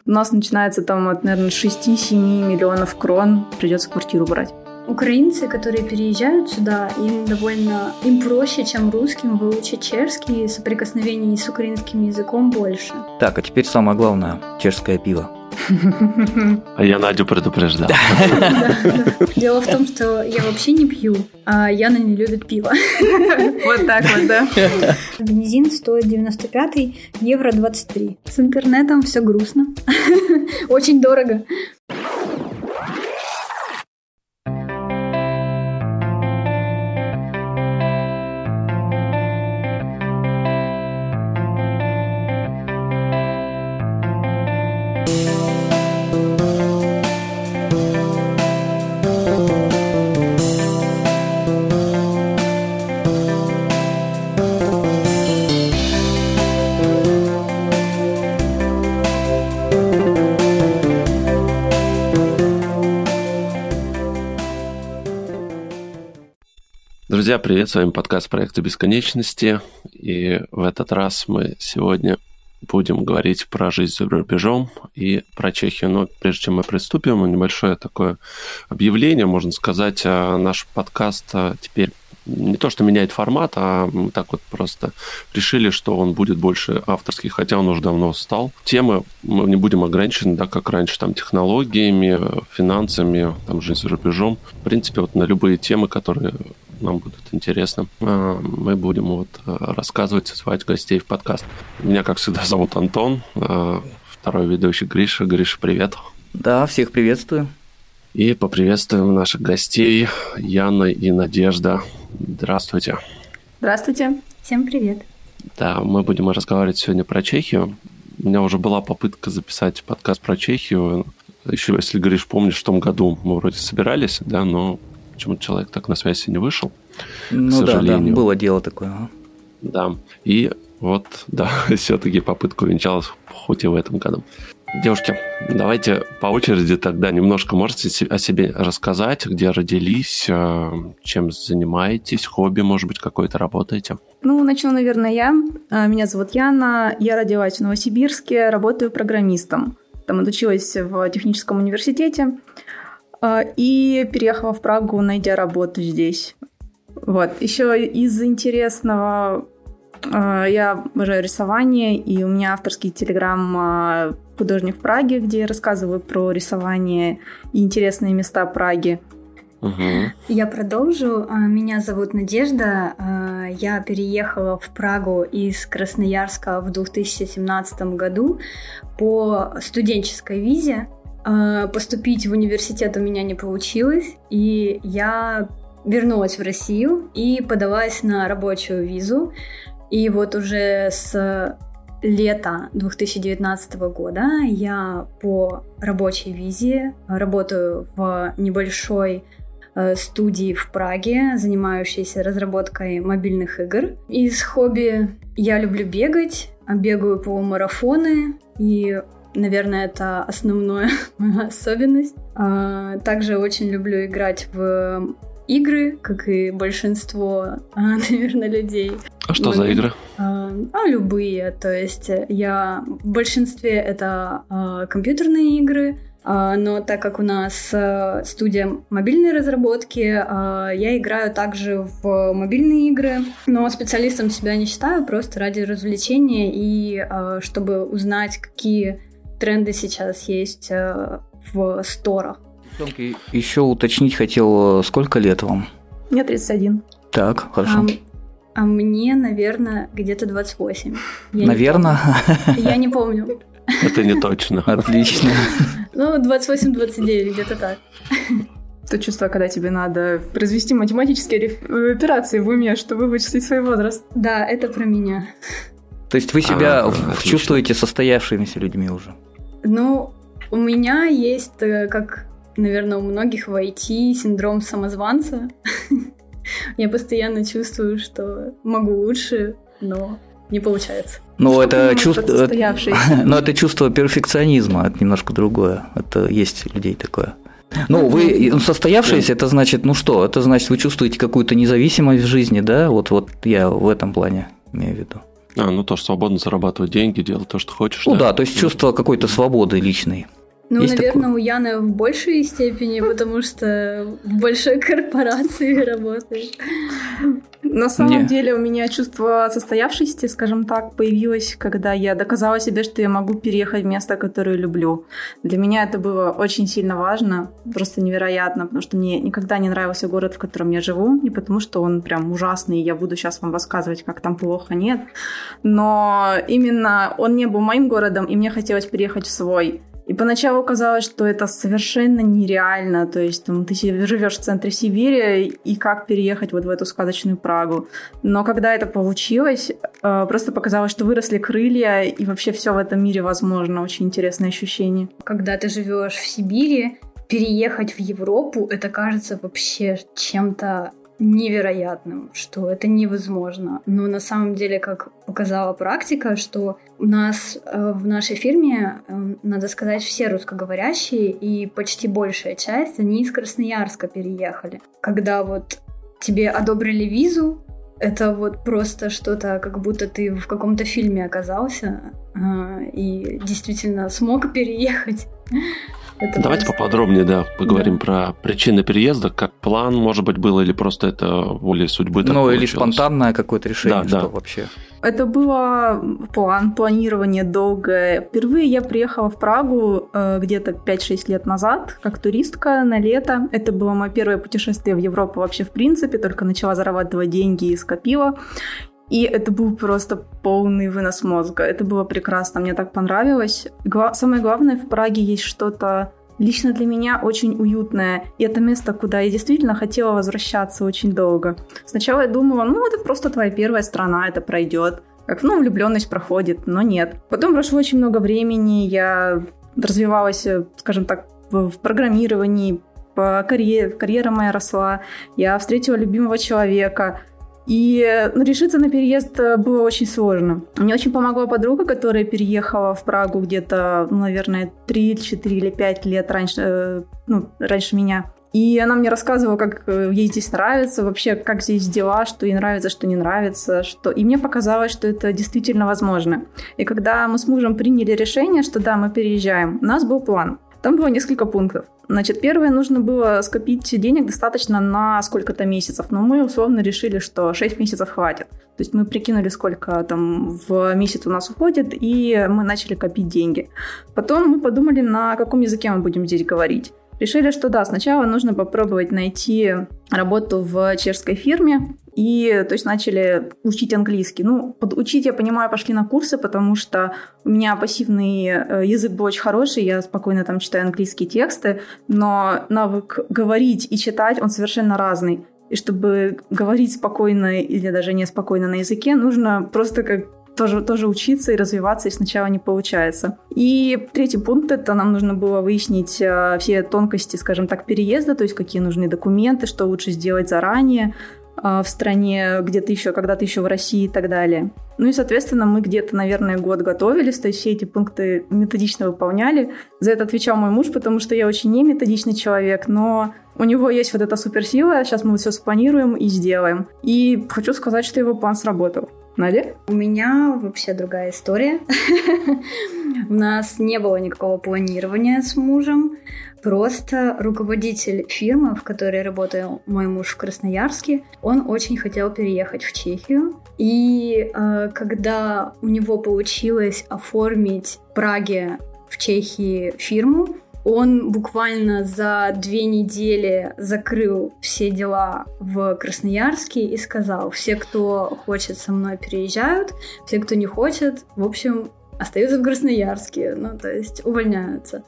У нас начинается там от, наверное, 6-7 миллионов крон. Придется квартиру брать. Украинцы, которые переезжают сюда, им проще, чем русским, выучить чешский, и соприкосновений с украинским языком больше. Так, а теперь самое главное – чешское пиво. А я Надю предупреждал. Дело в том, что я вообще не пью, а Яна не любит пиво. Вот так вот, да. Бензин стоит 95 евро 23. С интернетом все грустно. Очень дорого. Друзья, привет, с вами подкаст «Проекты бесконечности», и в этот раз мы сегодня будем говорить про жизнь за рубежом и про Чехию. Но прежде чем мы приступим, небольшое такое объявление, можно сказать, наш подкаст теперь не то что меняет формат, а мы так вот просто решили, что он будет больше авторский, хотя он уже давно стал. Темы мы не будем ограничены, да, как раньше, там, технологиями, финансами, там, жизнь за рубежом. В принципе, вот на любые темы, которые нам будут интересны, мы будем вот рассказывать, звать гостей в подкаст. Меня, как всегда, зовут Антон, второй ведущий Гриша. Гриша, привет. Да, всех приветствую. И поприветствуем наших гостей Яна и Надежда. Здравствуйте. Здравствуйте. Всем привет. Да, мы будем разговаривать сегодня про Чехию. У меня уже была попытка записать подкаст про Чехию. Еще, если, Гриш, помнишь, в том году мы вроде собирались, да, но почему-то человек так на связь и не вышел, к сожалению. Да, было дело такое. Да, и вот, да, все-таки попытка увенчалась, хоть и в этом году. Девушки, давайте по очереди тогда немножко можете о себе рассказать, где родились, чем занимаетесь, хобби, может быть, какое-то работаете? Ну, начну, наверное, я. Меня зовут Яна, я родилась в Новосибирске, работаю программистом. Там отучилась в техническом университете и переехала в Прагу, найдя работу здесь. Вот. Еще из интересного, я обожаю рисование, и у меня авторский телеграм «Художник в Праге», где я рассказываю про рисование и интересные места Праги. Угу. Я продолжу. Меня зовут Надежда. Я переехала в Прагу из Красноярска в 2017 году по студенческой визе. Поступить в университет у меня не получилось, и я вернулась в Россию и подалась на рабочую визу. И вот уже с лета 2019 года я по рабочей визе работаю в небольшой студии в Праге, занимающейся разработкой мобильных игр. Из хобби я люблю бегать, бегаю полумарафоны, и, наверное, это основная моя особенность. Также очень люблю играть в игры, как и большинство, наверное, людей. А что за игры? Любые. То есть в большинстве это компьютерные игры, но так как у нас студия мобильной разработки, я играю также в мобильные игры, но специалистом себя не считаю, просто ради развлечения и чтобы узнать, какие тренды сейчас есть в сторах. Еще уточнить хотел, сколько лет вам? Мне 31. Так, хорошо. А мне, наверное, где-то 28. Наверное? Я не помню. Это не точно. Отлично. 28-29, где-то так. То чувство, когда тебе надо произвести математические операции в уме, чтобы вычислить свой возраст. Да, это про меня. То есть вы себя чувствуете состоявшимися людьми уже? Ну, у меня есть, как, наверное, у многих в IT, синдром самозванца. Я постоянно чувствую, что могу лучше, но не получается. Но это чувство перфекционизма, это немножко другое. Это есть у людей такое. Ну, вы состоявшиеся, это значит, ну что, это значит, вы чувствуете какую-то независимость в жизни, да? Вот я в этом плане имею в виду. Тоже свободно зарабатывать деньги, делать то, что хочешь. Да, то есть чувство какой-то свободы личной. Наверное, такое? У Яны в большей степени, потому что в большой корпорации работает. На самом деле у меня чувство состоявшести, скажем так, появилось, когда я доказала себе, что я могу переехать в место, которое люблю. Для меня это было очень сильно важно, просто невероятно, потому что мне никогда не нравился город, в котором я живу, не потому что он прям ужасный, и я буду сейчас вам рассказывать, как там плохо, нет. Но именно он не был моим городом, и мне хотелось переехать в свой. И поначалу казалось, что это совершенно нереально, то есть там, ты живешь в центре Сибири, и как переехать вот в эту сказочную Прагу. Но когда это получилось, просто показалось, что выросли крылья, и вообще все в этом мире возможно. Очень интересное ощущение. Когда ты живешь в Сибири, переехать в Европу, это кажется вообще чем-то невероятным, что это невозможно. Но на самом деле, как показала практика, что у нас в нашей фирме, надо сказать, все русскоговорящие, и почти большая часть, они из Красноярска переехали. Когда вот тебе одобрили визу, это вот просто что-то, как будто ты в каком-то фильме оказался и действительно смог переехать. Давайте поподробнее, поговорим про причины переезда, как план, может быть, был, или просто это волей судьбы. Или спонтанное какое-то решение, что вообще? Это было планирование долгое. Впервые я приехала в Прагу где-то 5-6 лет назад, как туристка на лето. Это было мое первое путешествие в Европу вообще в принципе, только начала зарабатывать деньги и скопила. И это был просто полный вынос мозга. Это было прекрасно, мне так понравилось. Самое главное, в Праге есть что-то лично для меня очень уютное. И это место, куда я действительно хотела возвращаться очень долго. Сначала я думала, это просто твоя первая страна, это пройдет. Как, влюбленность проходит, но нет. Потом прошло очень много времени, я развивалась, скажем так, в программировании, карьера моя росла, я встретила любимого человека. И решиться на переезд было очень сложно. Мне очень помогла подруга, которая переехала в Прагу где-то, наверное, 3, 4 или 5 лет раньше меня. И она мне рассказывала, как ей здесь нравится, вообще, как здесь дела, что ей нравится, что не нравится. И мне показалось, что это действительно возможно. И когда мы с мужем приняли решение, что да, мы переезжаем, у нас был план. Там было несколько пунктов. Первое, нужно было скопить денег достаточно на сколько-то месяцев, но мы условно решили, что 6 месяцев хватит. То есть мы прикинули, сколько там в месяц у нас уходит, и мы начали копить деньги. Потом мы подумали, на каком языке мы будем здесь говорить. Решили, что да, сначала нужно попробовать найти работу в чешской фирме, и то есть начали учить английский. Учить, я понимаю, пошли на курсы, потому что у меня пассивный язык был очень хороший, я спокойно там читаю английские тексты, но навык говорить и читать, он совершенно разный. И чтобы говорить спокойно или даже неспокойно на языке, нужно просто тоже учиться и развиваться, и сначала не получается. И третий пункт – это нам нужно было выяснить все тонкости, скажем так, переезда, то есть какие нужны документы, что лучше сделать заранее в стране, когда ты еще в России и так далее. И, соответственно, мы где-то, наверное, год готовились, то есть все эти пункты методично выполняли. За это отвечал мой муж, потому что я очень не методичный человек, но у него есть вот эта суперсила, сейчас мы все спланируем и сделаем. И хочу сказать, что его план сработал. Надя? У меня вообще другая история. У нас не было никакого планирования с мужем. Просто руководитель фирмы, в которой работал мой муж в Красноярске, он очень хотел переехать в Чехию. И когда у него получилось оформить в Праге, в Чехии, фирму, он буквально за 2 недели закрыл все дела в Красноярске и сказал: все, кто хочет со мной, переезжают, все, кто не хочет, в общем, остаются в Красноярске, то есть увольняются.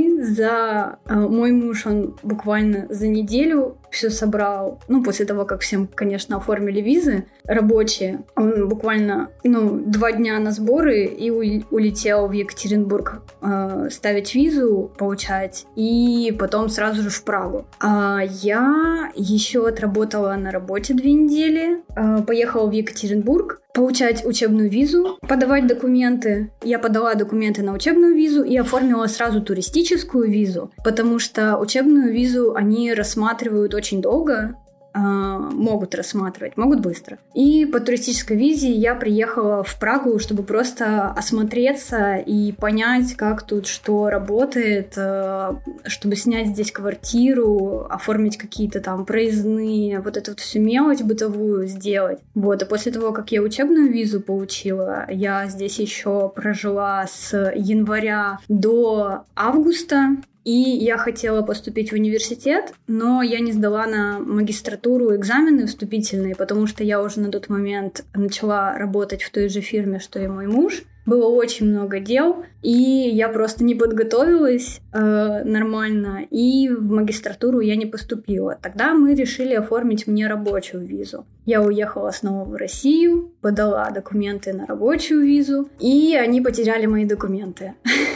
Мой муж, он буквально за неделю все собрал, после того, как всем, конечно, оформили визы рабочие, он буквально, 2 дня на сборы и улетел в Екатеринбург ставить визу, получать, и потом сразу же в Прагу. А я еще отработала на работе 2 недели, поехала в Екатеринбург получать учебную визу, подавать документы. Я подала документы на учебную визу и оформила сразу туристическую визу, потому что учебную визу они рассматривают очень долго, могут рассматривать, могут быстро. И по туристической визе я приехала в Прагу, чтобы просто осмотреться и понять, как тут что работает, чтобы снять здесь квартиру, оформить какие-то там проездные, вот эту вот всю мелочь бытовую сделать. Вот, и после того, как я учебную визу получила, я здесь еще прожила с января до августа. И я хотела поступить в университет, но я не сдала на магистратуру экзамены вступительные, потому что я уже на тот момент начала работать в той же фирме, что и мой муж. Было очень много дел, и я просто не подготовилась нормально, и в магистратуру я не поступила. Тогда мы решили оформить мне рабочую визу. Я уехала снова в Россию, подала документы на рабочую визу, и они потеряли мои документы.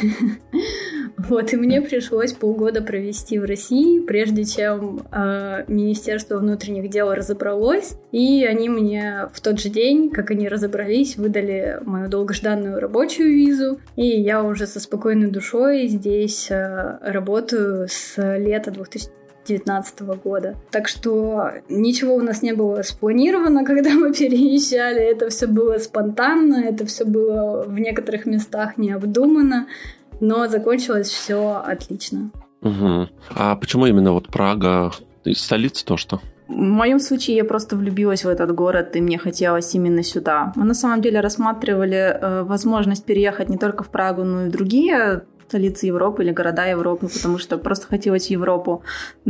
Вот, и мне пришлось полгода провести в России, прежде чем Министерство внутренних дел разобралось, и они мне в тот же день, как они разобрались, выдали мою долгожданную рабочую визу, и я уже со спокойной душой здесь работаю с лета 2019 года. Так что ничего у нас не было спланировано, когда мы переезжали, это все было спонтанно, это все было в некоторых местах необдуманно, но закончилось все отлично. Угу. А почему именно вот Прага? Столица то что? В моем случае я просто влюбилась в этот город, и мне хотелось именно сюда. Мы на самом деле рассматривали возможность переехать не только в Прагу, но и в другие столицы Европы или города Европы, потому что просто хотелось в Европу.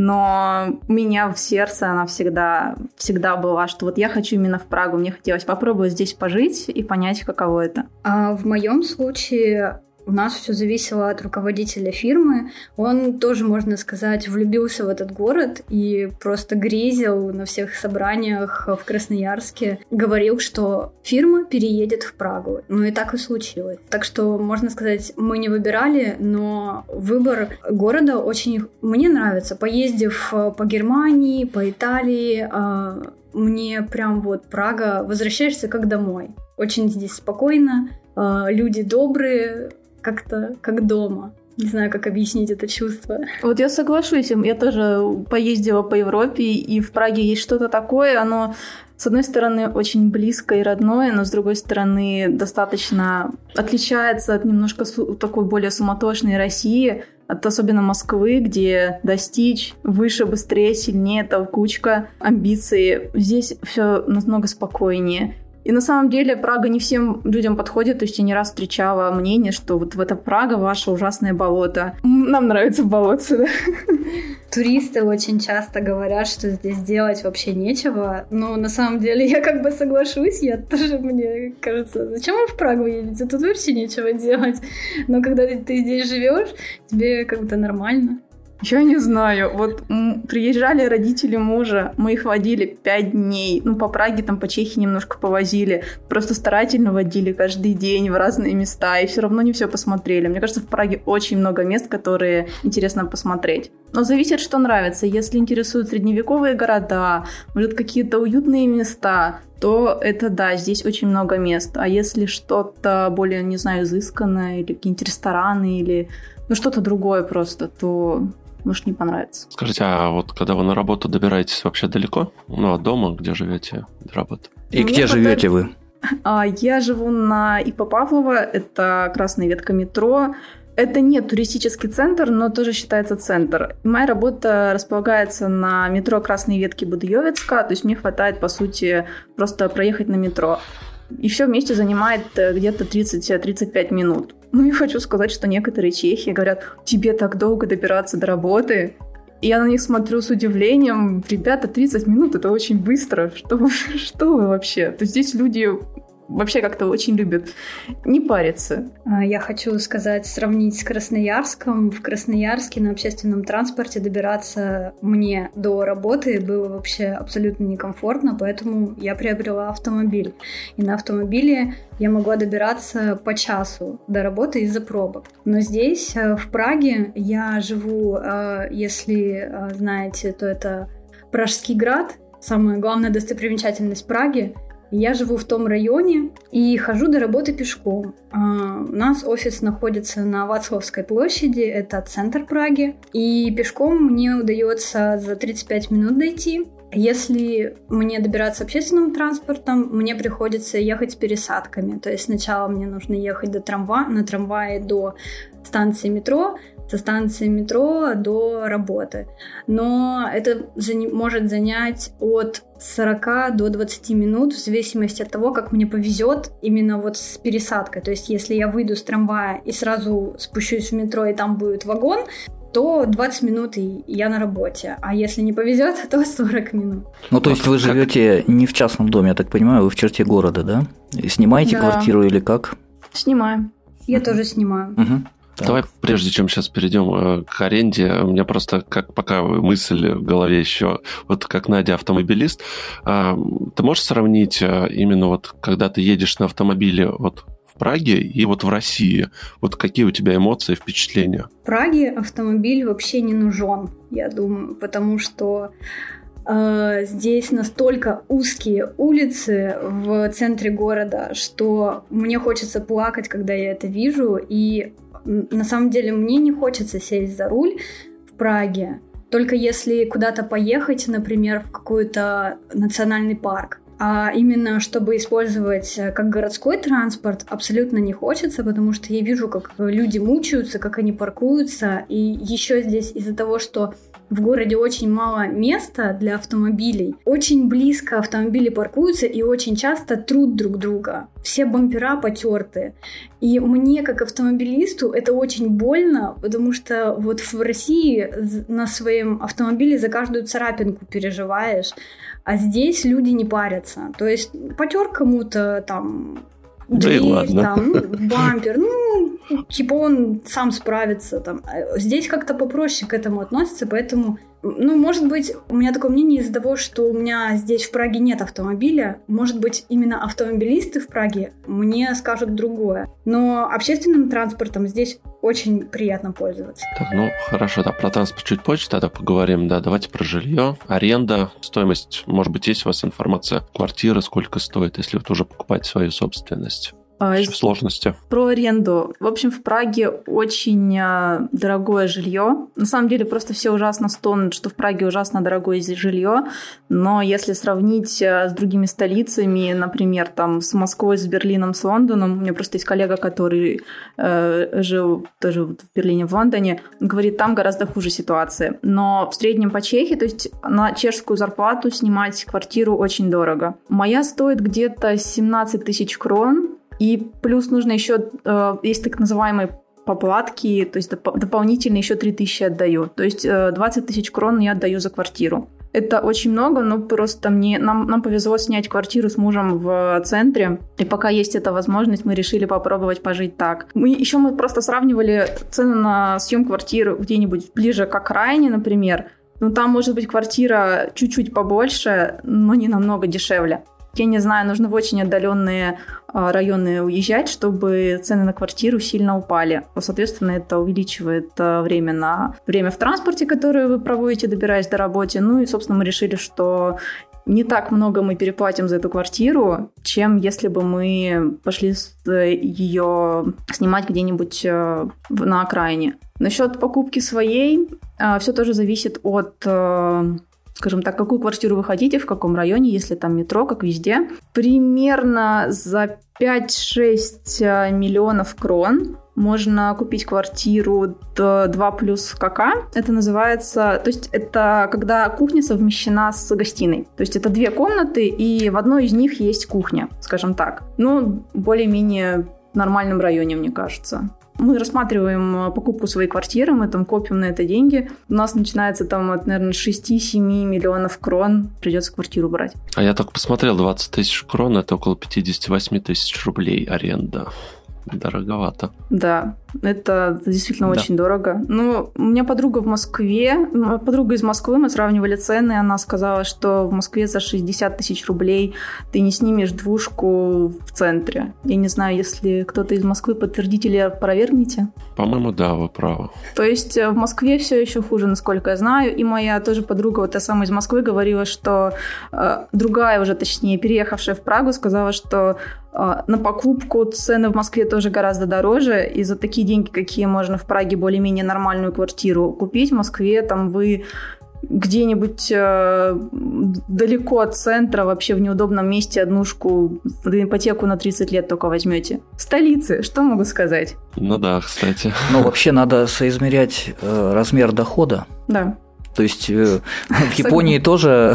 Но у меня в сердце она всегда была, что вот я хочу именно в Прагу. Мне хотелось попробовать здесь пожить и понять, каково это. А в моем случае у нас все зависело от руководителя фирмы. Он тоже, можно сказать, влюбился в этот город и просто грезил на всех собраниях в Красноярске. Говорил, что фирма переедет в Прагу. Ну и так и случилось. Так что, можно сказать, мы не выбирали, но выбор города очень мне нравится. Поездив по Германии, по Италии, мне прям вот Прага, возвращаешься как домой. Очень здесь спокойно, люди добрые, как-то как дома. Не знаю, как объяснить это чувство. Вот я соглашусь, я тоже поездила по Европе, и в Праге есть что-то такое, оно, с одной стороны, очень близкое и родное, но с другой стороны, достаточно отличается от немножко такой более суматошной России, от особенно Москвы, где достичь выше, быстрее, сильнее, толкучка, амбиции. Здесь все намного спокойнее. И на самом деле Прага не всем людям подходит, то есть я не раз встречала мнение, что вот в это Прага ваше ужасное болото. Нам нравится болото, да? Туристы очень часто говорят, что здесь делать вообще нечего, но на самом деле я как бы соглашусь, мне кажется, зачем вы в Прагу едете, тут вообще нечего делать, но когда ты здесь живешь, тебе как-то нормально. Я не знаю, вот приезжали родители мужа, мы их водили 5 дней, по Праге, по Чехии немножко повозили, просто старательно водили каждый день в разные места, и все равно не все посмотрели. Мне кажется, в Праге очень много мест, которые интересно посмотреть. Но зависит, что нравится. Если интересуют средневековые города, может, какие-то уютные места, то это да, здесь очень много мест. А если что-то более, не знаю, изысканное, или какие-нибудь рестораны, или что-то другое просто, то может не понравится. Скажите, а вот когда вы на работу добираетесь вообще далеко? От дома, где живете, до работы? И где живете вы? Я живу на ИП Павлова, это красная ветка метро. Это не туристический центр, но тоже считается центр. Моя работа располагается на метро Красной ветки Будыёвицка, то есть мне хватает, по сути, просто проехать на метро. И все вместе занимает где-то 30-35 минут. И хочу сказать, что некоторые чехи говорят, тебе так долго добираться до работы. И я на них смотрю с удивлением. Ребята, 30 минут – это очень быстро. Что вы вообще? То есть здесь люди вообще как-то очень любят не париться. Я хочу сказать, сравнить с Красноярском. В Красноярске на общественном транспорте добираться мне до работы было вообще абсолютно некомфортно, поэтому я приобрела автомобиль. И на автомобиле я могла добираться по часу до работы из-за пробок. Но здесь, в Праге, я живу, если знаете, то это Пражский град, самая главная достопримечательность Праги. Я живу в том районе и хожу до работы пешком. У нас офис находится на Вацлавской площади, это центр Праги. И пешком мне удается за 35 минут дойти. Если мне добираться общественным транспортом, мне приходится ехать с пересадками. То есть сначала мне нужно ехать на трамвае до станции метро, со станции метро до работы. Но это может занять от 40 до 20 минут в зависимости от того, как мне повезет именно вот с пересадкой. То есть если я выйду с трамвая и сразу спущусь в метро, и там будет вагон, то 20 минут и я на работе. А если не повезет, то 40 минут. Ну, то есть вы живете не в частном доме, я так понимаю, вы в черте города, да? Снимаете квартиру или как? Снимаем. Я тоже снимаю. Давай, прежде чем сейчас перейдем к аренде, у меня просто пока мысль в голове еще, вот как Надя автомобилист, ты можешь сравнить именно вот когда ты едешь на автомобиле вот в Праге и вот в России? Вот какие у тебя эмоции, впечатления? В Праге автомобиль вообще не нужен, я думаю, потому что здесь настолько узкие улицы в центре города, что мне хочется плакать, когда я это вижу, и на самом деле мне не хочется сесть за руль в Праге, только если куда-то поехать, например, в какой-то национальный парк. А именно, чтобы использовать как городской транспорт, абсолютно не хочется, потому что я вижу, как люди мучаются, как они паркуются. И еще здесь из-за того, что в городе очень мало места для автомобилей, очень близко автомобили паркуются и очень часто трут друг друга. Все бампера потерты. И мне, как автомобилисту, это очень больно, потому что вот в России на своем автомобиле за каждую царапинку переживаешь, а здесь люди не парятся. То есть потер кому-то там дверь, там, бампер, типа он сам справится. Там. Здесь как-то попроще к этому относятся, поэтому, может быть, у меня такое мнение из-за того, что у меня здесь в Праге нет автомобиля. Может быть, именно автомобилисты в Праге мне скажут другое. Но общественным транспортом здесь очень приятно пользоваться. Так, хорошо, да, про транспорт чуть позже тогда поговорим. Да, давайте про жилье, аренда, стоимость. Может быть, есть у вас информация квартиры, сколько стоит, если вы тоже покупаете свою собственность? Сложности. Про аренду. В общем, в Праге очень дорогое жилье. На самом деле, просто все ужасно стонут, что в Праге ужасно дорогое жилье. Но если сравнить с другими столицами, например, там, с Москвой, с Берлином, с Лондоном, у меня просто есть коллега, который жил тоже в Берлине, в Лондоне, говорит, там гораздо хуже ситуация. Но в среднем по Чехии, то есть на чешскую зарплату снимать квартиру очень дорого. Моя стоит где-то 17 тысяч крон. И плюс нужно еще, есть так называемые поплатки, то есть дополнительно еще 3000 отдаю. То есть 20 тысяч крон я отдаю за квартиру. Это очень много, но просто нам повезло снять квартиру с мужем в центре. И пока есть эта возможность, мы решили попробовать пожить так. Мы просто сравнивали цены на съем квартиры где-нибудь ближе к окраине, например. Но там может быть квартира чуть-чуть побольше, но не намного дешевле. Я не знаю, нужно в очень отдаленные районы уезжать, чтобы цены на квартиру сильно упали. Соответственно, это увеличивает время в транспорте, которое вы проводите, добираясь до работы. И, собственно, мы решили, что не так много мы переплатим за эту квартиру, чем если бы мы пошли ее снимать где-нибудь на окраине. Насчет покупки своей, все тоже зависит от... скажем так, какую квартиру вы хотите, в каком районе, если там метро, как везде. Примерно за 5-6 миллионов крон можно купить квартиру 2 плюс КК. Это называется... То есть это когда кухня совмещена с гостиной. То есть это 2 комнаты, и в одной из них есть кухня, скажем так. Более-менее в нормальном районе, мне кажется. Мы рассматриваем покупку своей квартиры, мы там копим на это деньги. У нас начинается там от, наверное, 6-7 миллионов крон. Придется квартиру брать. А я только посмотрел, 20 тысяч крон – это около 58 тысяч рублей аренда. Дороговато. Да, это действительно очень дорого. У меня подруга в Москве, подруга из Москвы, мы сравнивали цены, она сказала, что в Москве за 60 тысяч рублей ты не снимешь двушку в центре. Я не знаю, если кто-то из Москвы, подтвердите или опровергните. По-моему, да, вы правы. То есть в Москве все еще хуже, насколько я знаю. И моя тоже подруга, та самая из Москвы, говорила, что другая уже, точнее, переехавшая в Прагу, сказала, что на покупку цены в Москве тоже гораздо дороже, и за такие деньги, какие можно в Праге более-менее нормальную квартиру купить, в Москве там вы где-нибудь далеко от центра, вообще в неудобном месте однушку на ипотеку на 30 лет только возьмете. В столице, что могу сказать? Ну да, кстати. Но вообще надо соизмерять размер дохода. Да. То есть в Японии тоже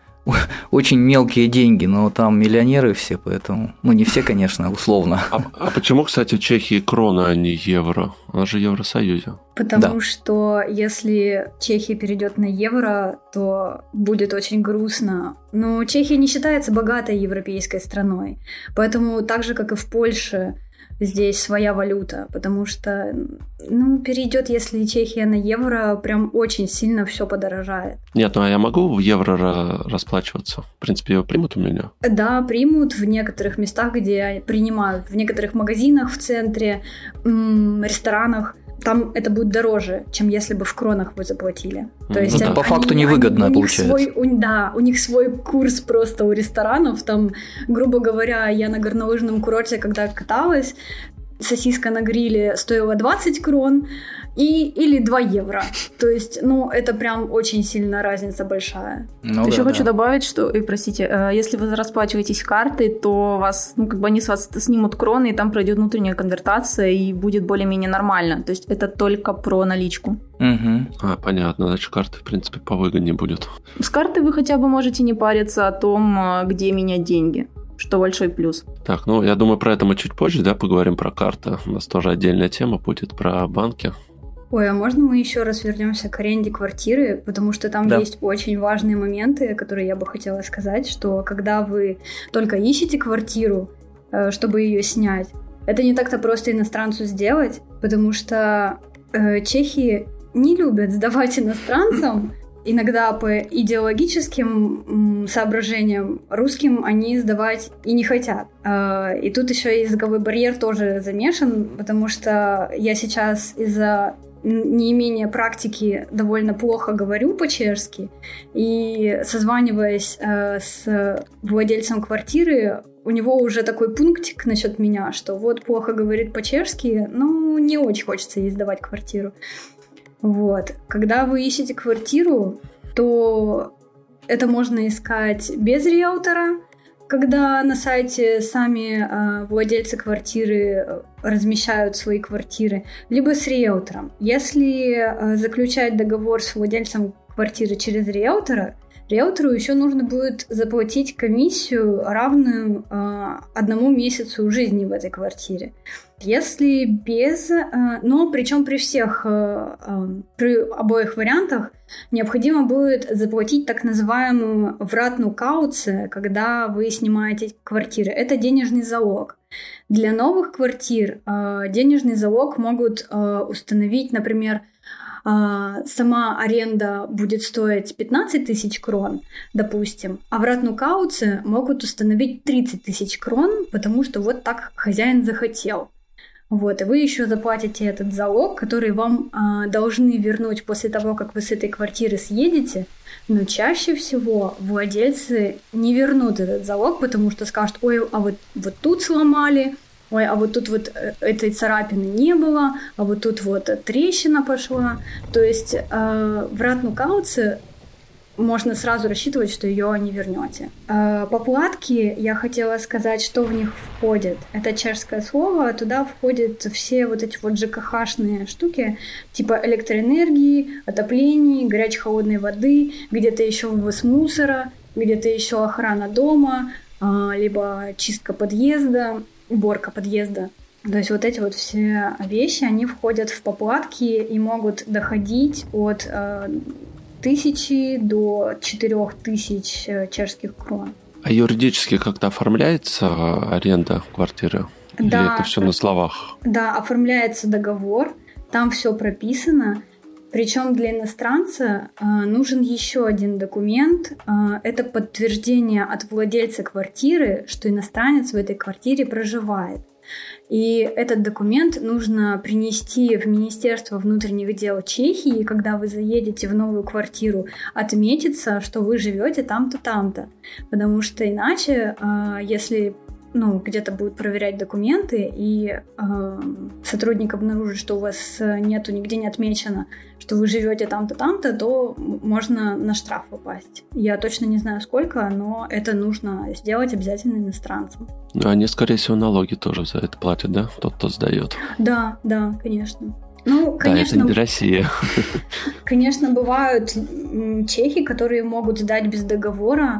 очень мелкие деньги, но там миллионеры все, поэтому, ну не все, конечно, условно. А почему, кстати, в Чехии крона, а не евро? Она же в Евросоюзе. Потому что если Чехия перейдет на евро, то будет очень грустно. Но Чехия не считается богатой европейской страной, поэтому так же, как и в Польше, здесь своя валюта, потому что, перейдет, если Чехия на евро, прям очень сильно все подорожает. Нет, а я могу в евро расплачиваться? В принципе, его примут у меня? Да, примут в некоторых местах, где принимают, в некоторых магазинах в центре, ресторанах. Там это будет дороже, чем если бы в кронах вы заплатили. То есть по факту невыгодно получается. У них свой курс просто у ресторанов. Там, грубо говоря, я на горнолыжном курорте, когда каталась, сосиска на гриле стоила 20 крон или 2 евро. То есть, это прям очень сильно разница большая. Еще хочу добавить, что, простите, если вы расплачиваетесь картой, то вас, они с вас снимут кроны, и там пройдет внутренняя конвертация, и будет более-менее нормально. То есть это только про наличку. Угу. Понятно, значит, карты, в принципе, повыгоднее будет. С картой вы хотя бы можете не париться о том, где менять деньги. Что большой плюс. Так, я думаю, про это мы чуть позже, поговорим про карты. У нас тоже отдельная тема будет про банки. Ой, а можно мы еще раз вернемся к аренде квартиры, потому что там есть очень важные моменты, которые я бы хотела сказать, что когда вы только ищете квартиру, чтобы ее снять, это не так-то просто иностранцу сделать, потому что чехи не любят сдавать иностранцам. Иногда по идеологическим соображениям русским они сдавать и не хотят. И тут еще языковой барьер тоже замешан, потому что я сейчас из-за неимения практики довольно плохо говорю по-чешски, и созваниваясь с владельцем квартиры, у него уже такой пунктик насчет меня, что вот плохо говорит по-чешски, не очень хочется ей сдавать квартиру. Вот. Когда вы ищете квартиру, то это можно искать без риэлтора, когда на сайте сами владельцы квартиры размещают свои квартиры, либо с риэлтором. Если заключать договор с владельцем квартиры через риэлтора, риэлтору еще нужно будет заплатить комиссию, равную 1 месяцу жизни в этой квартире. Если без... причем при всех, при обоих вариантах необходимо будет заплатить так называемую вратну кауце, когда вы снимаете квартиры. Это денежный залог. Для новых квартир денежный залог могут установить, например, сама аренда будет стоить 15 тысяч крон, допустим, а вратну кауце могут установить 30 тысяч крон, потому что вот так хозяин захотел. Вот, и вы еще заплатите этот залог, который вам должны вернуть после того, как вы с этой квартиры съедете, но чаще всего владельцы не вернут этот залог, потому что скажут: ой, а вот тут сломали, ой, а вот тут вот этой царапины не было, а вот тут вот трещина пошла. То есть вратну кауце можно сразу рассчитывать, что ее не вернете. Поплатки, я хотела сказать, что в них входит. Это чешское слово, туда входят все вот эти вот ЖКХ-шные штуки, типа электроэнергии, отопления, горячей-холодной воды, где-то еще вывоз мусора, где-то еще охрана дома, либо чистка подъезда, уборка подъезда. То есть вот эти вот все вещи, они входят в поплатки и могут доходить от 1000 до 4000 чешских крон. А юридически как-то оформляется аренда квартиры? Да. Или это все на словах? Да, оформляется договор, там все прописано. Причем для иностранца нужен еще один документ. Это подтверждение от владельца квартиры, что иностранец в этой квартире проживает. И этот документ нужно принести в Министерство внутренних дел Чехии, когда вы заедете в новую квартиру, отметиться, что вы живете там-то, там-то. Потому что иначе, если где-то будут проверять документы, и сотрудник обнаружит, что у вас нету, нигде не отмечено, что вы живете там-то, там-то, то можно на штраф попасть. Я точно не знаю сколько, но это нужно сделать обязательно иностранцам. Они, скорее всего, налоги тоже за это платят, да? Тот, кто сдает. Да, конечно. Конечно, да, это не Россия. Конечно, бывают чехи, которые могут сдать без договора,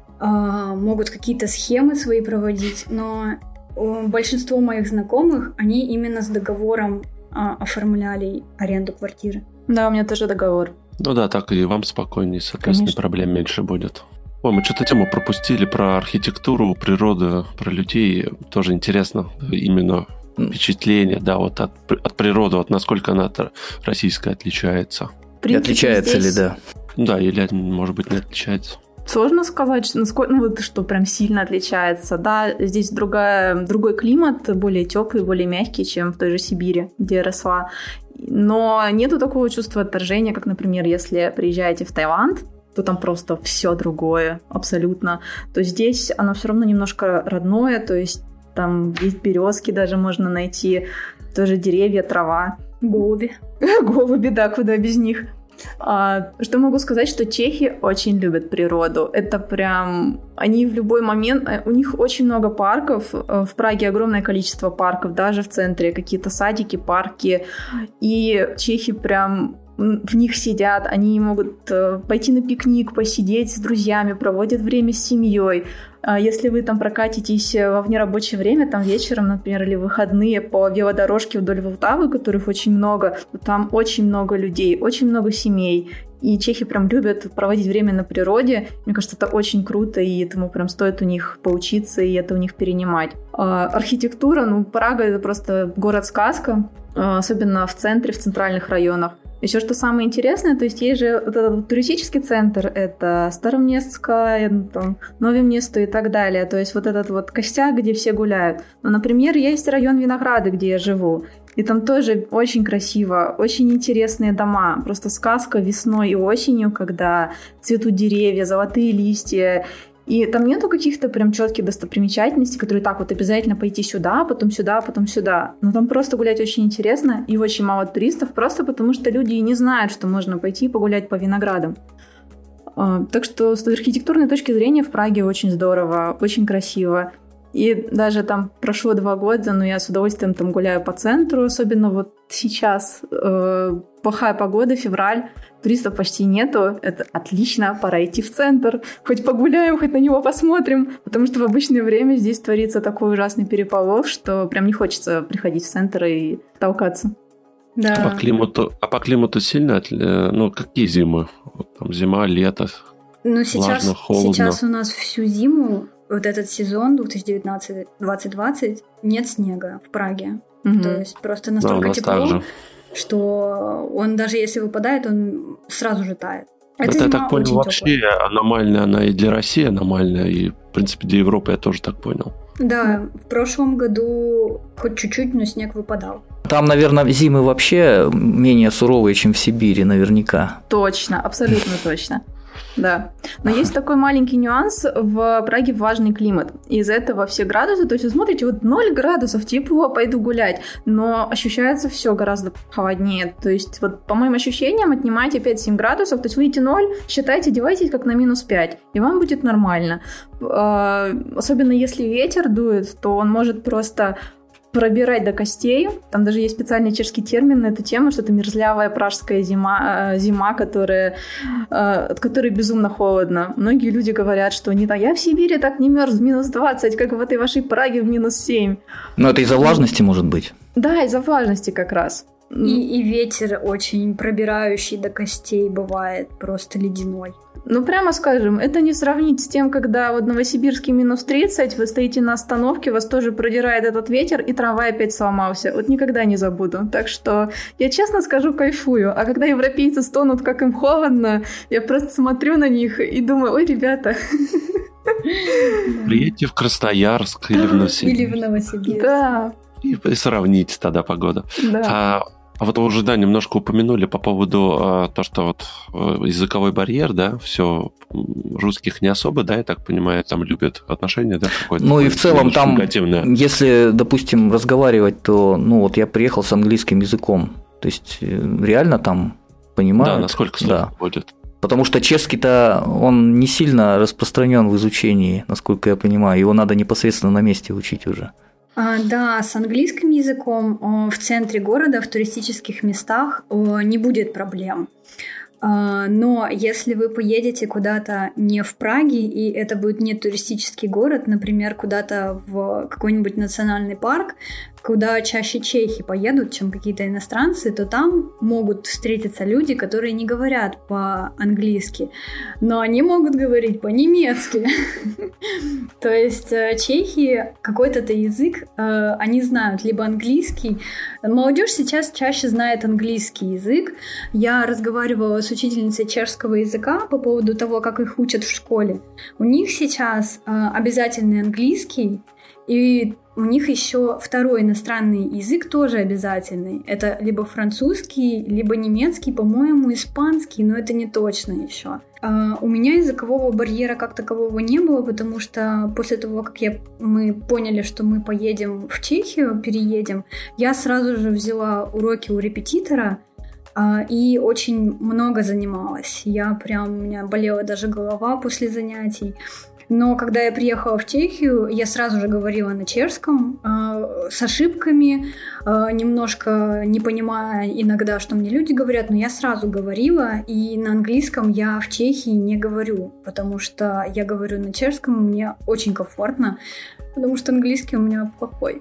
могут какие-то схемы свои проводить, но большинство моих знакомых, они именно с договором оформляли аренду квартиры. Да, у меня тоже договор. Ну да, так и вам спокойнее, соответственно, конечно, проблем меньше будет. Ой, мы что-то тему пропустили про архитектуру, природу, про людей. Тоже интересно именно впечатление, да, вот от природы, вот насколько она российская отличается. Отличается ли, да? Да, или, может быть, не отличается. Сложно сказать, насколько, что прям сильно отличается. Да, здесь другой климат, более теплый, более мягкий, чем в той же Сибири, где я росла. Но нету такого чувства отторжения, как, например, если приезжаете в Таиланд, то там просто все другое, абсолютно. То здесь оно все равно немножко родное, то есть там есть березки даже можно найти, тоже деревья, трава. Голуби. Голуби, да, куда без них. Что могу сказать, что чехи очень любят природу. Это прям... Они в любой момент... У них очень много парков. В Праге огромное количество парков, даже в центре. Какие-то садики, парки. И чехи прям... в них сидят, они могут пойти на пикник, посидеть с друзьями, проводят время с семьей. Если вы там прокатитесь во внерабочее время, там вечером, например, или выходные по велодорожке вдоль Волтавы, которых очень много, то там очень много людей, очень много семей. И чехи прям любят проводить время на природе. Мне кажется, это очень круто, и этому прям стоит у них поучиться и это у них перенимать. Архитектура, Прага — это просто город-сказка, особенно в центре, в центральных районах. Еще что самое интересное, то есть же вот этот вот туристический центр, это Староместская, Новое место и так далее, то есть вот этот вот костяк, где все гуляют. Но, например, есть район Винограды, где я живу, и там тоже очень красиво, очень интересные дома, просто сказка весной и осенью, когда цветут деревья, золотые листья. И там нету каких-то прям четких достопримечательностей, которые так вот обязательно пойти сюда, потом сюда, потом сюда. Но там просто гулять очень интересно, и очень мало туристов, просто потому что люди не знают, что можно пойти погулять по виноградам. Так что с архитектурной точки зрения в Праге очень здорово, очень красиво. И даже там прошло 2 года, но я с удовольствием там гуляю по центру, особенно вот сейчас плохая погода, февраль, туристов почти нету, это отлично, пора идти в центр, хоть погуляем, хоть на него посмотрим, потому что в обычное время здесь творится такой ужасный переполох, что прям не хочется приходить в центр и толкаться. Да. А по климату сильно, какие зимы? Там зима, лето, влажно, холодно. Сейчас у нас всю зиму, вот этот сезон 2019-2020, нет снега в Праге. Угу. То есть просто настолько тепло, что он даже если выпадает, он сразу же тает. Это я так понял, вообще аномальная, она и для России аномальная, и, в принципе, для Европы я тоже так понял. Да, в прошлом году хоть чуть-чуть, но снег выпадал. Там, наверное, зимы вообще менее суровые, чем в Сибири, наверняка. Точно, абсолютно точно. Да. Но есть такой маленький нюанс. В Праге важный климат. Из-за этого все градусы, то есть вы смотрите, вот 0 градусов, тепло, пойду гулять. Но ощущается все гораздо холоднее. То есть вот по моим ощущениям отнимайте 5-7 градусов, то есть выйдете 0, считайте, девайтесь как на -5, и вам будет нормально. Особенно если ветер дует, то он может просто пробирать до костей. Там даже есть специальный чешский термин на эту тему, что это мерзлявая пражская зима, от которой безумно холодно. Многие люди говорят, что я в Сибири так не мерз в -20, как в этой вашей Праге в -7. Но это из-за влажности, может быть? Да, из-за влажности как раз. И ветер очень пробирающий до костей бывает, просто ледяной. Прямо скажем, это не сравнить с тем, когда в Новосибирске -30, вы стоите на остановке, вас тоже продирает этот ветер, и трамвай опять сломался. Вот никогда не забуду. Так что я честно скажу, кайфую. А когда европейцы стонут, как им холодно, я просто смотрю на них и думаю, ой, ребята. Приедьте в Красноярск или в Новосибирск. Или в Новосибирск. Да. И сравните тогда погоду. Да. А вот вы уже, да, немножко упомянули по поводу то, что вот языковой барьер, да, все, русских не особо, да, я так понимаю, там любят отношения, да, какое-то. Ну и в целом там, негативное. Если, допустим, разговаривать, то, ну вот я приехал с английским языком, то есть реально там понимают. Да, насколько сложно будет. Потому что чешский-то, он не сильно распространен в изучении, насколько я понимаю, его надо непосредственно на месте учить уже. Да, с английским языком в центре города, в туристических местах не будет проблем. Но если вы поедете куда-то не в Праге, и это будет не туристический город, например, куда-то в какой-нибудь национальный парк, куда чаще чехи поедут, чем какие-то иностранцы, то там могут встретиться люди, которые не говорят по-английски, но они могут говорить по-немецки. То есть чехи, какой-то язык, они знают либо английский. Молодежь сейчас чаще знает английский язык. Я разговаривала с учительницей чешского языка по поводу того, как их учат в школе. У них сейчас обязательный английский, и у них еще второй иностранный язык тоже обязательный. Это либо французский, либо немецкий, по-моему, испанский, но это не точно еще. У меня языкового барьера как такового не было, потому что после того, как мы поняли, что мы поедем в Чехию, переедем, я сразу же взяла уроки у репетитора и очень много занималась. У меня болела даже голова после занятий. Но когда я приехала в Чехию, я сразу же говорила на чешском, с ошибками, немножко не понимая иногда, что мне люди говорят, но я сразу говорила, и на английском я в Чехии не говорю, потому что я говорю на чешском, мне очень комфортно, потому что английский у меня плохой.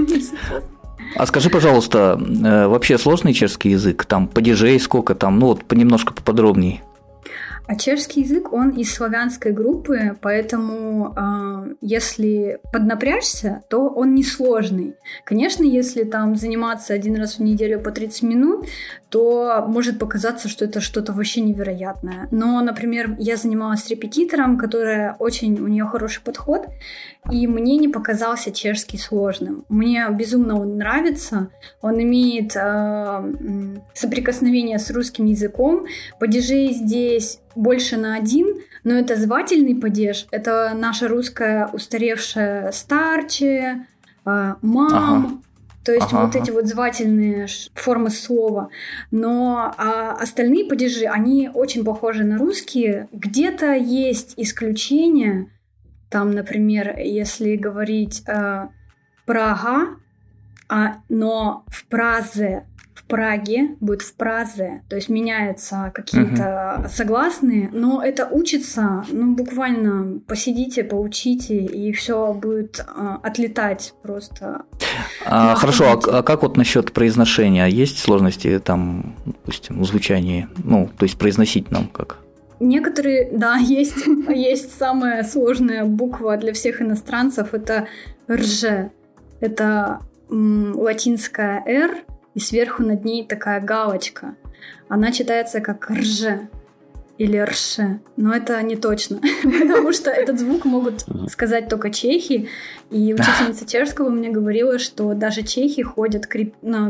А скажи, пожалуйста, вообще сложный чешский язык? Там падежей сколько там? Ну вот немножко поподробнее. А чешский язык, он из славянской группы, поэтому если поднапрячься, то он несложный. Конечно, если там заниматься один раз в неделю по 30 минут, то может показаться, что это что-то вообще невероятное. Но, например, я занималась с репетитором, которая у нее хороший подход, и мне не показался чешский сложным. Мне безумно он нравится, он имеет соприкосновение с русским языком, падежей здесь больше на один, но это звательный падеж, это наша русская устаревшая старче, мам, то есть эти вот звательные формы слова. Но остальные падежи, они очень похожи на русские. Где-то есть исключения. Там, например, если говорить Прага, но в Праге будет в Празе, то есть меняются какие-то согласные, но это учится, буквально посидите, поучите, и все будет отлетать просто. Хорошо, а как вот насчет произношения? Есть сложности там, допустим, в звучании? То есть произносить нам как? Некоторые, да, есть. Есть самая сложная буква для всех иностранцев, это РЖ. Это латинская «Р», и сверху над ней такая галочка. Она читается как «рже» или «рше», но это не точно, потому что этот звук могут сказать только чехи, и учительница чешского мне говорила, что даже чехи ходят к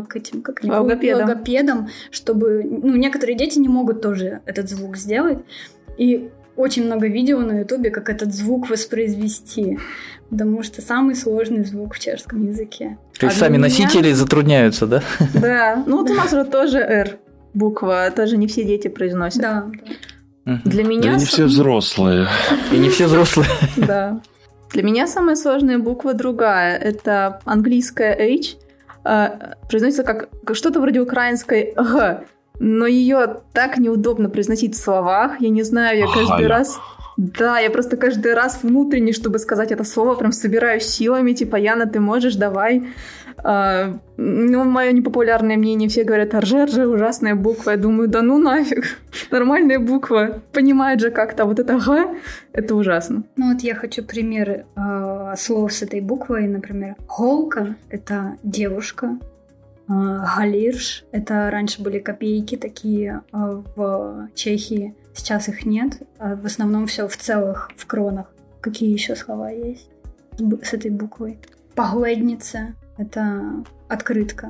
логопедам, чтобы... некоторые дети не могут тоже этот звук сделать, и очень много видео на ютубе, как этот звук воспроизвести, потому что самый сложный звук в чешском языке. То есть сами носители затрудняются, да? Да, вот у нас же тоже «Р» буква, тоже не все дети произносят. Да. Для меня... Да, не все взрослые. И не все взрослые. Да. Для меня самая сложная буква другая. Это английская «H». Произносится как что-то вроде украинской «Г». Но ее так неудобно произносить в словах. Я не знаю, я каждый раз... Да, я просто каждый раз внутренне, чтобы сказать это слово, прям собираюсь силами, типа, Яна, ты можешь, давай. Мое непопулярное мнение, все говорят, «Рже, ужасная буква». Я думаю, да ну нафиг, нормальная буква. Понимает же как-то, вот это «Г» — это ужасно. Я хочу примеры слов с этой буквой, например. «Голка» — это девушка. Галирш — это раньше были копейки такие в Чехии, сейчас их нет, в основном все в целых, в кронах. Какие еще слова есть с этой буквой? Погледница — это открытка.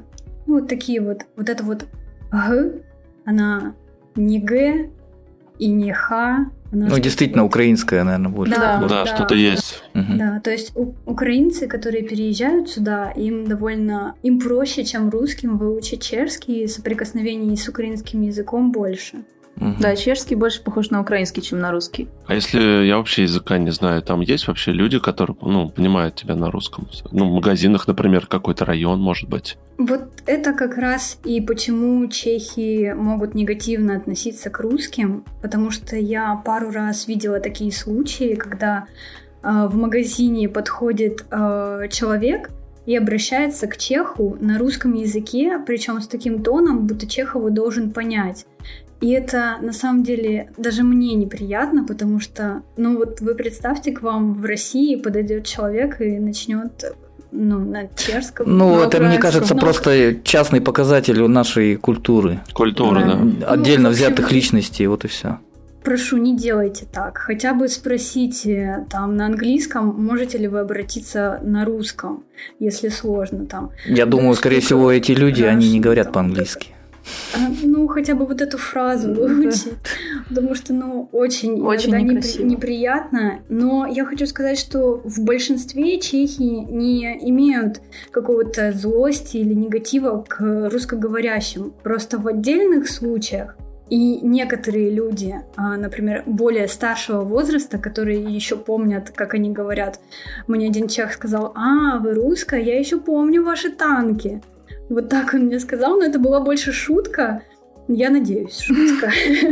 вот такие вот это вот «г», она не «г» и не «х». Действительно, украинская, наверное, больше. Да, что-то есть. Да, то есть украинцы, которые переезжают сюда, им проще, чем русским, выучить чешский, и соприкосновений с украинским языком больше. Да, чешский больше похож на украинский, чем на русский. А если я вообще языка не знаю, там есть вообще люди, которые, понимают тебя на русском? В магазинах, например, какой-то район, может быть? Вот это как раз и почему чехи могут негативно относиться к русским, потому что я пару раз видела такие случаи, когда в магазине подходит человек и обращается к чеху на русском языке, причем с таким тоном, будто чех его должен понять. И это, на самом деле, даже мне неприятно, потому что, вы представьте, к вам в России подойдет человек и начнет, на чешском. Это, мне кажется, просто частный показатель нашей культуры. Культуры, да. Отдельно взятых личностей, вот и все. Прошу, не делайте так. Хотя бы спросите на английском, можете ли вы обратиться на русском, если сложно там. Я думаю, скорее всего, эти люди, они не говорят по-английски. Хотя бы вот эту фразу выучить, потому что, очень неприятно. Но я хочу сказать, что в большинстве чехи не имеют какого-то злости или негатива к русскоговорящим. Просто в отдельных случаях и некоторые люди, например, более старшего возраста, которые еще помнят, как они говорят. Мне один чех сказал: вы русская, я еще помню ваши танки. Вот так он мне сказал, но это была больше шутка. Я надеюсь, шутка.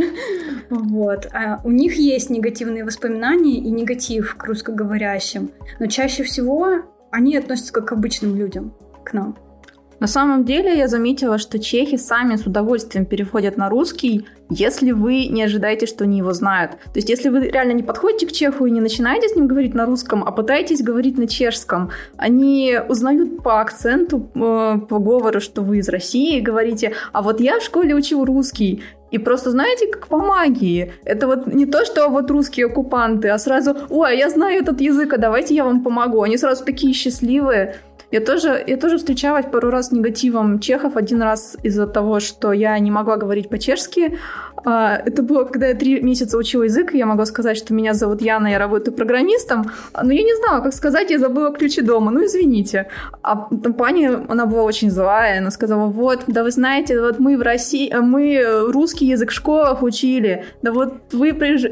Вот. У них есть негативные воспоминания и негатив к русскоговорящим, но чаще всего они относятся как к обычным людям, к нам. На самом деле я заметила, что чехи сами с удовольствием переходят на русский, если вы не ожидаете, что они его знают. То есть если вы реально не подходите к чеху и не начинаете с ним говорить на русском, а пытаетесь говорить на чешском, они узнают по акценту, по говору, что вы из России, и говорите: а вот я в школе учил русский. И просто, знаете, как по магии. Это вот не то, что вот русские оккупанты, а сразу: ой, я знаю этот язык, а давайте я вам помогу. Они сразу такие счастливые. Я тоже встречалась пару раз с негативом чехов. Один раз из-за того, что я не могла говорить по-чешски. Это было, когда я 3 месяца учила язык, и я могла сказать, что меня зовут Яна, я работаю программистом. Но я не знала, как сказать, я забыла ключи дома. Извините. А там паня, она была очень злая. Она сказала: вот, да вы знаете, вот мы в России, мы русский язык в школах учили. Да вот вы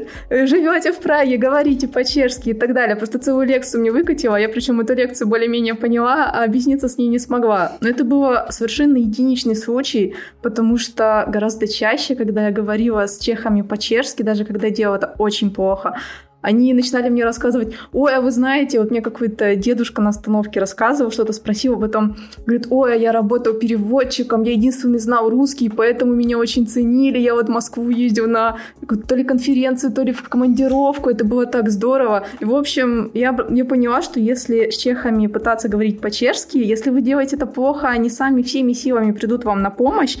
живете в Праге, говорите по-чешски и так далее. Просто целую лекцию мне выкатила. Я причем эту лекцию более-менее поняла, а объясниться с ней не смогла. Но это было совершенно единичный случай, потому что гораздо чаще, когда я говорила с чехами по-чешски, даже когда я делала это очень плохо, они начинали мне рассказывать: ой, а вы знаете, вот мне какой-то дедушка на остановке рассказывал, что-то спросил, а потом говорит: ой, а я работал переводчиком, я единственный знал русский, поэтому меня очень ценили, я вот в Москву ездил на то ли конференцию, то ли в командировку, это было так здорово. И, в общем, я поняла, что если с чехами пытаться говорить по-чешски, если вы делаете это плохо, они сами всеми силами придут вам на помощь,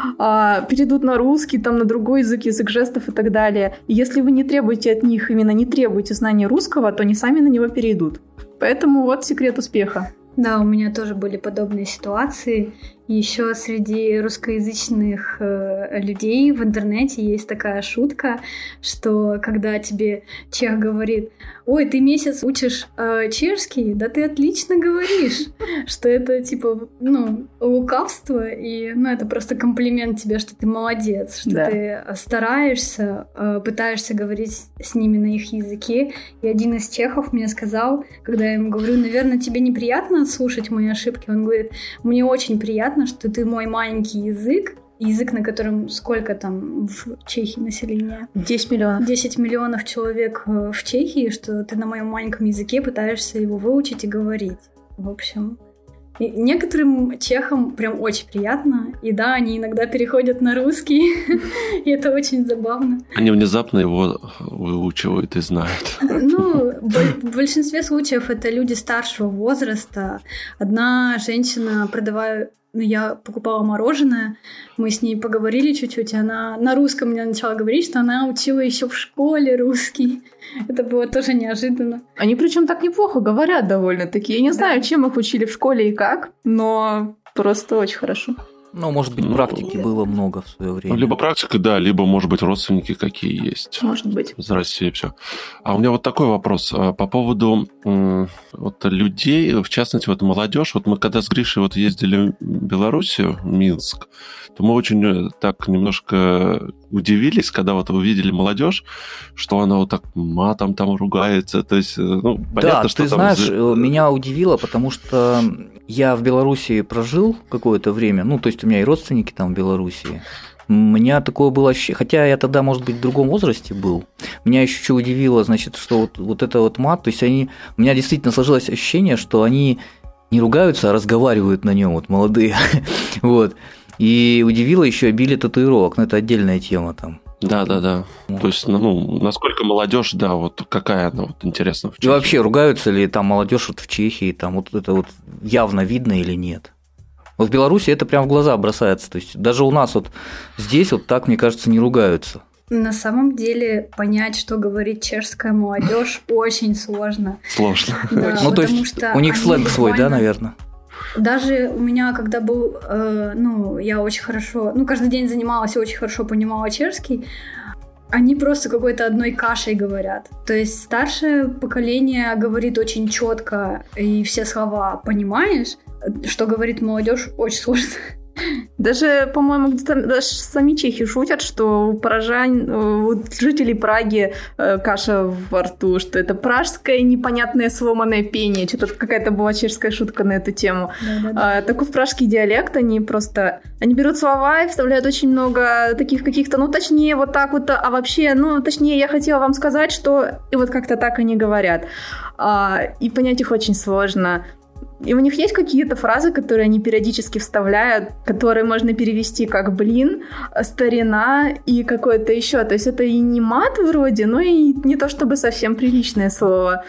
перейдут на русский, на другой язык жестов и так далее. И если вы не требуете от них, именно не требуете знания русского, то они сами на него перейдут. Поэтому вот секрет успеха. Да, у меня тоже были подобные ситуации. Еще среди русскоязычных людей в интернете есть такая шутка, что когда тебе чех говорит: ой, ты месяц учишь чешский, да ты отлично говоришь, что это типа, лукавство, и это просто комплимент тебе, что ты молодец, что ты стараешься, пытаешься говорить с ними на их языке. И один из чехов мне сказал, когда я ему говорю: наверное, тебе неприятно слушать мои ошибки? Он говорит: мне очень приятно, что ты мой маленький язык, на котором сколько там в Чехии населения? 10 миллионов. 10 миллионов человек в Чехии, что ты на моем маленьком языке пытаешься его выучить и говорить. В общем, и некоторым чехам прям очень приятно. И да, они иногда переходят на русский, и это очень забавно. Они внезапно его выучивают и знают. В большинстве случаев это люди старшего возраста. Одна женщина, я покупала мороженое, мы с ней поговорили чуть-чуть, и она на русском мне начала говорить, что она учила еще в школе русский. Это было тоже неожиданно. Они причем так неплохо говорят довольно-таки. Я не знаю, чем их учили в школе и как, но Просто очень хорошо. Ну, может быть, практики было много в свое время. Либо практика, да, либо, может быть, родственники какие есть. Может быть. Из России все. А у меня вот такой вопрос по поводу вот людей, в частности, вот молодежь. Вот мы когда с Гришей вот ездили в Белоруссию, в Минск, то мы очень так немножко удивились, когда вот увидели молодежь, что она вот так матом там ругается. То есть, ну, понятно, да, что ты там... знаешь, меня удивило, потому что я в Белоруссии прожил какое-то время, ну, то есть у меня и родственники там в Белоруссии. У меня такое было ощущение, хотя я тогда, может быть, в другом возрасте был, меня еще что удивило, значит, что вот это вот мат, то есть у меня действительно сложилось ощущение, что они не ругаются, а разговаривают на нем, вот молодые, вот. И удивило еще обилие татуировок, но это отдельная тема там. Да. То есть, ну, насколько молодежь, да, вот какая она, вот интересно. И вообще, ругаются ли там молодежь вот в Чехии, там вот это вот явно видно или нет? Вот в Беларуси это прям в глаза бросается, то есть даже у нас вот здесь вот так, мне кажется, не ругаются. На самом деле понять, что говорит чешская молодежь, очень сложно. Сложно. Да, ну, то есть у них сленг свой, да, наверное? Даже у меня, когда был, я очень хорошо, каждый день занималась и очень хорошо понимала чешский, они просто какой-то одной кашей говорят. То есть старшее поколение говорит очень четко и все слова понимаешь, что говорит молодежь, очень сложно. Даже, по-моему, где-то даже сами чехи шутят, что у парижан, у жителей Праги каша во рту, что это пражское непонятное сломанное пение. Что-то какая-то была чешская шутка на эту тему. Да. Такой пражский диалект, они берут слова и вставляют очень много таких каких-то, точнее, вот так вот, а вообще, точнее, я хотела вам сказать, что... И вот как-то так они говорят. И понять их очень сложно. И у них есть какие-то фразы, которые они периодически вставляют, которые можно перевести как «блин», «старина» и какое-то еще. То есть это и не мат вроде, но и не то чтобы совсем приличное слово.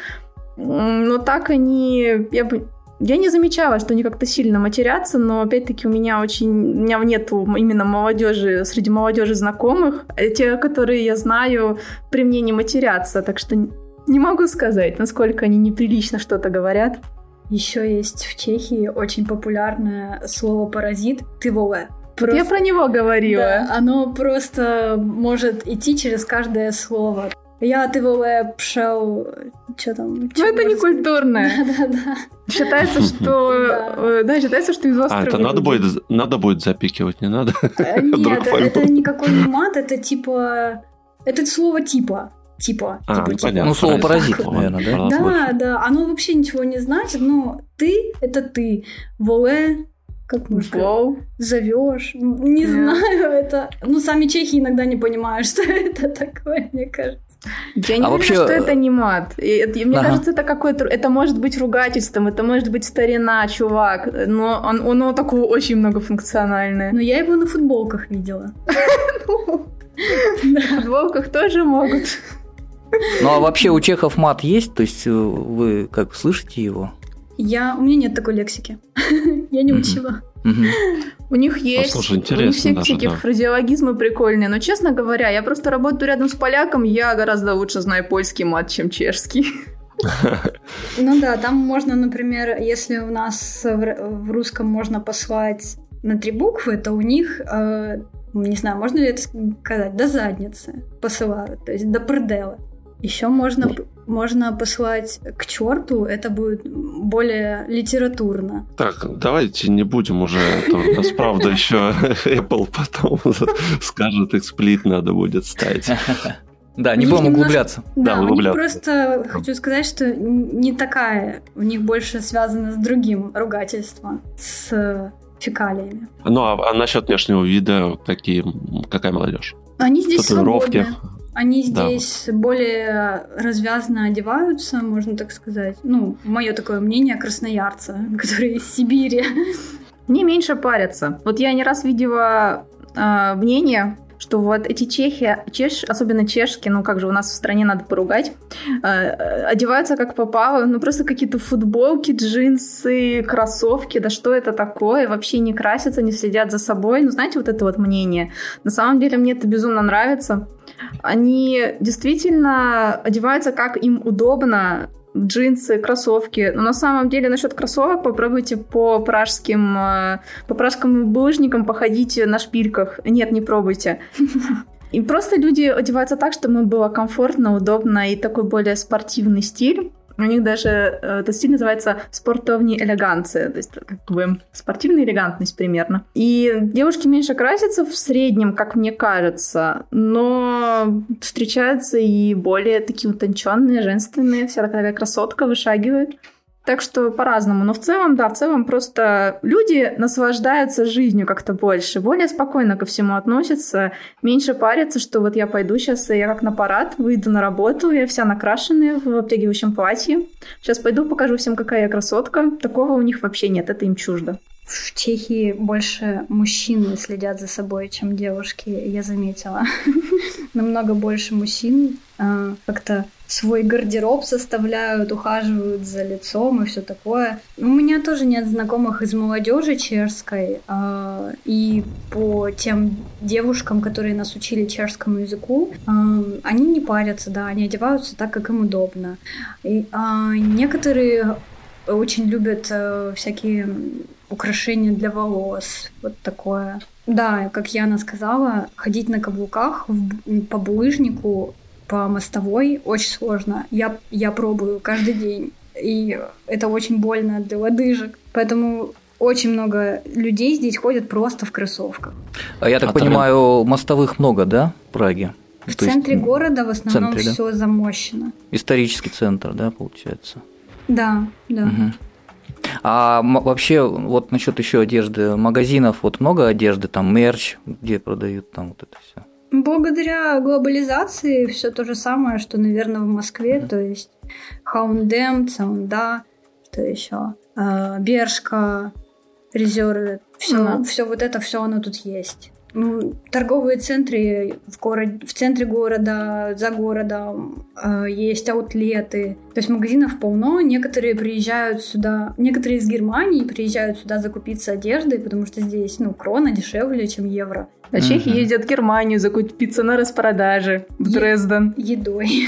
Но так они... Я не замечала, что они как-то сильно матерятся, но опять-таки у меня нету именно молодежи, среди молодежи знакомых. Те, которые я знаю, при мне не матерятся, так что не могу сказать, насколько они неприлично что-то говорят. Еще есть в Чехии очень популярное слово «паразит» «тыволе». Я про него говорила. Да, оно просто может идти через каждое слово. Я «тыволе» пшел... Что там? Это не культурное. Да. Считается, что... Да, считается, что из острова. Это надо будет запикивать, не надо? Нет, это никакой не мат, это типа... Это слово «типа». Понятно. Слово «паразит», наверное, да? Да, оно вообще ничего не значит, но ты — это ты. Воле, как можно зовешь. Не знаю, это... сами чехи иногда не понимают, что это такое, мне кажется. Я не уверена, что это не мат. Мне кажется, это какое-то... Это может быть ругательством, это может быть старина, чувак, но оно такое очень многофункциональное. Но я его на футболках видела. На футболках тоже могут. Ну, а вообще у чехов мат есть? То есть вы как слышите его? У меня нет такой лексики. Я не учила. У них есть. Слушай, интересно. У них все такие фразеологизмы прикольные. Но, честно говоря, я просто работаю рядом с поляком, я гораздо лучше знаю польский мат, чем чешский. Ну да, там можно, например, если у нас в русском можно послать на 3 буквы, то у них... Не знаю, можно ли это сказать, до задницы посылают, то есть до предела. Еще можно послать к черту, это будет более литературно. Так, давайте не будем уже, а то у нас правда еще Apple потом скажет, эксплит надо будет ставить. Да, не будем углубляться. Да, у них просто, хочу сказать, что не такая, у них больше связано с другим ругательством, с фекалиями. Ну, а насчет внешнего вида, какая молодежь? Они здесь свободны. Они здесь более развязно одеваются, можно так сказать. Мое такое мнение красноярца, которые из Сибири. Не меньше парятся. Вот я не раз видела мнение, что вот эти чехи, особенно чешки, как же у нас в стране надо поругать, одеваются как попало, просто какие-то футболки, джинсы, кроссовки, да что это такое, вообще не красятся, не следят за собой. Знаете, вот это вот мнение. На самом деле мне это безумно нравится. Они действительно одеваются как им удобно, джинсы, кроссовки. Но на самом деле насчет кроссовок попробуйте по пражским булыжникам походите на шпильках. Нет, не пробуйте. И просто люди одеваются так, чтобы им было комфортно, удобно и такой более спортивный стиль. У них даже этот стиль называется спортовни элеганция, то есть как бы спортивная элегантность примерно. И девушки меньше красятся в среднем, как мне кажется, но встречаются и более такие утонченные, женственные, вся такая красотка вышагивает. Так что по-разному. Но в целом просто люди наслаждаются жизнью как-то больше, более спокойно ко всему относятся, меньше парятся, что вот я пойду сейчас, я как на парад, выйду на работу, я вся накрашенная в обтягивающем платье. Сейчас пойду покажу всем, какая я красотка. Такого у них вообще нет, это им чуждо. В Чехии больше мужчины следят за собой, чем девушки, я заметила. Намного больше мужчин как-то свой гардероб составляют, ухаживают за лицом и все такое. У меня тоже нет знакомых из молодежи чешской, и по тем девушкам, которые нас учили чешскому языку, они не парятся, да, они одеваются так, как им удобно. И некоторые очень любят всякие украшения для волос, вот такое. Да, как Яна сказала, ходить на каблуках по булыжнику, по мостовой очень сложно. Я пробую каждый день, и это очень больно для лодыжек. Поэтому очень много людей здесь ходят просто в кроссовках. А я так понимаю, мостовых много, да, в Праге? В центре города в основном все замощено. Исторический центр, да, получается? Да. Угу. А вообще, вот насчет еще одежды, магазинов, вот много одежды, там мерч, где продают там вот это все? Благодаря глобализации все то же самое, что, наверное, в Москве, то есть H&M, Цаунда, что еще, Бершка, Резерве, все вот это, все оно тут есть. Ну, торговые центры в центре города, за городом, есть аутлеты. То есть магазинов полно. Некоторые приезжают сюда, некоторые из Германии приезжают сюда закупиться одеждой, потому что здесь, крона дешевле, чем евро. А чехи ездят в Германию закупиться на распродаже в Дрезден. Едой.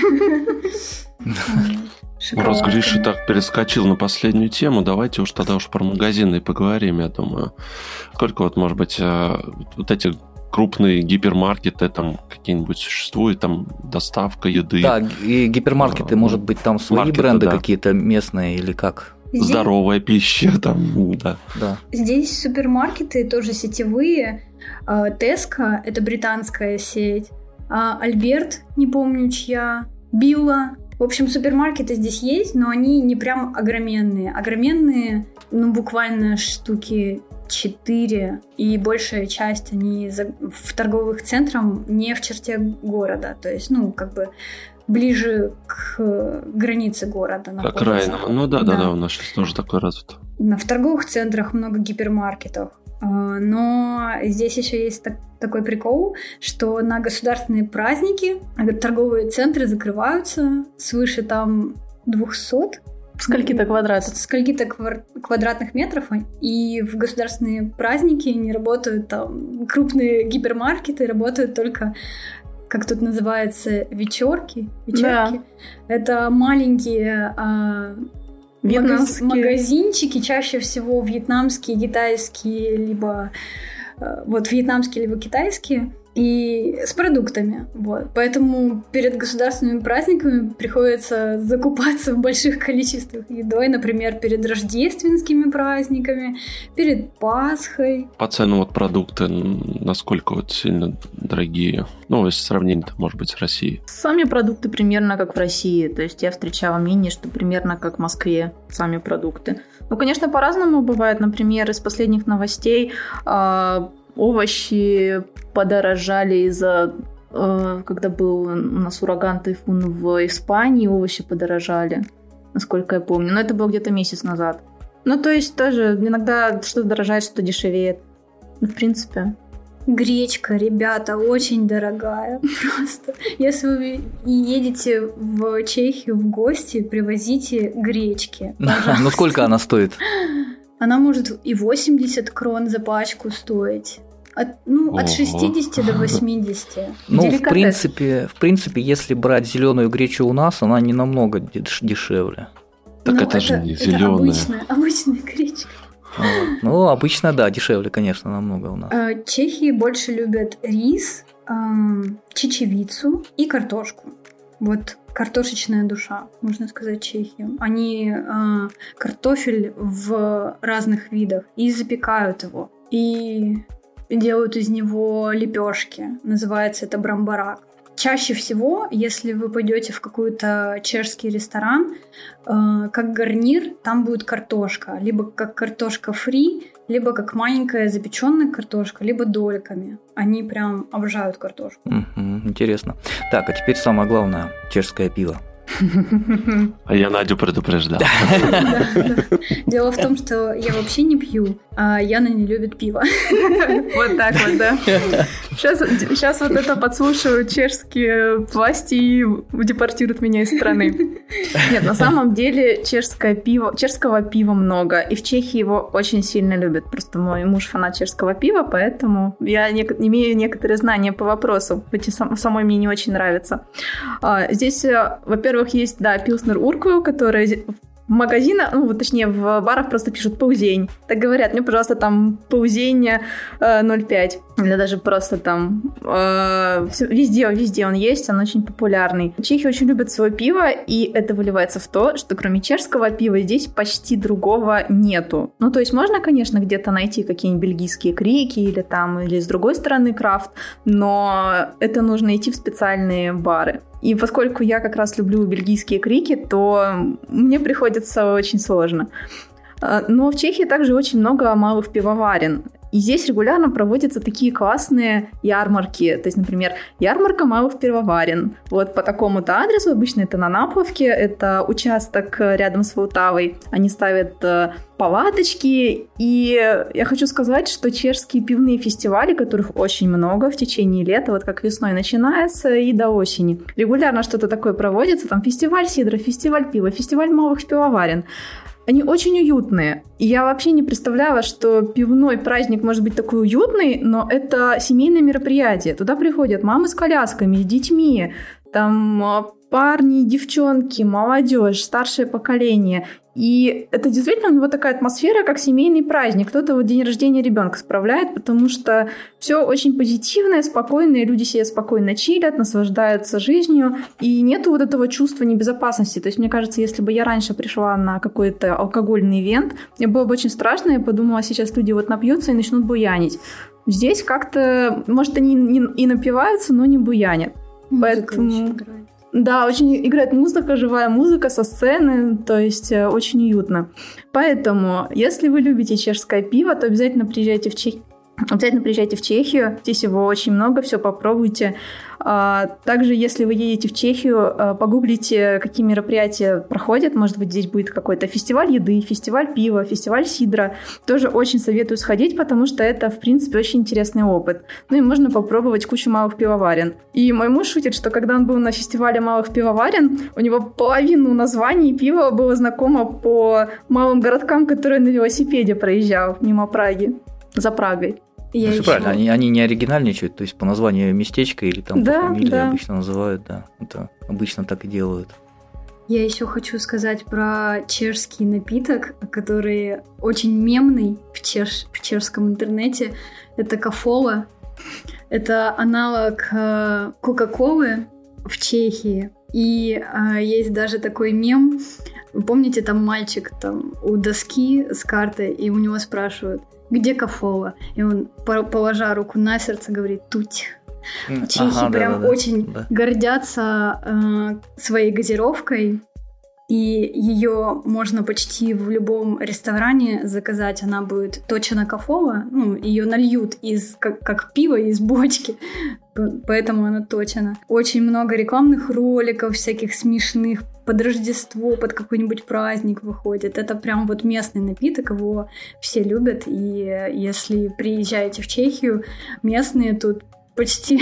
Раз Гриша так перескочил на последнюю тему, давайте уж тогда про магазины поговорим, я думаю. Сколько вот, может быть, вот эти крупные гипермаркеты там какие-нибудь существуют, там доставка еды? Да, и гипермаркеты, может быть, там свои бренды какие-то местные или как? Здоровая пища там, да. Здесь супермаркеты тоже сетевые. Tesco, это британская сеть. Альберт, не помню чья. Билла. В общем, супермаркеты здесь есть, но они не прям огроменные. Огроменные, буквально штуки 4, и большая часть они в торговых центрах не в черте города. То есть, ближе к границе города. К окраинам. Да, у нас сейчас тоже такое развито. В торговых центрах много гипермаркетов. Но здесь еще есть такой прикол, что на государственные праздники торговые центры закрываются свыше там 200 скольки-то квадратных метров, и в государственные праздники не работают там крупные гипермаркеты, работают только, как тут называется, вечерки. Да. Это маленькие магазинчики, чаще всего вьетнамские, китайские, либо вьетнамские, либо китайские, и с продуктами. Поэтому перед государственными праздниками приходится закупаться в больших количествах едой, например, перед рождественскими праздниками, перед Пасхой. По ценам продукты насколько сильно дорогие? Если сравнение, может быть, с Россией. Сами продукты примерно как в России. То есть я встречала мнение, что примерно как в Москве сами продукты. Конечно, по-разному бывает. Например, из последних новостей овощи подорожали из-за... Когда был у нас ураган, тайфун в Испании, овощи подорожали, насколько я помню. Но это было где-то месяц назад. То есть тоже иногда что-то дорожает, что-то дешевеет. В принципе... Гречка, ребята, очень дорогая. Просто. Если вы едете в Чехию в гости, привозите гречки. Ну сколько она стоит? Она может и 80 крон за пачку стоить. От 60 до 80. Ну, в принципе, если брать зеленую гречу у нас, она не намного дешевле. Так это же не зеленая. Это обычная гречка. Ну, обычно, да, дешевле, конечно, намного у нас. Чехи больше любят рис, чечевицу и картошку. Вот картошечная душа, можно сказать, Чехии. Они картофель в разных видах и запекают его. И делают из него лепешки. Называется это брамбарак. Чаще всего, если вы пойдете в какой-то чешский ресторан, как гарнир, там будет картошка. Либо как картошка фри, либо как маленькая запеченная картошка, либо дольками. Они прям обожают картошку. Интересно. Так, а теперь самое главное. Чешское пиво. А я Надю предупреждал. Дело в том, что я вообще не пью, а Яна не любит пиво. Вот так вот, да. Сейчас вот это подслушают чешские власти и депортируют меня из страны. Нет, на самом деле чешского пива много, и в Чехии его очень сильно любят. Просто мой муж фанат чешского пива, поэтому я имею некоторые знания по вопросу, хоть и самой мне не очень нравится. Здесь, во-первых, есть, да, Пилснер Урквилл, который в магазинах, точнее, в барах просто пишут «паузень». Так говорят, мне, пожалуйста, там «паузень 0,5». Или даже просто там везде он есть, он очень популярный. Чехи очень любят свое пиво, и это выливается в то, что кроме чешского пива здесь почти другого нету. Ну, то есть можно, конечно, где-то найти какие-нибудь бельгийские крики или с другой стороны крафт, но это нужно идти в специальные бары. И поскольку я как раз люблю бельгийские крики, то мне приходится очень сложно. Но в Чехии также очень много малых пивоварен. И здесь регулярно проводятся такие классные ярмарки. То есть, например, ярмарка малых пивоварен. Вот по такому-то адресу, обычно это на Напловке, это участок рядом с Волтавой. Они ставят палаточки. И я хочу сказать, что чешские пивные фестивали, которых очень много в течение лета, вот как весной начинается и до осени, регулярно что-то такое проводится. Там фестиваль сидра, фестиваль пива, фестиваль малых пивоварен. Они очень уютные. И я вообще не представляла, что пивной праздник может быть такой уютный, но это семейное мероприятие. Туда приходят мамы с колясками, с детьми, там парни, девчонки, молодежь, старшее поколение. И это действительно у него такая атмосфера, как семейный праздник. Кто-то вот день рождения ребенка справляет, потому что все очень позитивное, спокойное, люди себе спокойно чилят, наслаждаются жизнью, и нету вот этого чувства небезопасности. То есть, мне кажется, если бы я раньше пришла на какой-то алкогольный ивент, мне было бы очень страшно, я подумала, сейчас люди вот напьются и начнут буянить. Здесь как-то, может, они и напиваются, но не буянят. Поэтому... Да, очень играет музыка, живая музыка со сцены, то есть очень уютно. Поэтому, если вы любите чешское пиво, то обязательно приезжайте в Чехию. Здесь его очень много, все попробуйте. Также, если вы едете в Чехию, погуглите, какие мероприятия проходят. Может быть, здесь будет какой-то фестиваль еды, фестиваль пива, фестиваль сидра. Тоже очень советую сходить, потому что это, в принципе, очень интересный опыт. Ну и можно попробовать кучу малых пивоварен. И мой муж шутит, что когда он был на фестивале малых пивоварен, у него половину названий пива было знакомо по малым городкам, которые на велосипеде проезжал мимо Праги, за Прагой. Все правильно, они не оригинальничают, то есть по названию местечка или там по фамилии обычно называют, да. Это обычно так и делают. Я еще хочу сказать про чешский напиток, который очень мемный в чешском интернете. Это кафола. Это аналог Кока-Колы в Чехии. И есть даже такой мем. Вы помните, там мальчик там у доски с картой, и у него спрашивают: где кафола? И он, положа руку на сердце, говорит: туть. Чехи очень гордятся своей газировкой, и ее можно почти в любом ресторане заказать. Она будет точена кафола, ее нальют как пиво из бочки, поэтому она точена. Очень много рекламных роликов всяких смешных, под Рождество, под какой-нибудь праздник выходит. Это прям вот местный напиток, его все любят. И если приезжаете в Чехию, местные тут почти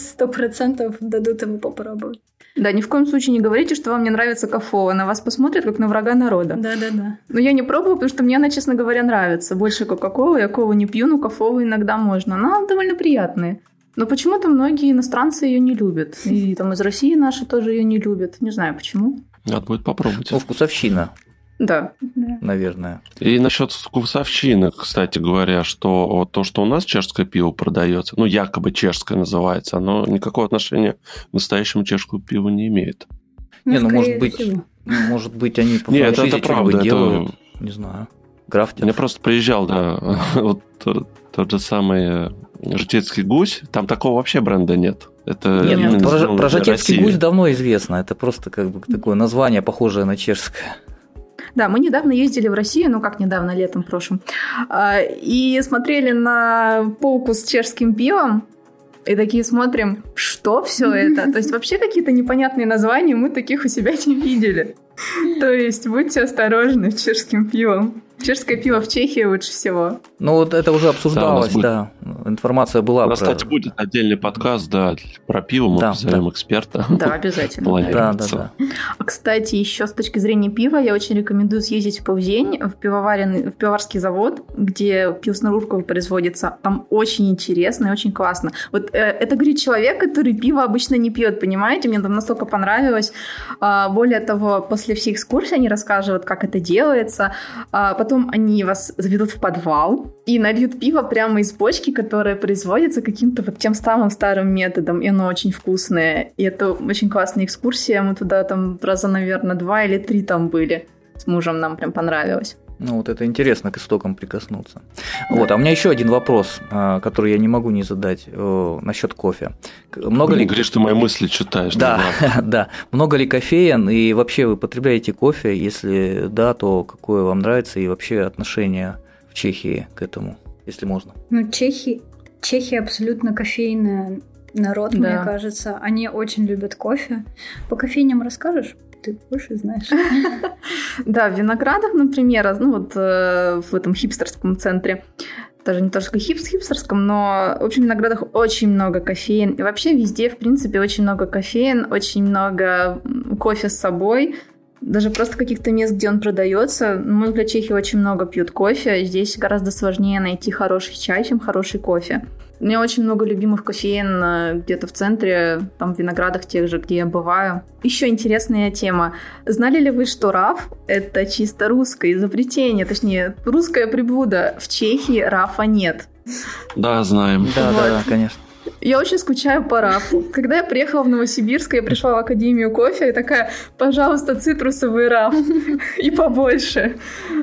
100% дадут ему попробовать. Да, ни в коем случае не говорите, что вам не нравится кофе. На вас посмотрят, как на врага народа. Да. Но я не пробовала, потому что мне она, честно говоря, нравится. Больше кока-колы, я колу не пью, но кофе иногда можно. Она довольно приятная. Но почему-то многие иностранцы ее не любят. И там из России наши тоже ее не любят. Не знаю, почему. Надо будет попробовать. Ну, вкусовщина. Да. Наверное. И насчет вкусовщины, кстати говоря, что вот то, что у нас чешское пиво продается, ну, якобы чешское называется, оно никакого отношения к настоящему чешскому пиву не имеет. Не, ну, может быть, они по франшизе что-нибудь делают. Не знаю. Крафтят. Я просто приезжал, да, вот тот же самый Жатецкий гусь, там такого вообще бренда нет. Это про Жатецкий гусь давно известно. Это просто как бы такое название, похожее на чешское. Да, мы недавно ездили в Россию, ну как недавно, летом прошлым, и смотрели на полку с чешским пивом, и такие смотрим, что все это? То есть вообще какие-то непонятные названия мы таких у себя не видели. То есть будьте осторожны с чешским пивом. Чешское пиво в Чехии лучше всего. Ну, вот это уже обсуждалось, да. Информация была. У нас, кстати, будет отдельный подкаст, да, про пиво, мы позовем эксперта. Да, обязательно. Да. А, кстати, еще с точки зрения пива, я очень рекомендую съездить в Плзень, в пивоварский завод, где пиво с Наруркова производится. Там очень интересно и очень классно. Вот это говорит человек, который пиво обычно не пьет, понимаете? Мне там настолько понравилось. Более того, после всей экскурсии они расскажут, как это делается. Потом они вас заведут в подвал и нальют пиво прямо из бочки, которая производится каким-то вот тем самым старым методом, и оно очень вкусное. И это очень классная экскурсия. Мы туда там раза, наверное, 2 или 3 там были. С мужем нам прям понравилось. Ну, вот это интересно к истокам прикоснуться. Вот, а у меня еще один вопрос, который я не могу не задать насчет кофе. Много ли... Говоришь, ты мои мысли читаешь. Да, да. Много ли кофеин, и вообще вы потребляете кофе? Если да, то какое вам нравится, и вообще отношение в Чехии к этому, если можно? Ну, Чехия абсолютно кофейный народ, мне кажется. Они очень любят кофе. По кофейням расскажешь? Ты больше знаешь. Да, в Виноградах, например, ну вот в этом хипстерском центре, даже не только хипстерском, но в общем в Виноградах очень много кофеин. И вообще везде, в принципе, очень много кофеин, очень много кофе с собой. Даже просто каких-то мест, где он продается. На мой взгляд, чехи очень много пьют кофе. Здесь гораздо сложнее найти хороший чай, чем хороший кофе. У меня очень много любимых кофеин где-то в центре, там в Виноградах тех же, где я бываю. Еще интересная тема. Знали ли вы, что раф – это чисто русское изобретение, точнее, русское приблуда? В Чехии рафа нет. Да, знаем. Да, конечно. Я очень скучаю по рафу. Когда я приехала в Новосибирск, я пришла в Академию кофе и такая, пожалуйста, цитрусовый раф и побольше.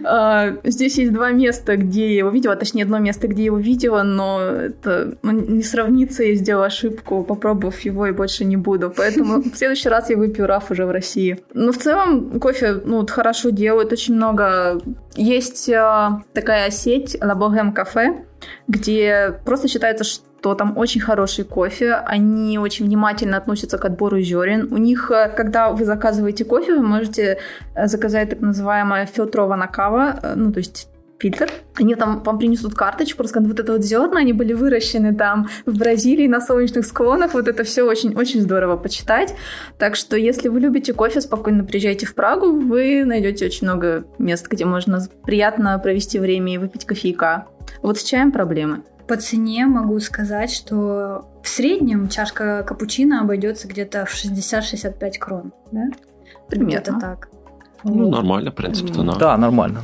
Здесь есть 2 места, где я его видела, точнее, 1 место, где я его видела, но это не сравнится, я сделала ошибку, попробовав его, и больше не буду. Поэтому в следующий раз я выпью раф уже в России. Но в целом кофе хорошо делают, очень много. Есть такая сеть La Bohème Café, где просто считается, что там очень хороший кофе, они очень внимательно относятся к отбору зерен. У них, когда вы заказываете кофе, вы можете заказать так называемая фильтрована кава, ну, то есть фильтр. Они там вам принесут карточку, расскажут, вот это вот зерна, они были выращены там в Бразилии на солнечных склонах, вот это все очень-очень здорово почитать. Так что, если вы любите кофе, спокойно приезжайте в Прагу, вы найдете очень много мест, где можно приятно провести время и выпить кофейка. Вот с чаем проблемы. По цене могу сказать, что в среднем чашка капучино обойдется где-то в 60-65 крон, да? Примерно. Где-то так. Ну, нормально, в принципе, да. Да, нормально.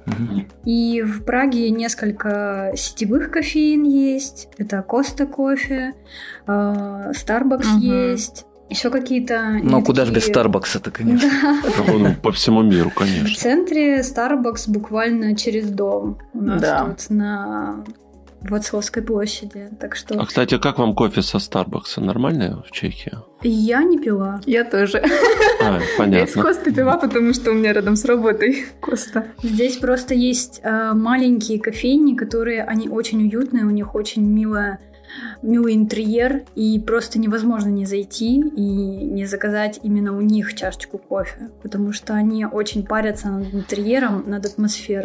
И в Праге несколько сетевых кофеин есть. Это Коста кофе, Starbucks есть. Еще какие-то... Но куда же без Старбакса-то, конечно. Да. По всему миру, конечно. В центре Starbucks буквально через дом. У нас тут на Вацлавской площади. Так что... А, кстати, как вам кофе со Старбакса? Нормальное в Чехии? Я не пила. Я тоже. Понятно. Я с Костой пила, потому что у меня рядом с работой Коста. Здесь просто есть маленькие кофейни, которые, они очень уютные, у них очень милый интерьер, и просто невозможно не зайти и не заказать именно у них чашечку кофе, потому что они очень парятся над интерьером, над атмосферой.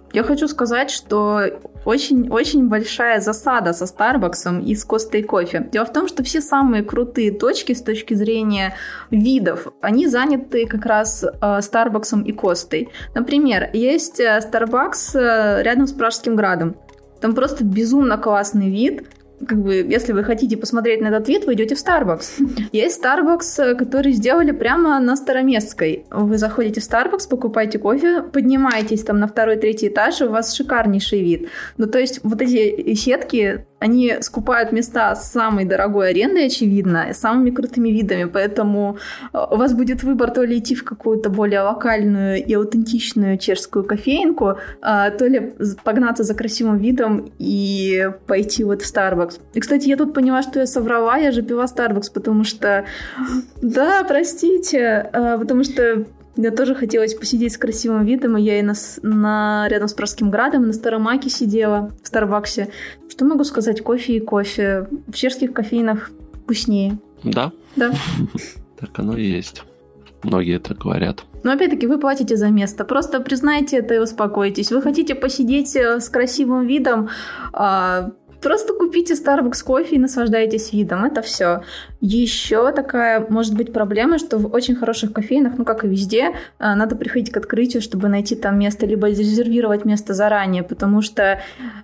Я хочу сказать, что очень большая засада со Starbucks и с Костой кофе. Дело в том, что все самые крутые точки с точки зрения видов, они заняты как раз Starbucks и Костой. Например, есть Starbucks рядом с Пражским градом. Там просто безумно классный вид. Как бы, если вы хотите посмотреть на этот вид, вы идете в Starbucks. Есть Starbucks, который сделали прямо на Староместской. Вы заходите в Starbucks, покупаете кофе, поднимаетесь там на 2-3 этаж, и у вас шикарнейший вид. Ну, то есть вот эти сетки, они скупают места с самой дорогой арендой, очевидно, с самыми крутыми видами, поэтому у вас будет выбор то ли идти в какую-то более локальную и аутентичную чешскую кофейнку, то ли погнаться за красивым видом и пойти вот в Starbucks. И, кстати, я тут поняла, что я соврала, я же пила Starbucks, потому что... Да, простите, потому что мне тоже хотелось посидеть с красивым видом, и я и рядом с Пражским градом, и на Старомаке сидела в Старбаксе. Что могу сказать? Кофе и кофе. В чешских кофейнах вкуснее. Да? Да. Так оно и есть. Многие так говорят. Но опять-таки вы платите за место. Просто признайте это и успокойтесь. Вы хотите посидеть с красивым видом, просто купите Starbucks кофе и наслаждайтесь видом. Это все. Еще такая может быть проблема, что в очень хороших кофейнах, ну как и везде, надо приходить к открытию, чтобы найти там место, либо резервировать место заранее, потому что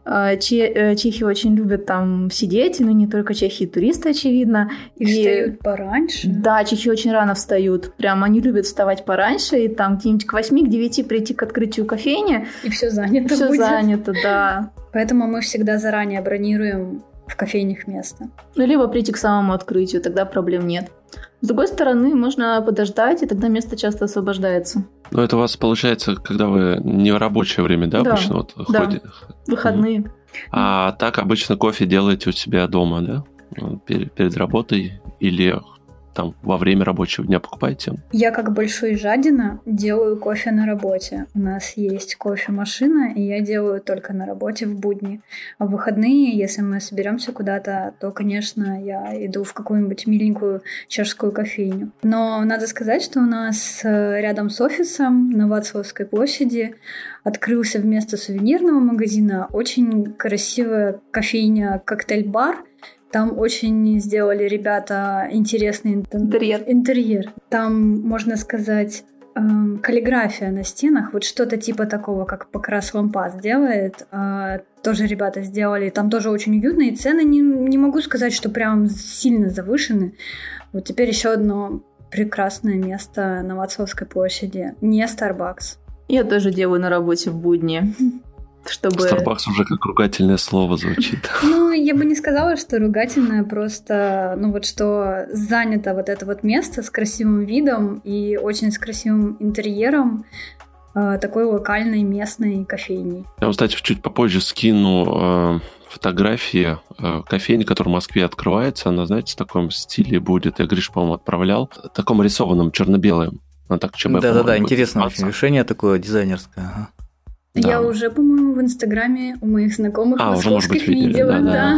чехи очень любят там сидеть, ну не только чехи, и туристы, очевидно. И встают пораньше. Да, чехи очень рано встают. Прям они любят вставать пораньше и там где-нибудь к 8-9 прийти к открытию кофейни. И все занято будет. Все занято, да. Поэтому мы всегда заранее бронируем в кофейнях место. Ну, либо прийти к самому открытию, тогда проблем нет. С другой стороны, можно подождать, и тогда место часто освобождается. Ну, это у вас получается, когда вы не в рабочее время, да, обычно вот ходите? Выходные. А так обычно кофе делаете у себя дома, да? Перед работой или там во время рабочего дня покупаете? Я как большой жадина делаю кофе на работе. У нас есть кофемашина, и я делаю только на работе в будни. А в выходные, если мы соберемся куда-то, то, конечно, я иду в какую-нибудь миленькую чешскую кофейню. Но надо сказать, что у нас рядом с офисом на Вацлавской площади открылся вместо сувенирного магазина очень красивая кофейня «Коктейль-бар». Там очень сделали ребята интересный интерьер. Там, можно сказать, каллиграфия на стенах. Вот что-то типа такого, как Покрас Лампас делает. Тоже ребята сделали. Там тоже очень уютно. И цены не могу сказать, что прям сильно завышены. Вот теперь еще одно прекрасное место на Вацлавской площади. Не Starbucks. Я тоже делаю на работе в будни. Чтобы... Starbucks уже как ругательное слово звучит. Ну, я бы не сказала, что ругательное, просто, ну вот что занято вот это вот место с красивым видом и очень с красивым интерьером такой локальной местной кофейни. Я вам, кстати, чуть попозже скину фотографии кофейни, которая в Москве открывается. Она, знаете, в таком стиле будет. Я, Гриш, по-моему, отправлял. Таком рисованном, черно-белым. Она так ЧБ, да, интересное очень решение такое дизайнерское. Ага. Да. Я уже, по-моему, в Инстаграме у моих знакомых московских видела.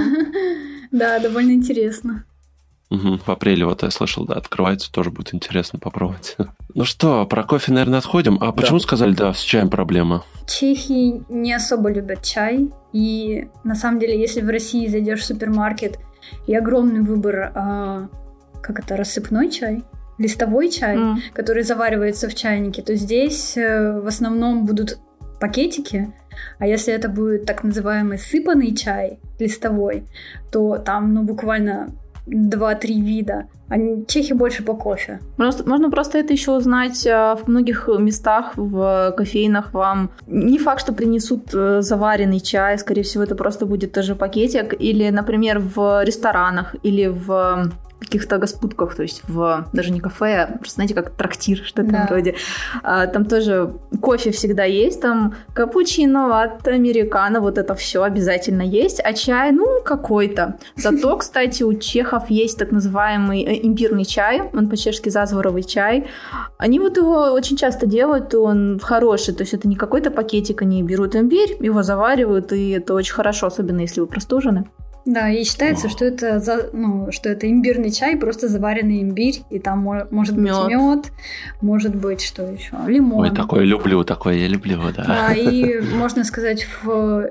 Да, довольно интересно. Угу, в апреле, вот я слышал, да, открывается, тоже будет интересно попробовать. Ну что, про кофе, наверное, отходим. А почему сказали, да, с чаем проблема? Чехи не особо любят чай. И на самом деле, если в России зайдешь в супермаркет, и огромный выбор, рассыпной чай, листовой чай, который заваривается в чайнике, то здесь в основном будут пакетики, а если это будет так называемый сыпанный чай листовой, то там, буквально 2-3 вида. А чехи больше по кофе. Можно просто это еще узнать в многих местах, в кофейнах вам. Не факт, что принесут заваренный чай, скорее всего, это просто будет тоже пакетик. Или, например, в ресторанах, или в каких-то господках, то есть даже не кафе, а просто, знаете, как трактир, что-то вроде. Там тоже кофе всегда есть, там капучино, латте, американо, вот это все обязательно есть, а чай, какой-то. Зато, кстати, у чехов есть так называемый имбирный чай, он по-чешски зазворовый чай. Они вот его очень часто делают, и он хороший, то есть это не какой-то пакетик, они берут имбирь, его заваривают, и это очень хорошо, особенно если вы простужены. Да, и считается, что это, что это имбирный чай, просто заваренный имбирь, и там может быть мед, может быть, что еще, лимон. Ой, такое я люблю, да. Да, и можно сказать, в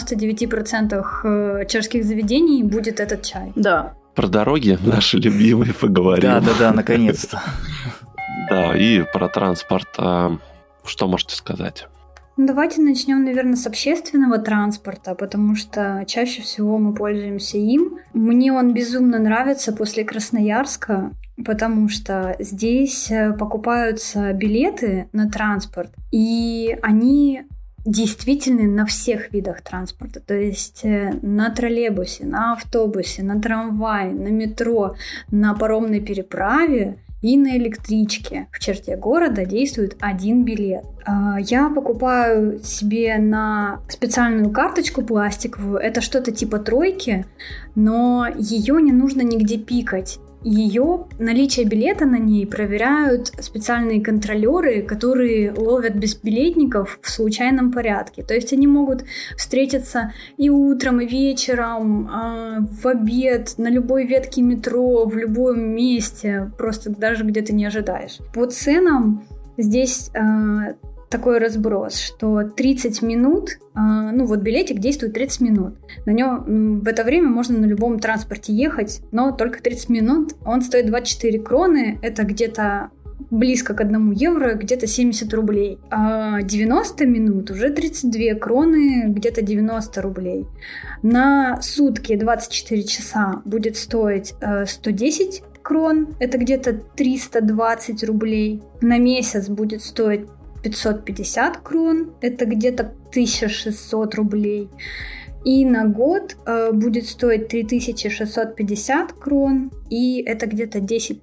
99% чешских заведений будет этот чай. Да. Про дороги наши любимые поговорим. Да, наконец-то. Да, и про транспорт. Что можете сказать? Давайте начнем, наверное, с общественного транспорта, потому что чаще всего мы пользуемся им. Мне он безумно нравится после Красноярска, потому что здесь покупаются билеты на транспорт, и они действительны на всех видах транспорта. То есть на троллейбусе, на автобусе, на трамвае, на метро, на паромной переправе и на электричке в черте города действует один билет. Я покупаю себе на специальную карточку пластиковую. Это что-то типа тройки, но ее не нужно нигде пикать. Наличие билета на ней проверяют специальные контролеры, которые ловят безбилетников в случайном порядке. То есть они могут встретиться и утром, и вечером, в обед, на любой ветке метро, в любом месте, просто даже где ты не ожидаешь. По ценам здесь такой разброс, что 30 минут, билетик действует 30 минут. На нем в это время можно на любом транспорте ехать, но только 30 минут. Он стоит 24 кроны, это где-то близко к 1 евро, где-то 70 рублей. А 90 минут уже 32 кроны, где-то 90 рублей. На сутки 24 часа будет стоить 110 крон, это где-то 320 рублей. На месяц будет стоить 550 крон, это где-то 1600 рублей. И на год будет стоить 3650 крон, и это где-то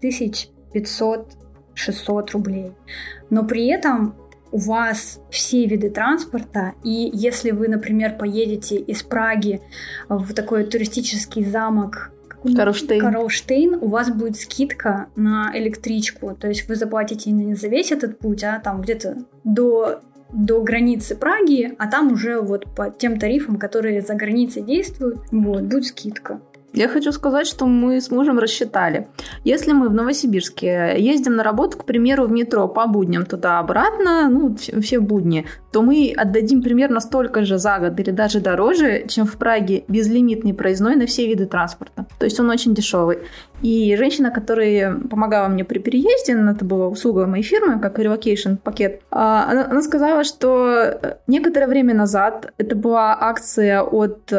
10500-600 рублей. Но при этом у вас все виды транспорта, и если вы, например, поедете из Праги в такой туристический замок Карлштейн, у вас будет скидка на электричку. То есть вы заплатите не за весь этот путь, а там где-то до границы Праги, а там уже вот по тем тарифам, которые за границей действуют, будет скидка. Я хочу сказать, что мы с мужем рассчитали. Если мы в Новосибирске ездим на работу, к примеру, в метро по будням туда-обратно, все будни, то мы отдадим примерно столько же за год или даже дороже, чем в Праге безлимитный проездной на все виды транспорта. То есть он очень дешевый. И женщина, которая помогала мне при переезде, это была услуга моей фирмы, как relocation пакет, она сказала, что некоторое время назад это была акция от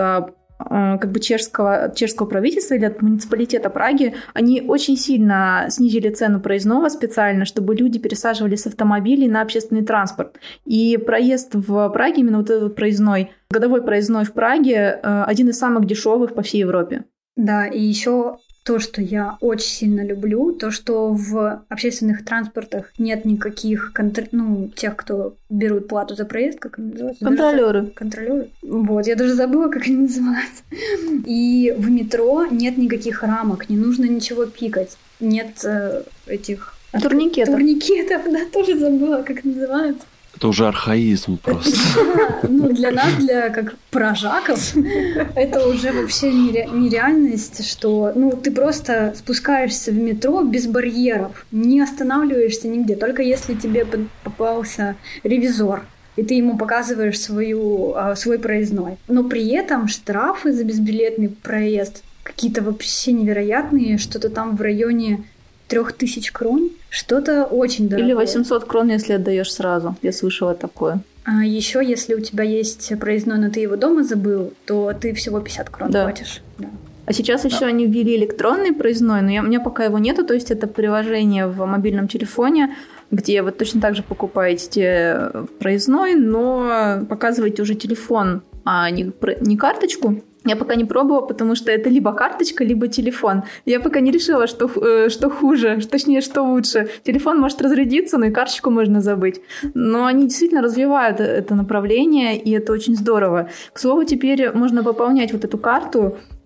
чешского правительства или от муниципалитета Праги, они очень сильно снизили цену проездного специально, чтобы люди пересаживались с автомобилей на общественный транспорт. И проезд в Праге, именно вот этот проездной, годовой проездной в Праге, один из самых дешевых по всей Европе. Да, и еще то, что я очень сильно люблю, то, что в общественных транспортах нет никаких тех, кто берут плату за проезд, как они называются? Контролеры. Вот, я даже забыла, как они называются. И в метро нет никаких рамок, не нужно ничего пикать. Нет этих... Турникетов, да, тоже забыла, как называются. Это уже архаизм просто. Для нас, как прожаков, это уже вообще нереальность, что ты просто спускаешься в метро без барьеров, не останавливаешься нигде, только если тебе попался ревизор, и ты ему показываешь свой проездной. Но при этом штрафы за безбилетный проезд какие-то вообще невероятные, что-то там в районе 3000 крон, что-то очень дорогое. Или 800 крон, если отдаешь сразу. Я слышала такое. А еще, если у тебя есть проездной, но ты его дома забыл, то ты всего 50 крон платишь. Да. А сейчас еще они ввели электронный проездной, но у меня пока его нету, то есть это приложение в мобильном телефоне, где вы точно так же покупаете проездной, но показываете уже телефон, а не карточку. Я пока не пробовала, потому что это либо карточка, либо телефон. Я пока не решила, что хуже, точнее, что лучше. Телефон может разрядиться, но и карточку можно забыть. Но они действительно развивают это направление, и это очень здорово. К слову, теперь можно пополнять вот эту карту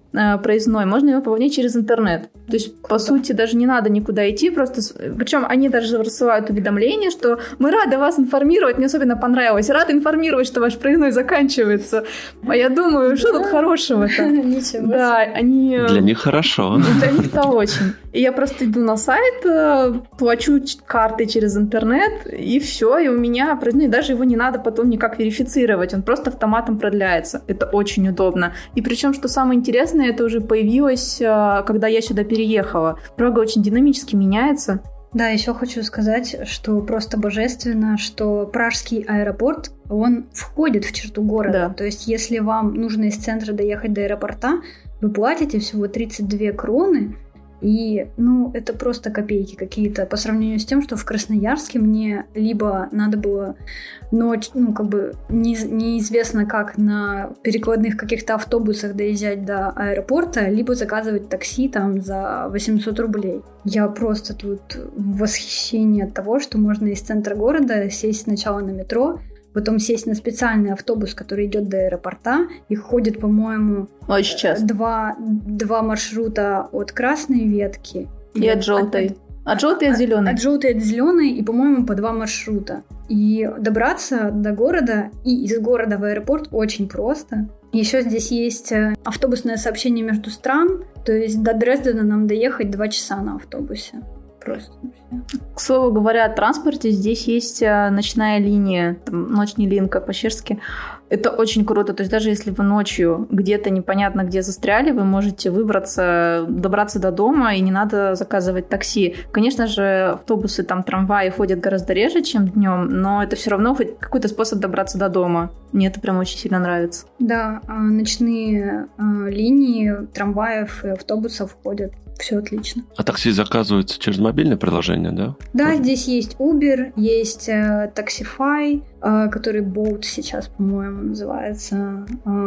проездной, можно его пополнить через интернет. То есть, по сути, даже не надо никуда идти, просто... Причем они даже рассылают уведомление, что мы рады вас информировать, мне особенно понравилось, рады информировать, что ваш проездной заканчивается. А я думаю, что тут хорошего-то? Ничего. Да, они... Для них хорошо. Для них-то очень. И я просто иду на сайт, плачу картой через интернет, и все, и у меня проездной, даже его не надо потом никак верифицировать, он просто автоматом продляется. Это очень удобно. И причем, что самое интересное, это уже появилось, когда я сюда переехала. Прага очень динамически меняется. Да, еще хочу сказать, что просто божественно, что Пражский аэропорт, он входит в черту города. Да. То есть, если вам нужно из центра доехать до аэропорта, вы платите всего 32 кроны, и, это просто копейки какие-то по сравнению с тем, что в Красноярске мне либо надо было ночь, неизвестно как на перекладных каких-то автобусах доезжать до аэропорта, либо заказывать такси там за 800 рублей. Я просто тут в восхищении от того, что можно из центра города сесть сначала на метро, потом сесть на специальный автобус, который идет до аэропорта. Их ходит, по-моему, очень часто. Два маршрута от красной ветки. И от желтой. От желтой и от зеленой. От желтой и от зеленой, и, по-моему, по 2 маршрута. И добраться до города и из города в аэропорт очень просто. Еще здесь есть автобусное сообщение между стран. То есть до Дрездена нам доехать 2 часа на автобусе. Просто. К слову говоря, о транспорте, здесь есть ночная линия, ночный линк по-чешски. Это очень круто. То есть даже если вы ночью где-то непонятно где застряли, вы можете добраться до дома, и не надо заказывать такси. Конечно же, автобусы, трамваи ходят гораздо реже, чем днем, но это все равно хоть какой-то способ добраться до дома. Мне это прям очень сильно нравится. Да, ночные линии трамваев и автобусов ходят. Все отлично. А такси заказываются через мобильное приложение, да? Да, здесь есть Uber, есть Taxify, который Bolt сейчас, по-моему, называется.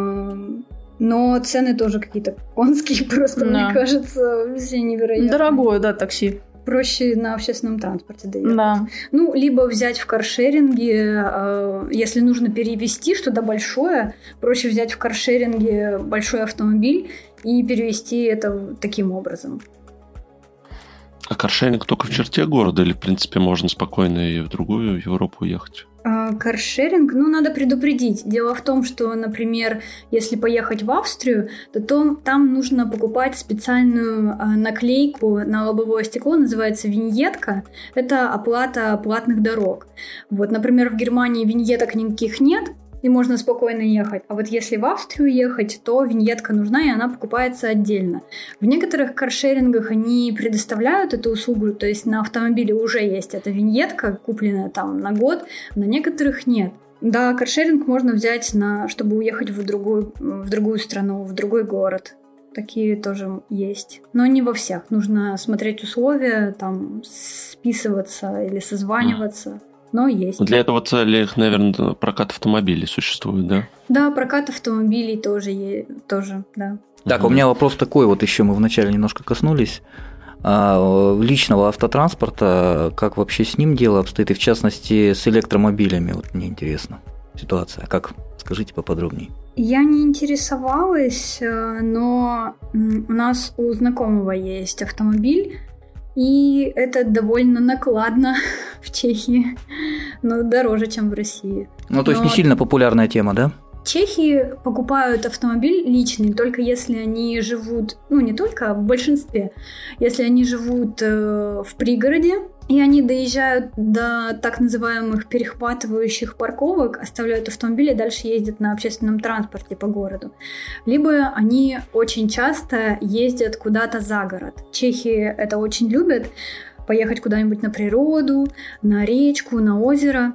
Но цены тоже какие-то конские, просто, мне кажется, все невероятные. Дорогое, да, такси. Проще на общественном транспорте доехать. Да. Либо взять в каршеринге, если нужно перевезти что-то большое, проще взять в каршеринге большой автомобиль и перевезти это таким образом. А каршеринг только в черте города или, в принципе, можно спокойно и в другую Европу ехать? Каршеринг, надо предупредить. Дело в том, что, например, если поехать в Австрию, то там нужно покупать специальную наклейку на лобовое стекло, называется виньетка. Это оплата платных дорог. Например, в Германии виньеток никаких нет, и можно спокойно ехать. А вот если в Австрию ехать, то виньетка нужна, и она покупается отдельно. В некоторых каршерингах они предоставляют эту услугу, то есть на автомобиле уже есть эта виньетка, купленная там на год, на некоторых нет. Да, каршеринг можно взять, чтобы уехать в другую страну, в другой город. Такие тоже есть. Но не во всех. Нужно смотреть условия, списываться или созваниваться. Но есть. Для этого цели, наверное, прокат автомобилей существует, да? Да, прокат автомобилей тоже, да. Так, у меня вопрос такой, еще мы вначале немножко коснулись личного автотранспорта, как вообще с ним дело обстоит, и в частности с электромобилями, мне интересно ситуация. Как? Скажите поподробнее. Я не интересовалась, но у нас у знакомого есть автомобиль, и это довольно накладно в Чехии, но дороже, чем в России. То есть не сильно популярная тема, да? Чехи покупают автомобиль личный, только если они живут, не только, а в большинстве, если они живут в пригороде, и они доезжают до так называемых перехватывающих парковок, оставляют автомобиль и дальше ездят на общественном транспорте по городу. Либо они очень часто ездят куда-то за город. Чехи это очень любят, поехать куда-нибудь на природу, на речку, на озеро.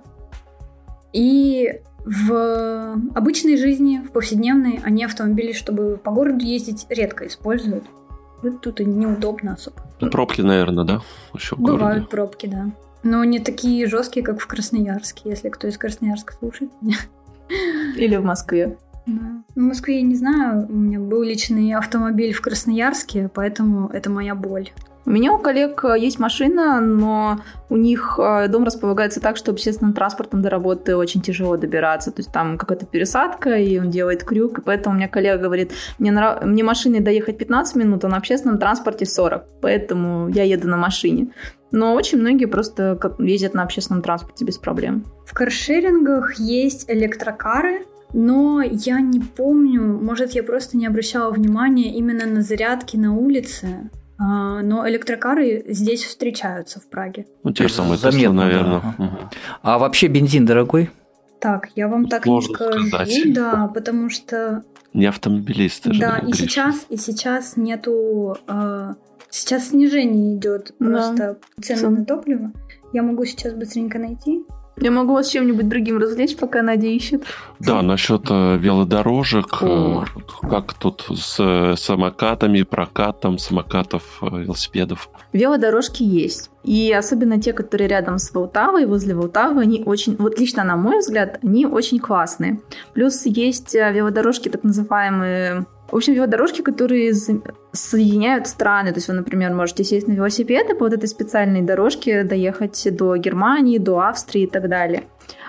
И в обычной жизни, в повседневной, они автомобили, чтобы по городу ездить, редко используют. Тут и неудобно особо. Пробки, наверное, да? Еще в городе. Бывают пробки, да. Но не такие жесткие, как в Красноярске, если кто из Красноярска слушает меня. Или в Москве. Да. В Москве я не знаю, у меня был личный автомобиль в Красноярске, поэтому это моя боль. У меня у коллег есть машина, но у них дом располагается так, что общественным транспортом до работы очень тяжело добираться. То есть там какая-то пересадка, и он делает крюк. И поэтому у меня коллега говорит, мне машиной доехать 15 минут, а на общественном транспорте 40. Поэтому я еду на машине. Но очень многие просто ездят на общественном транспорте без проблем. В каршерингах есть электрокары, но я не помню, может, я просто не обращала внимания именно на зарядки на улице. Но электрокары здесь встречаются в Праге. Ну, те же самые Tesla, наверное. Да. Угу. А вообще бензин дорогой? Так, я вам так не скажу, да, потому что... Не автомобилисты же. Да, и сейчас нету... Сейчас снижение идет просто цены на топливо. Я могу сейчас быстренько найти. Я могу вас чем-нибудь другим развлечь, пока Надя ищет. Да, насчет велодорожек, как тут с самокатами, прокатом самокатов, велосипедов. Велодорожки есть. И особенно те, которые рядом с Волтавой, возле Волтавы, они очень, вот лично на мой взгляд, они очень классные. Плюс есть велодорожки, так называемые... В общем, велодорожки, которые соединяют страны. То есть вы, например, можете сесть на велосипед и по вот этой специальной дорожке доехать до Германии, до Австрии и так далее.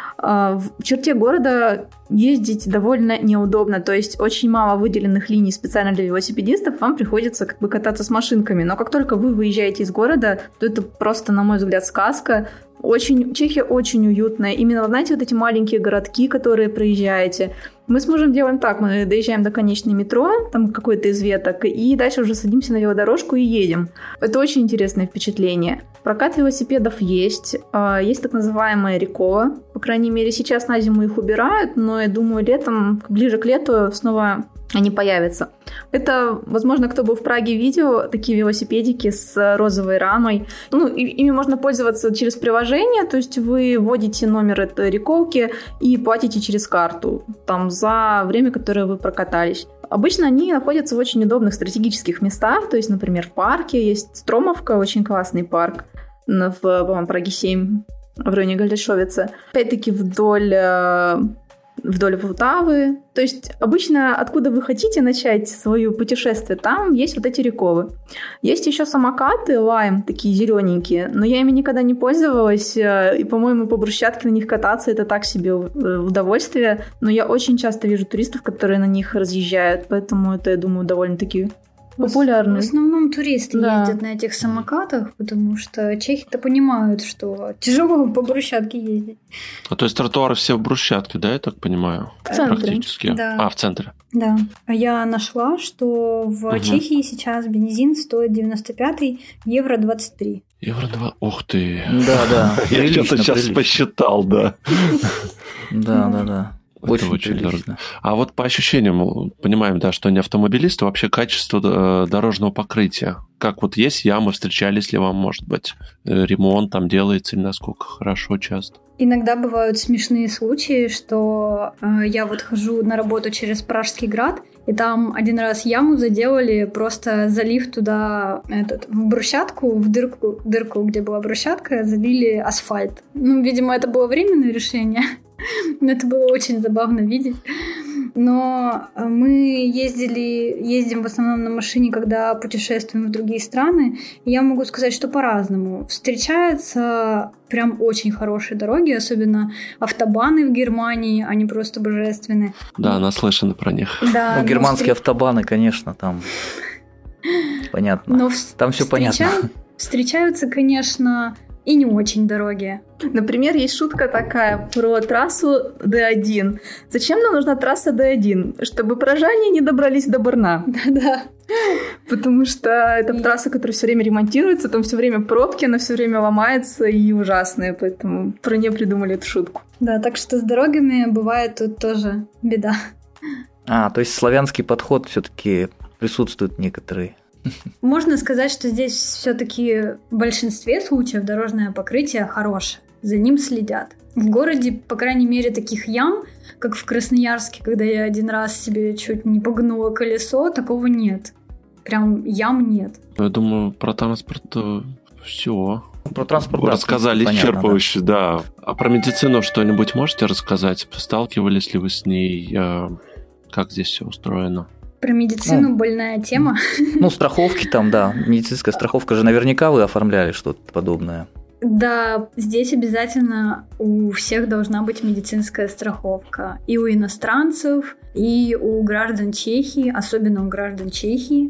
В черте города ездить довольно неудобно, то есть очень мало выделенных линий специально для велосипедистов, вам приходится как бы кататься с машинками. Но как только вы выезжаете из города, то это просто, на мой взгляд, сказка. Чехия очень уютная. Именно, знаете, вот эти маленькие городки, которые проезжаете. Мы с мужем делаем так, мы доезжаем до конечной метро, там какой-то из веток, и дальше уже садимся на велодорожку и едем. Это очень интересное впечатление. Прокат велосипедов есть. Есть так называемая Рикова. По крайней мере, сейчас на зиму их убирают, но я думаю, летом, ближе к лету снова они появятся. Это, возможно, кто был в Праге, видел такие велосипедики с розовой рамой. Ну, ими можно пользоваться через приложение, то есть вы вводите номер этой реколки и платите через карту там за время, которое вы прокатались. Обычно они находятся в очень удобных стратегических местах, то есть, например, в парке есть Стромовка, очень классный парк в, по-моему, Праге 7, в районе Гальдешовица. Опять-таки вдоль Волтавы. То есть обычно, откуда вы хотите начать свое путешествие, там есть вот эти рековы. Есть еще самокаты Lime, такие зелененькие, но я ими никогда не пользовалась, и, по-моему, по брусчатке на них кататься это так себе удовольствие, но я очень часто вижу туристов, которые на них разъезжают, поэтому это, я думаю, довольно-таки популярный. В основном туристы ездят на этих самокатах, потому что чехи-то понимают, что тяжело по брусчатке ездить. То есть тротуары все в брусчатке, да, я так понимаю? В центре. Практически. Да. В центре. Да. А я нашла, что в Чехии сейчас бензин стоит 95 евро 23. Евро 2. Ух ты. Да. Я что-то сейчас посчитал, да. Да. Очень дорого. А вот по ощущениям, понимаем, да, что не автомобилисты, вообще качество дорожного покрытия. Как вот есть ямы, встречались ли вам, может быть, ремонт там делается или насколько хорошо часто? Иногда бывают смешные случаи, что я вот хожу на работу через Пражский град, и там один раз яму заделали, просто залив туда в брусчатку, в дырку, где была брусчатка, залили асфальт. Ну, видимо, это было временное решение. Это было очень забавно видеть. Но мы ездим в основном на машине, когда путешествуем в другие страны. И я могу сказать, что по-разному. Встречаются прям очень хорошие дороги, особенно автобаны в Германии, они просто божественны. Да, наслышаны про них. Да, германские автобаны, конечно, там понятно. Но там все понятно. Встречаются, конечно, и не очень дорогие. Например, есть шутка такая про трассу Д1. Зачем нам нужна трасса Д1? Чтобы пражане не добрались до Барна. Да. Потому что это трасса, которая все время ремонтируется, там все время пробки, она все время ломается и ужасная, поэтому про нее придумали эту шутку. Да, так что с дорогами бывает тут тоже беда. То есть славянский подход все-таки присутствует некоторые. Можно сказать, что здесь все-таки в большинстве случаев дорожное покрытие хорошее, за ним следят. В городе, по крайней мере, таких ям, как в Красноярске, когда я один раз себе чуть не погнула колесо, такого нет. Прям ям нет. Я думаю, про транспорт все. Про транспорт рассказали исчерпывающе, да. А про медицину что-нибудь можете рассказать? Сталкивались ли вы с ней? Как здесь все устроено? Про медицину больная тема. Ну, страховки там, да. Медицинская страховка же наверняка вы оформляли что-то подобное. Да, здесь обязательно у всех должна быть медицинская страховка. И у иностранцев, и у граждан Чехии, особенно у граждан Чехии.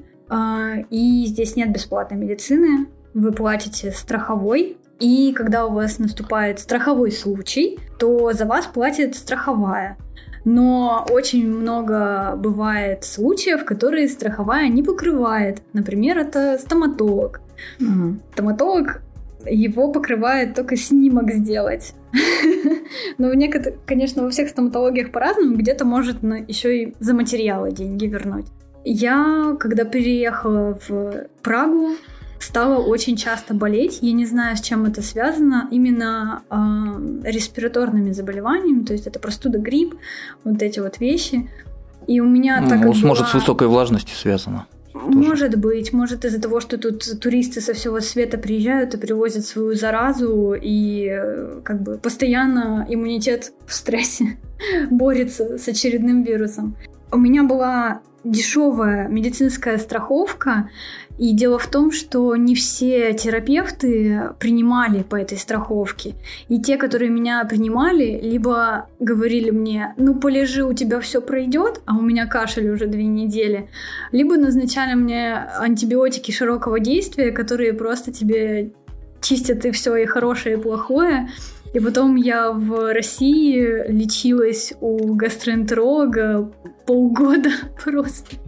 И здесь нет бесплатной медицины. Вы платите страховой. И когда у вас наступает страховой случай, то за вас платит страховая. Но очень много бывает случаев, которые страховая не покрывает. Например, это стоматолог. Стоматолог, его покрывает только снимок сделать. Но конечно, во всех стоматологиях по-разному. Где-то может еще и за материалы деньги вернуть. Я, когда переехала в Прагу, стала очень часто болеть. Я не знаю, с чем это связано. Именно респираторными заболеваниями. То есть это простуда, грипп, вот эти вот вещи. И у меня так как может, с высокой влажностью связано. Может быть. Может, из-за того, что тут туристы со всего света приезжают и привозят свою заразу. И как бы постоянно иммунитет в стрессе борется с очередным вирусом. У меня была дешевая медицинская страховка, и дело в том, что не все терапевты принимали по этой страховке. И те, которые меня принимали, либо говорили мне: ну полежи, у тебя все пройдет, а у меня кашель уже 2 недели, либо назначали мне антибиотики широкого действия, которые просто тебе чистят и все, и хорошее, и плохое. И потом я в России лечилась у гастроэнтеролога полгода просто.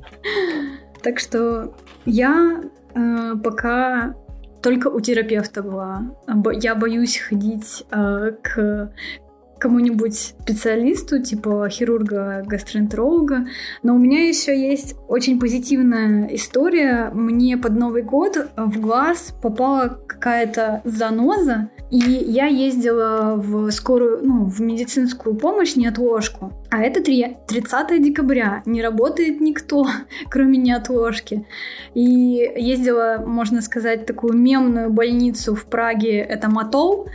Так что я пока только у терапевта была. Я боюсь ходить к кому-нибудь специалисту, типа хирурга, гастроэнтеролога. Но у меня еще есть очень позитивная история. Мне под Новый год в глаз попала какая-то заноза, и я ездила в скорую, в медицинскую помощь, неотложку. А это 30 декабря. Не работает никто, кроме неотложки. И ездила, можно сказать, такую мемную больницу в Праге. Это Матол.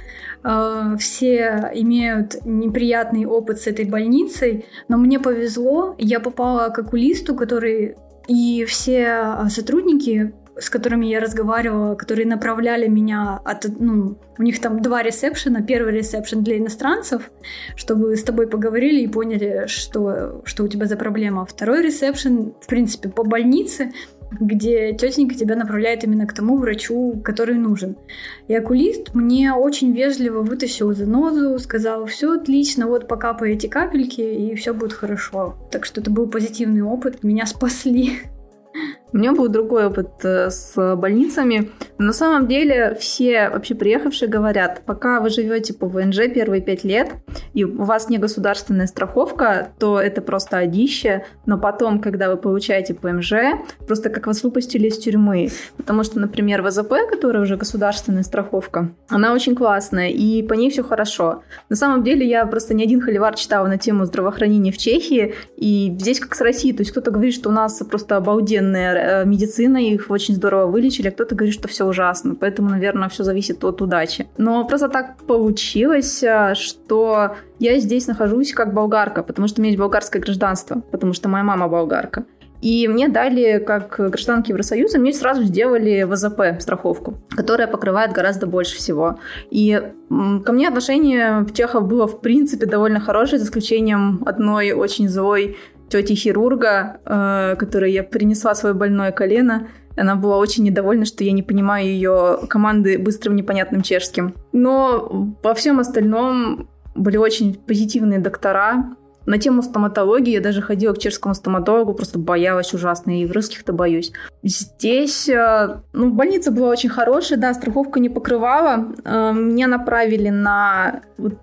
Все имеют неприятный опыт с этой больницей, но мне повезло, я попала к окулисту, и все сотрудники, с которыми я разговаривала, которые направляли меня у них там 2 ресепшена. Первый ресепшен для иностранцев, чтобы с тобой поговорили и поняли, что у тебя за проблема. Второй ресепшен, в принципе, по больнице, где тетенька тебя направляет именно к тому врачу, который нужен. И окулист мне очень вежливо вытащил занозу, сказал: все отлично, вот покапай капельки, и все будет хорошо. Так что это был позитивный опыт, меня спасли. У меня был другой опыт с больницами. Но на самом деле все вообще приехавшие говорят: пока вы живете по ВНЖ первые 5 лет, и у вас не государственная страховка, то это просто одище. Но потом, когда вы получаете ПМЖ, просто как вас выпустили из тюрьмы. Потому что, например, ВЗП, которая уже государственная страховка, она очень классная, и по ней все хорошо. На самом деле я просто не один холивар читала на тему здравоохранения в Чехии, и здесь как с Россией. То есть кто-то говорит, что у нас просто обалденная медицина, их очень здорово вылечили, а кто-то говорит, что все ужасно. Поэтому, наверное, все зависит от удачи. Но просто так получилось, что я здесь нахожусь как болгарка, потому что у меня есть болгарское гражданство, потому что моя мама болгарка. И мне дали, как гражданке Евросоюза, мне сразу сделали ВЗП страховку, которая покрывает гораздо больше всего. И ко мне отношение чехов было, в принципе, довольно хорошее, за исключением одной очень злой тети хирурга, которой я принесла свое больное колено. Она была очень недовольна, что я не понимаю ее команды быстрым непонятным чешским. Но во всем остальном были очень позитивные доктора. На тему стоматологии я даже ходила к чешскому стоматологу, просто боялась ужасно, и в русских-то боюсь. Здесь, больница была очень хорошая, да, страховка не покрывала. Меня направили на...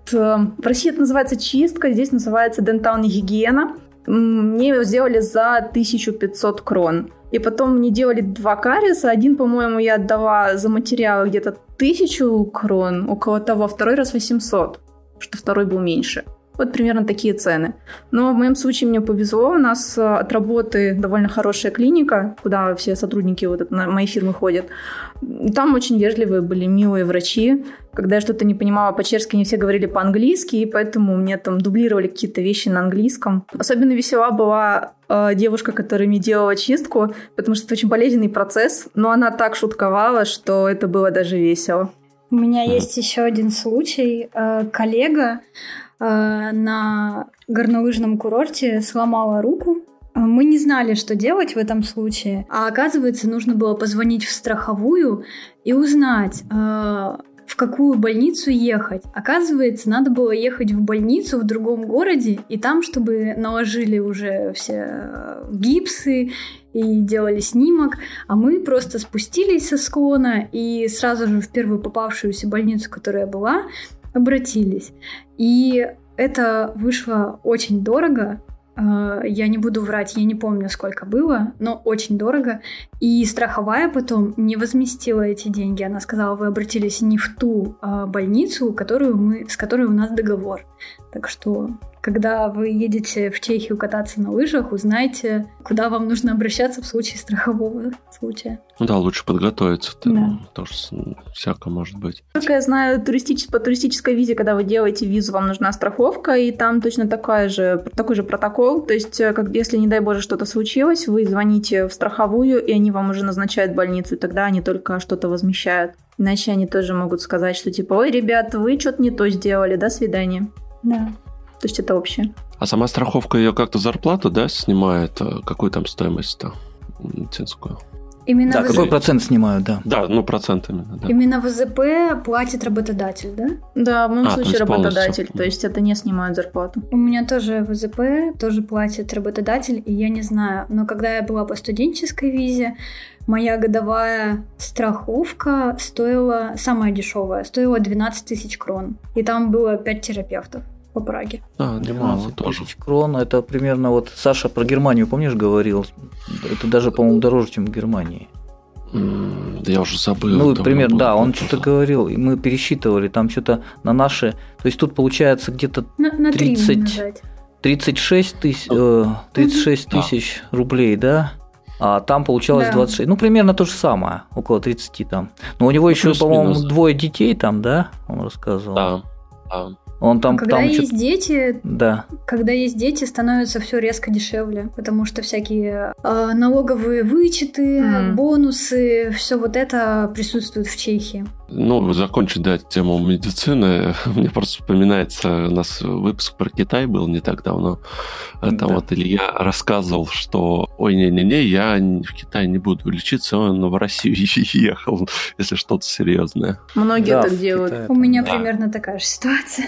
в России это называется чистка, здесь называется дентальная гигиена. Мне ее сделали за 1500 крон. И потом мне делали 2 кариеса. Один, по-моему, я отдала за материалы где-то 1000 крон, около того. Второй раз 800, что второй был меньше. Вот примерно такие цены. Но в моем случае мне повезло. У нас от работы довольно хорошая клиника, куда все сотрудники моей фирмы ходят. Там очень вежливые были, милые врачи. Когда я что-то не понимала по-чешски, они все говорили по-английски, и поэтому мне там дублировали какие-то вещи на английском. Особенно весела была девушка, которая мне делала чистку, потому что это очень болезненный процесс, но она так шутковала, что это было даже весело. У меня есть еще один случай. Коллега на горнолыжном курорте сломала руку. Мы не знали, что делать в этом случае. А оказывается, нужно было позвонить в страховую и узнать, в какую больницу ехать. Оказывается, надо было ехать в больницу в другом городе, и там, чтобы наложили уже все гипсы и делали снимок, а мы просто спустились со склона и сразу же в первую попавшуюся больницу, которая была, обратились. И это вышло очень дорого. Я не буду врать, я не помню, сколько было, но очень дорого. И страховая потом не возместила эти деньги. Она сказала, вы обратились не в ту больницу, с которой у нас договор. Так что, когда вы едете в Чехию кататься на лыжах, узнайте, куда вам нужно обращаться в случае страхового случая. Ну да, лучше подготовиться. Да. Тоже всяко может быть. Как я знаю, по туристической визе, когда вы делаете визу, вам нужна страховка, и там точно такой же протокол. То есть, если, не дай боже, что-то случилось, вы звоните в страховую, и они вам уже назначают больницу, и тогда они только что-то возмещают. Иначе они тоже могут сказать, что типа, ой, ребят, вы что-то не то сделали, до свидания. Да. То есть это общее. А сама страховка ее как-то зарплату, да, снимает? Какую там стоимость-то медицинскую? Именно да, какой процент снимают, да. Да, процент именно. Да. Именно ВЗП платит работодатель, да? Да, в моем случае работодатель, то есть это не снимают зарплату. У меня тоже ВЗП, тоже платит работодатель, и я не знаю, но когда я была по студенческой визе, моя годовая страховка стоила, самая дешевая, стоила 12 тысяч крон, и там было 5 терапевтов по Праге. Да, 12 тысяч крон, это примерно вот Саша про Германию, помнишь, говорил? Это даже, по-моему, дороже, чем в Германии. Да я уже забыл. Ну, примерно, да, он что-то говорил, и мы пересчитывали, там что-то на наши, то есть тут получается где-то 36 тысяч рублей, да? А там получалось 26. Ну, примерно то же самое, около 30 там. Но у него еще, по-моему, 2 детей там, да? Он рассказывал. Да. Он там, когда там есть дети, да. Когда есть дети, становится все резко дешевле, потому что всякие налоговые вычеты, бонусы, все вот это присутствует в Чехии. Ну, закончить, да, тему медицины. Мне просто вспоминается, у нас выпуск про Китай был не так давно. Там вот Илья рассказывал, что ой, не-не-не, я в Китае не буду лечиться, он в Россию ехал, если что-то серьезное. Многие так делают. У меня примерно такая же ситуация.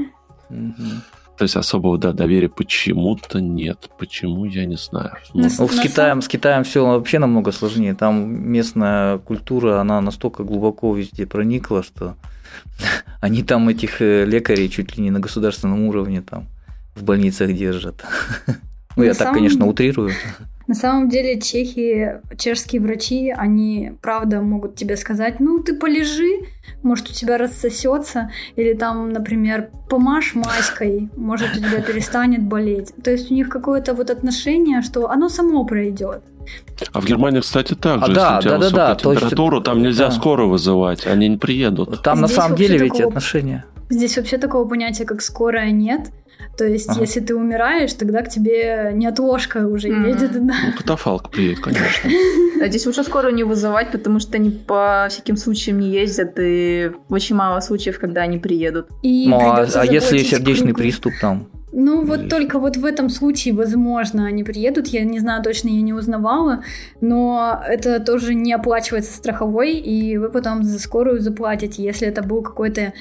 То есть особого доверия почему-то нет. Почему, я не знаю. С Китаем все вообще намного сложнее. Там местная культура, она настолько глубоко везде проникла, что они там этих лекарей чуть ли не на государственном уровне там в больницах держат. Ну, я так, конечно, утрирую. На самом деле чешские врачи, они правда могут тебе сказать, ну ты полежи, может у тебя рассосется, или там, например, помажь маской, может у тебя перестанет болеть. То есть у них какое-то вот отношение, что оно само пройдет. А в Германии, кстати, так же, если у тебя высокая температура, там нельзя скорую вызывать, они не приедут. Там здесь на самом деле ведь отношения. Здесь вообще такого понятия, как скорая, нет. То есть, если ты умираешь, тогда к тебе неотложка уже едет. Да. Ну, катафалк приедет, конечно. А здесь лучше скорую не вызывать, потому что они по всяким случаям не ездят, и очень мало случаев, когда они приедут. А если сердечный приступ там? Ну, вот только вот в этом случае, возможно, они приедут. Я не знаю точно, я не узнавала, но это тоже не оплачивается страховой, и вы потом за скорую заплатите, если это был какой-то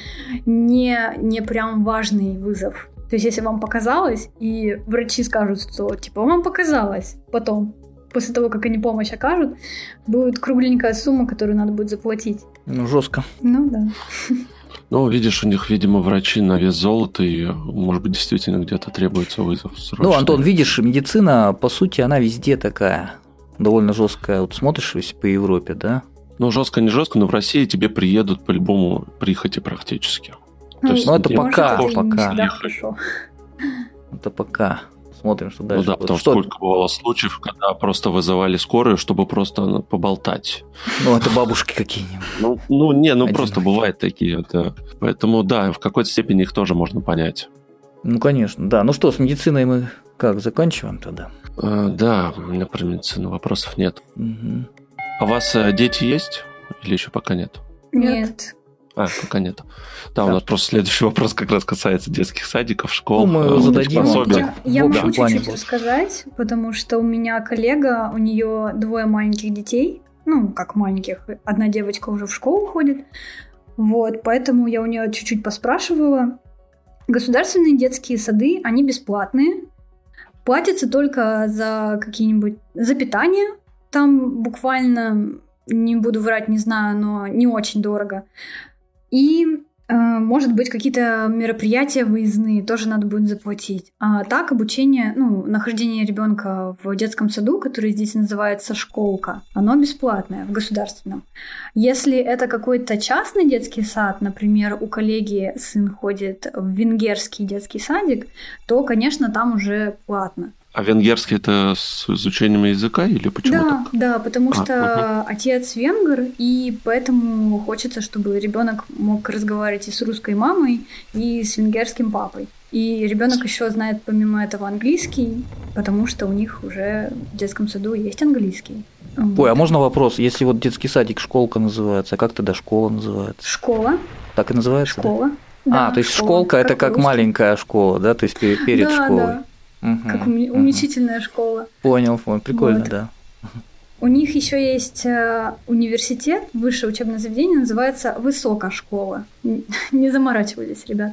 не прям важный вызов. То есть, если вам показалось, и врачи скажут, что типа вам показалось, потом, после того, как они помощь окажут, будет кругленькая сумма, которую надо будет заплатить. Ну, жестко. Ну, да. Ну, видишь, у них, видимо, врачи на вес золота, и, может быть, действительно где-то требуется вызов срочный. Ну, Антон, видишь, медицина, по сути, она везде такая, довольно жесткая. Вот смотришь по Европе, да? Ну, жестко, не жестко, но в России тебе приедут по-любому прихоти практически. То есть, это пока. Это пока. Смотрим, что дальше. Ну да, будет. потому что сколько бывало случаев, когда просто вызывали скорую, чтобы просто поболтать. Ну, это бабушки какие-нибудь. Просто бывают такие. Да. Поэтому, да, в какой-то степени их тоже можно понять. Ну, конечно, да. Ну что, с медициной мы как, заканчиваем тогда? Да, у меня про медицину вопросов нет. Угу. А у вас дети есть? Или еще пока нет? Нет. Пока нет. Да, у нас просто следующий вопрос как раз касается детских садиков, школ. Ну, мы его зададим. Я могу чуть-чуть будет рассказать, потому что у меня коллега, у нее 2 маленьких детей, ну, как маленьких, одна девочка уже в школу ходит, вот, поэтому я у нее чуть-чуть поспрашивала. Государственные детские сады, они бесплатные, платятся только за за питание, там буквально, не буду врать, не знаю, но не очень дорого. И, может быть, какие-то мероприятия выездные тоже надо будет заплатить. А так обучение, нахождение ребенка в детском саду, который здесь называется школка, оно бесплатное в государственном. Если это какой-то частный детский сад, например, у коллеги сын ходит в венгерский детский садик, то, конечно, там уже платно. А венгерский это с изучением языка или почему так? Да, потому что отец венгер, и поэтому хочется, чтобы ребенок мог разговаривать и с русской мамой, и с венгерским папой. И ребенок еще знает помимо этого английский, потому что у них уже в детском саду есть английский. Ой, а можно вопрос? Если вот детский садик школка называется, а как тогда школа называется? Школа. Так и называется? Школа. Да, то есть школка это как маленькая школа, да? То есть перед школой. Да. Как уменьшительная школа. Понял, прикольно, вот. Да. У них еще есть университет, высшее учебное заведение, называется Высокая школа. Не заморачивались, ребят.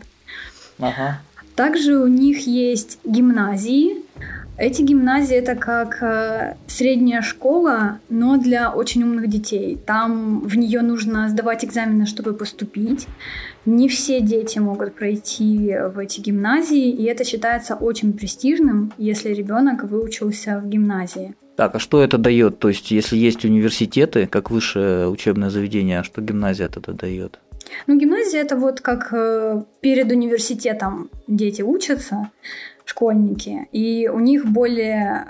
Ага. Также у них есть гимназии. Эти гимназии это как средняя школа, но для очень умных детей. Там в нее нужно сдавать экзамены, чтобы поступить. Не все дети могут пройти в эти гимназии, и это считается очень престижным, если ребенок выучился в гимназии. Так, а что это дает? То есть, если есть университеты, как высшее учебное заведение, а что гимназия тогда дает? Гимназия это вот как перед университетом дети учатся, школьники, и у них более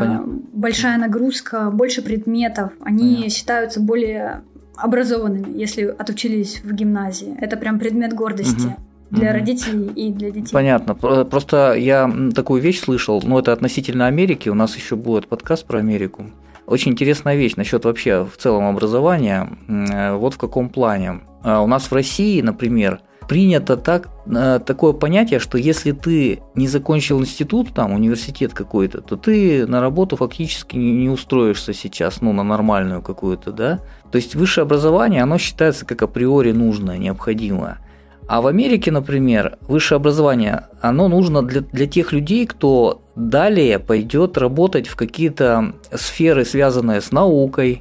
большая нагрузка, больше предметов, они считаются более образованными, если отучились в гимназии. Это прям предмет гордости для родителей и для детей. Понятно. Просто я такую вещь слышал, это относительно Америки, у нас еще будет подкаст про Америку. Очень интересная вещь насчет вообще в целом образования. Вот в каком плане. У нас в России, например, принято такое понятие, что если ты не закончил институт, университет какой-то, то ты на работу фактически не устроишься сейчас, на нормальную какую-то, да. То есть высшее образование, оно считается как априори нужное, необходимое. А в Америке, например, высшее образование, оно нужно для тех людей, кто далее пойдет работать в какие-то сферы, связанные с наукой,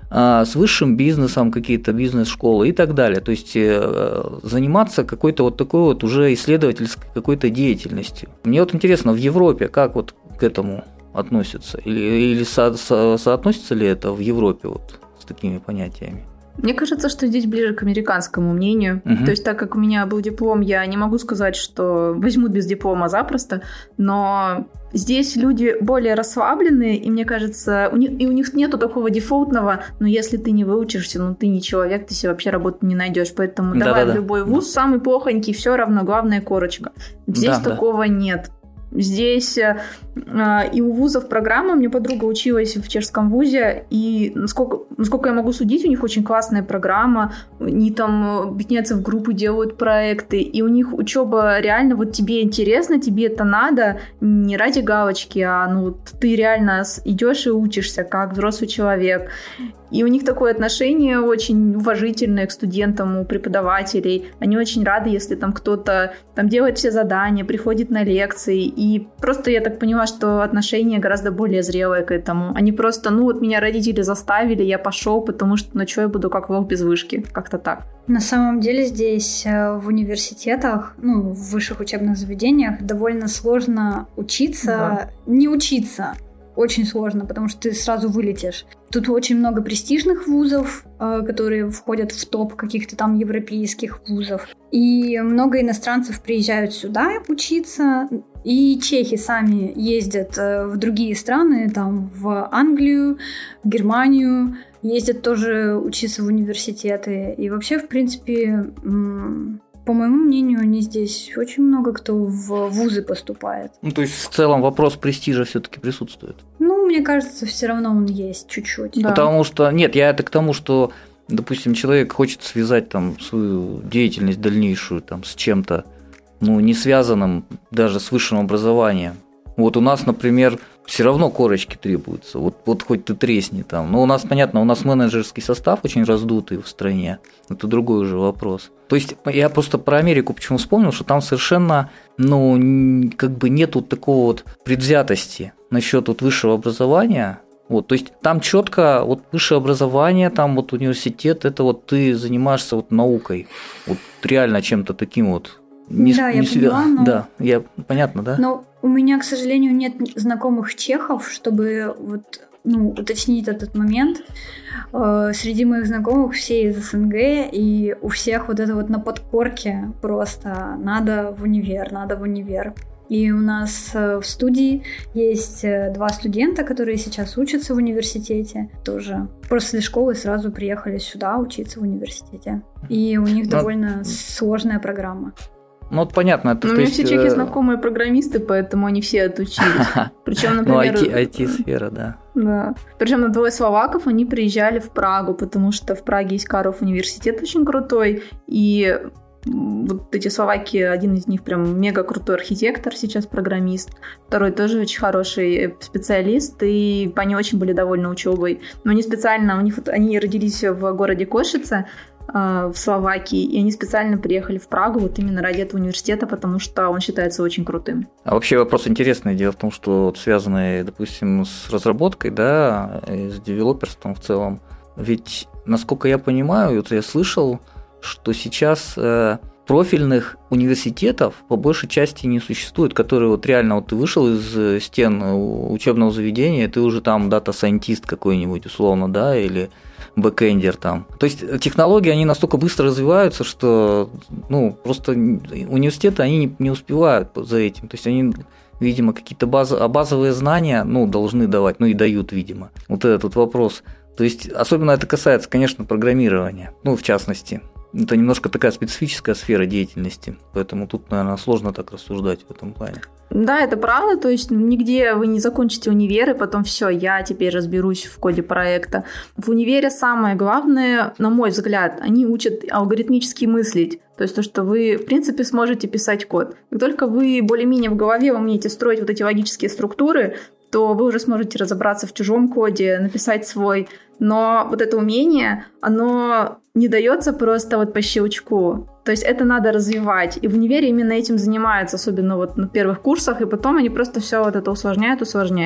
с высшим бизнесом, какие-то бизнес-школы и так далее. То есть заниматься какой-то вот такой вот уже исследовательской какой-то деятельностью. Мне интересно, в Европе как вот к этому относятся? Или соотносится ли это в Европе вот с такими понятиями? Мне кажется, что здесь ближе к американскому мнению. То есть, так как у меня был диплом, я не могу сказать, что возьмут без диплома запросто, но здесь люди более расслабленные, и мне кажется, у них нету такого дефолтного, если ты не выучишься, ты не человек, ты себе вообще работу не найдешь, поэтому давай в любой вуз, самый плохонький, все равно, главная корочка. Здесь такого нет. Здесь и у вузов программа, у меня подруга училась в чешском вузе, и насколько я могу судить, у них очень классная программа, они там объединяются в группы, делают проекты, и у них учеба реально, вот тебе интересно, тебе это надо, не ради галочки, а ты реально идешь и учишься как взрослый человек. И у них такое отношение очень уважительное к студентам, у преподавателей. Они очень рады, если там кто-то делает все задания, приходит на лекции. И просто я так поняла, что отношение гораздо более зрелое к этому. Они просто, меня родители заставили, я пошел, потому что, что я буду как волк без вышки. Как-то так. На самом деле здесь в университетах, в высших учебных заведениях довольно сложно учиться, не учиться. Очень сложно, потому что ты сразу вылетишь. Тут очень много престижных вузов, которые входят в топ каких-то там европейских вузов. И много иностранцев приезжают сюда учиться. И чехи сами ездят в другие страны, там в Англию, в Германию, ездят тоже учиться в университеты. И вообще, в принципе, по моему мнению, они здесь очень много кто в вузы поступает. Ну, то есть, в целом вопрос престижа все-таки присутствует. Ну, мне кажется, все равно он есть чуть-чуть. Да. Потому что, нет, я это к тому, что, допустим, человек хочет связать там свою деятельность дальнейшую там с чем-то, ну, не связанным даже с высшим образованием. Вот у нас, например, все равно корочки требуются. Вот хоть ты тресни там. Но у нас, понятно, у нас менеджерский состав очень раздутый в стране. Это другой уже вопрос. То есть я просто про Америку почему вспомнил, что там совершенно, ну, как бы нету такого вот предвзятости насчет вот высшего образования. Вот, то есть там четко вот высшее образование, там вот университет, это вот ты занимаешься вот наукой, вот реально чем-то таким вот. Я поняла, но... Да, понятно, да? Но у меня, к сожалению, нет знакомых чехов, чтобы вот, уточнить этот момент. Среди моих знакомых все из СНГ, и у всех вот это вот на подкорке просто надо в универ. И у нас в студии есть 2 студента, которые сейчас учатся в университете. Тоже после школы сразу приехали сюда учиться в университете. И у них довольно сложная программа. Ну, вот понятно. Это, у меня все чехи знакомые программисты, поэтому они все отучились. Причем, например... Ну, IT-сфера, да. Да. Причем на 2 словаков они приезжали в Прагу, потому что в Праге есть Карлов университет очень крутой, и вот эти словаки, один из них прям мега крутой архитектор, сейчас программист, второй тоже очень хороший специалист, и они очень были довольны учебой. Но они специально, они родились в городе Кошице, в Словакии, и они специально приехали в Прагу вот именно ради этого университета, потому что он считается очень крутым. А вообще вопрос интересный. Дело в том, что вот связанный, допустим, с разработкой, да, и с девелоперством в целом, ведь, насколько я понимаю, вот я слышал, что сейчас профильных университетов по большей части не существует, которые вот реально вот ты вышел из стен учебного заведения, ты уже там дата-сайентист какой-нибудь условно, да, или бэкэндер там. То есть технологии, они настолько быстро развиваются, что, просто университеты, они не успевают за этим. То есть они, видимо, какие-то базовые знания, должны давать, и дают, видимо. Вот этот вот вопрос. То есть особенно это касается, конечно, программирования, в частности. Это немножко такая специфическая сфера деятельности, поэтому тут, наверное, сложно так рассуждать в этом плане. Да, это правда, то есть нигде вы не закончите универ, и потом все, я теперь разберусь в коде проекта. В универе самое главное, на мой взгляд, они учат алгоритмически мыслить. То есть то, что вы, в принципе, сможете писать код. Как только вы более-менее в голове умеете строить вот эти логические структуры, то вы уже сможете разобраться в чужом коде, написать свой. Но вот это умение, оно не дается просто вот по щелчку. То есть это надо развивать. И в универе именно этим занимаются, особенно вот на первых курсах, и потом они просто все вот это усложняют.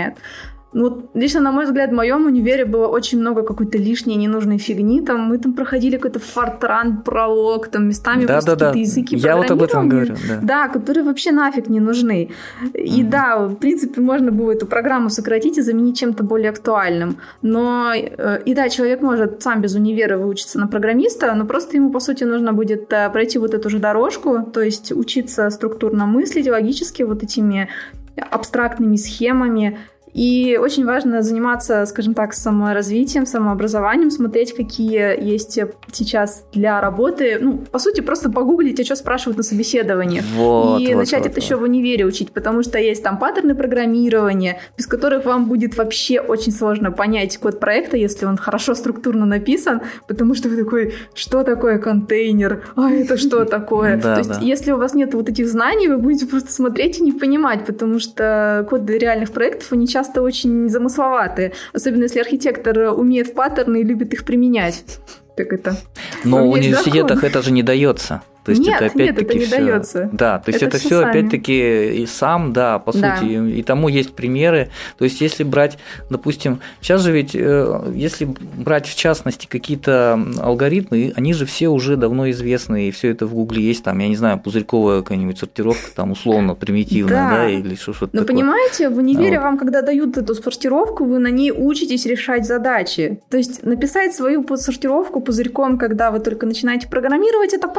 Лично, на мой взгляд, в моем универе было очень много какой-то лишней ненужной фигни. Там мы проходили какой-то фортран, пролог, там местами просто какие-то языки программирования. Я вот об этом говорю. Да, которые вообще нафиг не нужны. И да, в принципе, можно было эту программу сократить и заменить чем-то более актуальным. Но, и да, человек может сам без универа выучиться на программиста, но просто ему, по сути, нужно будет пройти вот эту же дорожку, то есть учиться структурно мыслить, логически вот этими абстрактными схемами. И очень важно заниматься, скажем так, саморазвитием, самообразованием, смотреть, какие есть сейчас для работы. По сути, просто погуглить, что спрашивают на собеседовании. И начать это еще в универе учить, потому что есть там паттерны программирования, без которых вам будет вообще очень сложно понять код проекта, если он хорошо структурно написан, потому что вы такой, что такое контейнер? А это что такое? То есть, если у вас нет вот этих знаний, вы будете просто смотреть и не понимать, потому что коды реальных проектов, они часто очень замысловатые, особенно если архитектор умеет паттерны и любит их применять. Так это. Но в университетах это же не дается. То есть нет, это опять-таки это не все... дается. Да, то есть это все опять-таки и сам, да, по сути, и тому есть примеры. То есть если брать, допустим, сейчас же ведь, если брать в частности какие-то алгоритмы, они же все уже давно известны, и все это в Гугле есть, там, я не знаю, пузырьковая какая-нибудь сортировка, там, условно, примитивная, да, или что-то такое. Но понимаете, в универе вам, когда дают эту сортировку, вы на ней учитесь решать задачи. То есть написать свою сортировку пузырьком, когда вы только начинаете программировать, это правильно.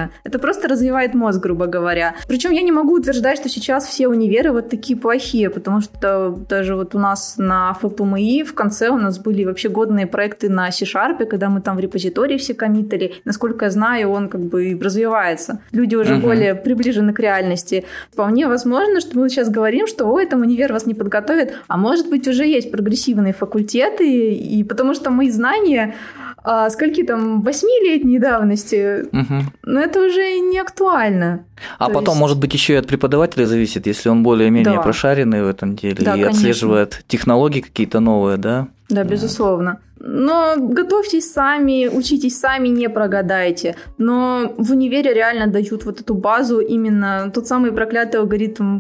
нужно. Это просто развивает мозг, грубо говоря. Причем я не могу утверждать, что сейчас все универы вот такие плохие, потому что даже вот у нас на ФПМИ в конце у нас были вообще годные проекты на C#, когда мы там в репозитории все коммитали. Насколько я знаю, он как бы развивается. Люди уже более приближены к реальности. Вполне возможно, что мы сейчас говорим, что ой, там универ вас не подготовит, а может быть уже есть прогрессивные факультеты, и потому что мои знания скольки там 8-летней давности, но это уже не актуально. А потом, может быть, еще и от преподавателя зависит, если он более-менее прошаренный в этом деле и отслеживает технологии какие-то новые, да? Да, безусловно. Но готовьтесь сами, учитесь сами, не прогадайте. Но в универе реально дают вот эту базу, именно тот самый проклятый алгоритм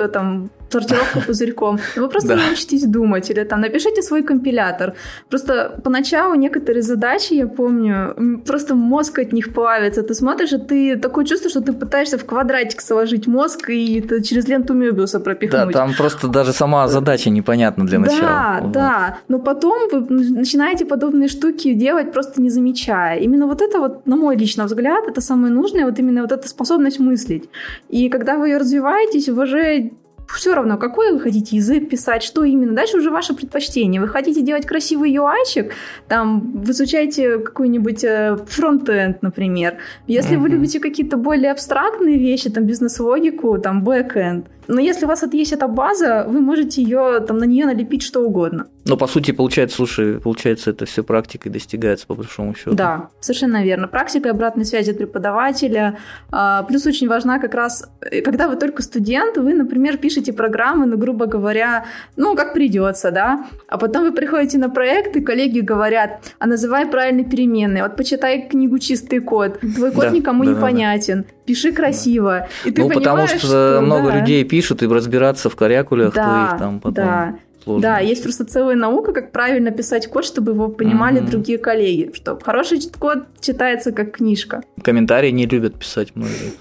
сортировка пузырьком. Вы просто научитесь думать, или там напишите свой компилятор. Просто поначалу некоторые задачи, я помню, просто мозг от них плавится. Ты смотришь, и ты такое чувство, что ты пытаешься в квадратик сложить мозг и это через ленту Мёбиуса пропихнуть. Да, там просто даже сама задача непонятна для начала. Да. Но потом вы начинаете подобные штуки делать, просто не замечая. Именно вот это вот, на мой личный взгляд, это самое нужное, вот именно вот эта способность мыслить. И когда вы ее развиваетесь, вы уже все равно, какой вы хотите язык писать, что именно. Дальше уже ваше предпочтение. Вы хотите делать красивый UI-чик, там, вы изучаете какой-нибудь фронт-энд, например. Если вы любите какие-то более абстрактные вещи, там, бизнес-логику, там, бэк-энд. Но если у вас есть эта база, вы можете на нее налепить что угодно. Но по сути, получается, это все практикой достигается, по большому счету. Да, совершенно верно. Практика и обратной связи от преподавателя. Плюс очень важна как раз, когда вы только студент, вы, например, пишете программы, грубо говоря, как придется, да. А потом вы приходите на проект, и коллеги говорят, а называй правильно переменные. Вот почитай книгу «Чистый код». Твой код никому не понятен. Пиши красиво. И ты понимаешь, потому что много людей пишут, и разбираться в карякулях, то их там потом сложно. Да, есть просто целая наука, как правильно писать код, чтобы его понимали другие коллеги. Что хороший код читается как книжка. Комментарии не любят писать многие.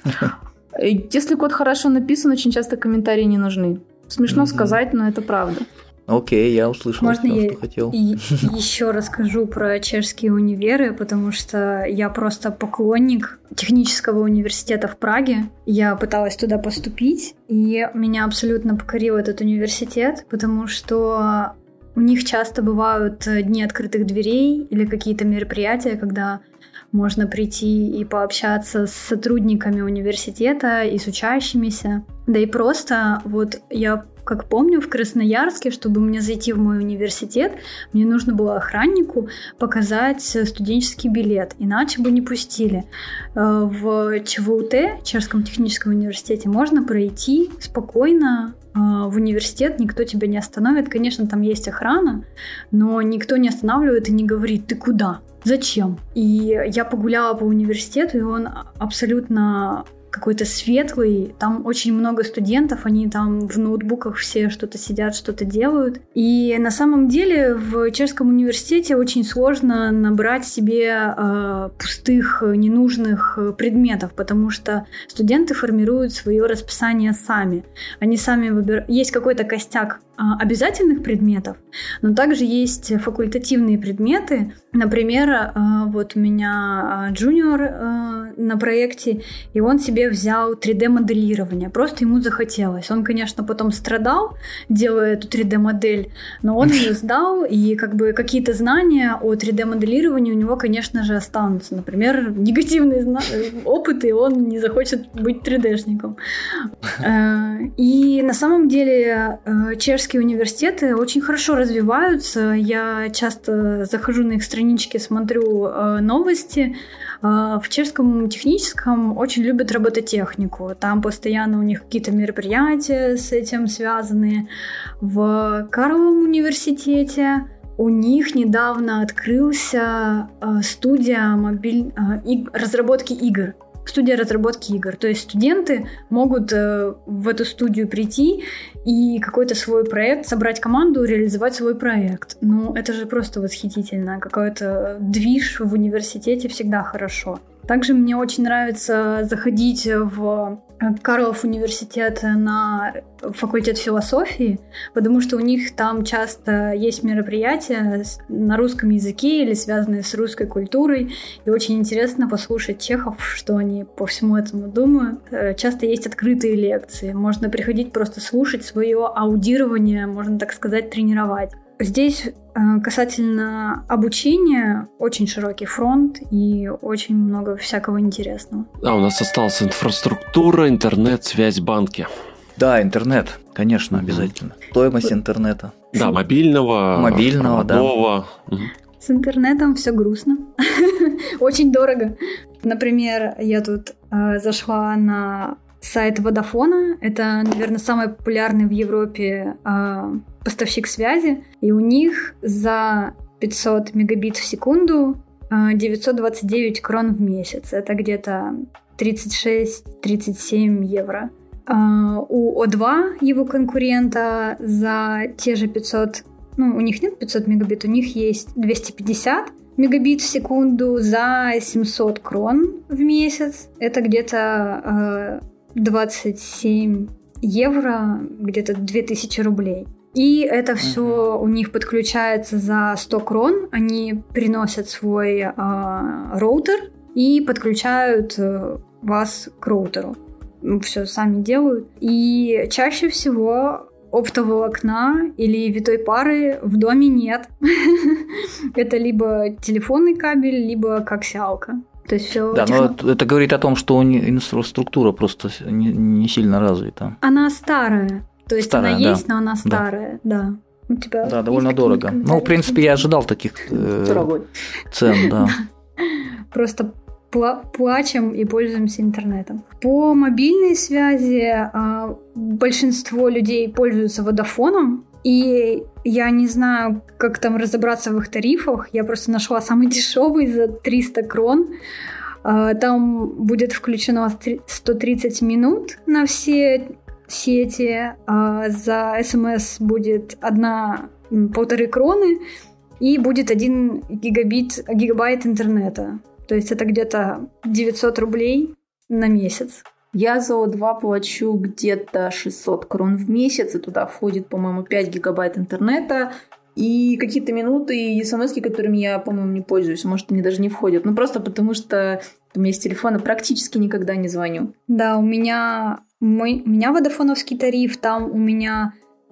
Если код хорошо написан, очень часто комментарии не нужны. Смешно сказать, но это правда. Окей, я услышал, можно что хотел. Еще расскажу про чешские универы, потому что я просто поклонник технического университета в Праге. Я пыталась туда поступить, и меня абсолютно покорил этот университет, потому что у них часто бывают дни открытых дверей или какие-то мероприятия, когда можно прийти и пообщаться с сотрудниками университета и с учащимися. Да и просто вот я как помню, в Красноярске, чтобы мне зайти в мой университет, мне нужно было охраннику показать студенческий билет, иначе бы не пустили. В ЧВУТ, Чешском техническом университете, можно пройти спокойно в университет, никто тебя не остановит. Конечно, там есть охрана, но никто не останавливает и не говорит: ты куда? Зачем? И я погуляла по университету, и он абсолютно какой-то светлый, там очень много студентов, они там в ноутбуках все что-то сидят, что-то делают. И на самом деле в Чешском университете очень сложно набрать себе пустых, ненужных предметов, потому что студенты формируют свое расписание сами. Они сами выбирают. Есть какой-то костяк обязательных предметов, но также есть факультативные предметы. Например, вот у меня джуниор на проекте, и он себе взял 3D-моделирование. Просто ему захотелось. Он, конечно, потом страдал, делая эту 3D-модель, но он ее сдал, и как бы какие-то знания о 3D-моделировании у него, конечно же, останутся. Например, негативные опыты, и он не захочет быть 3D-шником. И на самом деле чешские университеты очень хорошо развиваются. Я часто захожу на их странички, смотрю новости. В Чешском техническом очень любят робототехнику. Там постоянно у них какие-то мероприятия с этим связаны. В Карловом университете у них недавно открылся студия разработки игр. Студия разработки игр. То есть студенты могут в эту студию прийти и какой-то свой проект, собрать команду, реализовать свой проект. Ну, это же просто восхитительно. Какой-то движ в университете всегда хорошо. Также мне очень нравится заходить в Карлов университет на факультет философии, потому что у них там часто есть мероприятия на русском языке или связанные с русской культурой, и очень интересно послушать чехов, что они по всему этому думают. Часто есть открытые лекции, можно приходить просто слушать, свое аудирование, можно так сказать, тренировать. Здесь касательно обучения очень широкий фронт и очень много всякого интересного. У нас осталась инфраструктура, интернет, связь, банки. Да, интернет, конечно, обязательно. Стоимость интернета. Да, мобильного, да. С интернетом все грустно. Очень дорого. Например, я тут зашла на сайт Водафона. Это, наверное, самый популярный в Европе поставщик связи. И у них за 500 мегабит в секунду 929 крон в месяц. Это где-то 36-37 евро. У О2, его конкурента, за те же 500... у них нет 500 мегабит, у них есть 250 мегабит в секунду за 700 крон в месяц. Это где-то 27 евро, где-то 2000 рублей. И это все у них подключается за 100 крон. Они приносят свой роутер и подключают вас к роутеру. Все сами делают. И чаще всего оптоволокна или витой пары в доме нет. Это либо телефонный кабель, либо коаксиалка. То есть все. Да, но это говорит о том, что инфраструктура просто не сильно развита. Она старая. То есть старая, она есть, но она старая, да. У тебя да, довольно дорого. Ну, в принципе, я ожидал таких цен, да. Просто плачем и пользуемся интернетом. По мобильной связи большинство людей пользуются Водафоном, и я не знаю, как там разобраться в их тарифах. Я просто нашла самый дешевый за 300 крон. Там будет включено 130 минут на все сети, за СМС будет 1,5 кроны и будет 1 гигабайт интернета. То есть это где-то 900 рублей на месяц. Я за О2 плачу где-то 600 крон в месяц, и туда входит, по-моему, 5 гигабайт интернета и какие-то минуты и смс-ки, которыми я, по-моему, не пользуюсь. Может, они даже не входят. Ну, просто потому что у меня с телефона практически никогда не звоню. Да, у меня водофоновский тариф, там у меня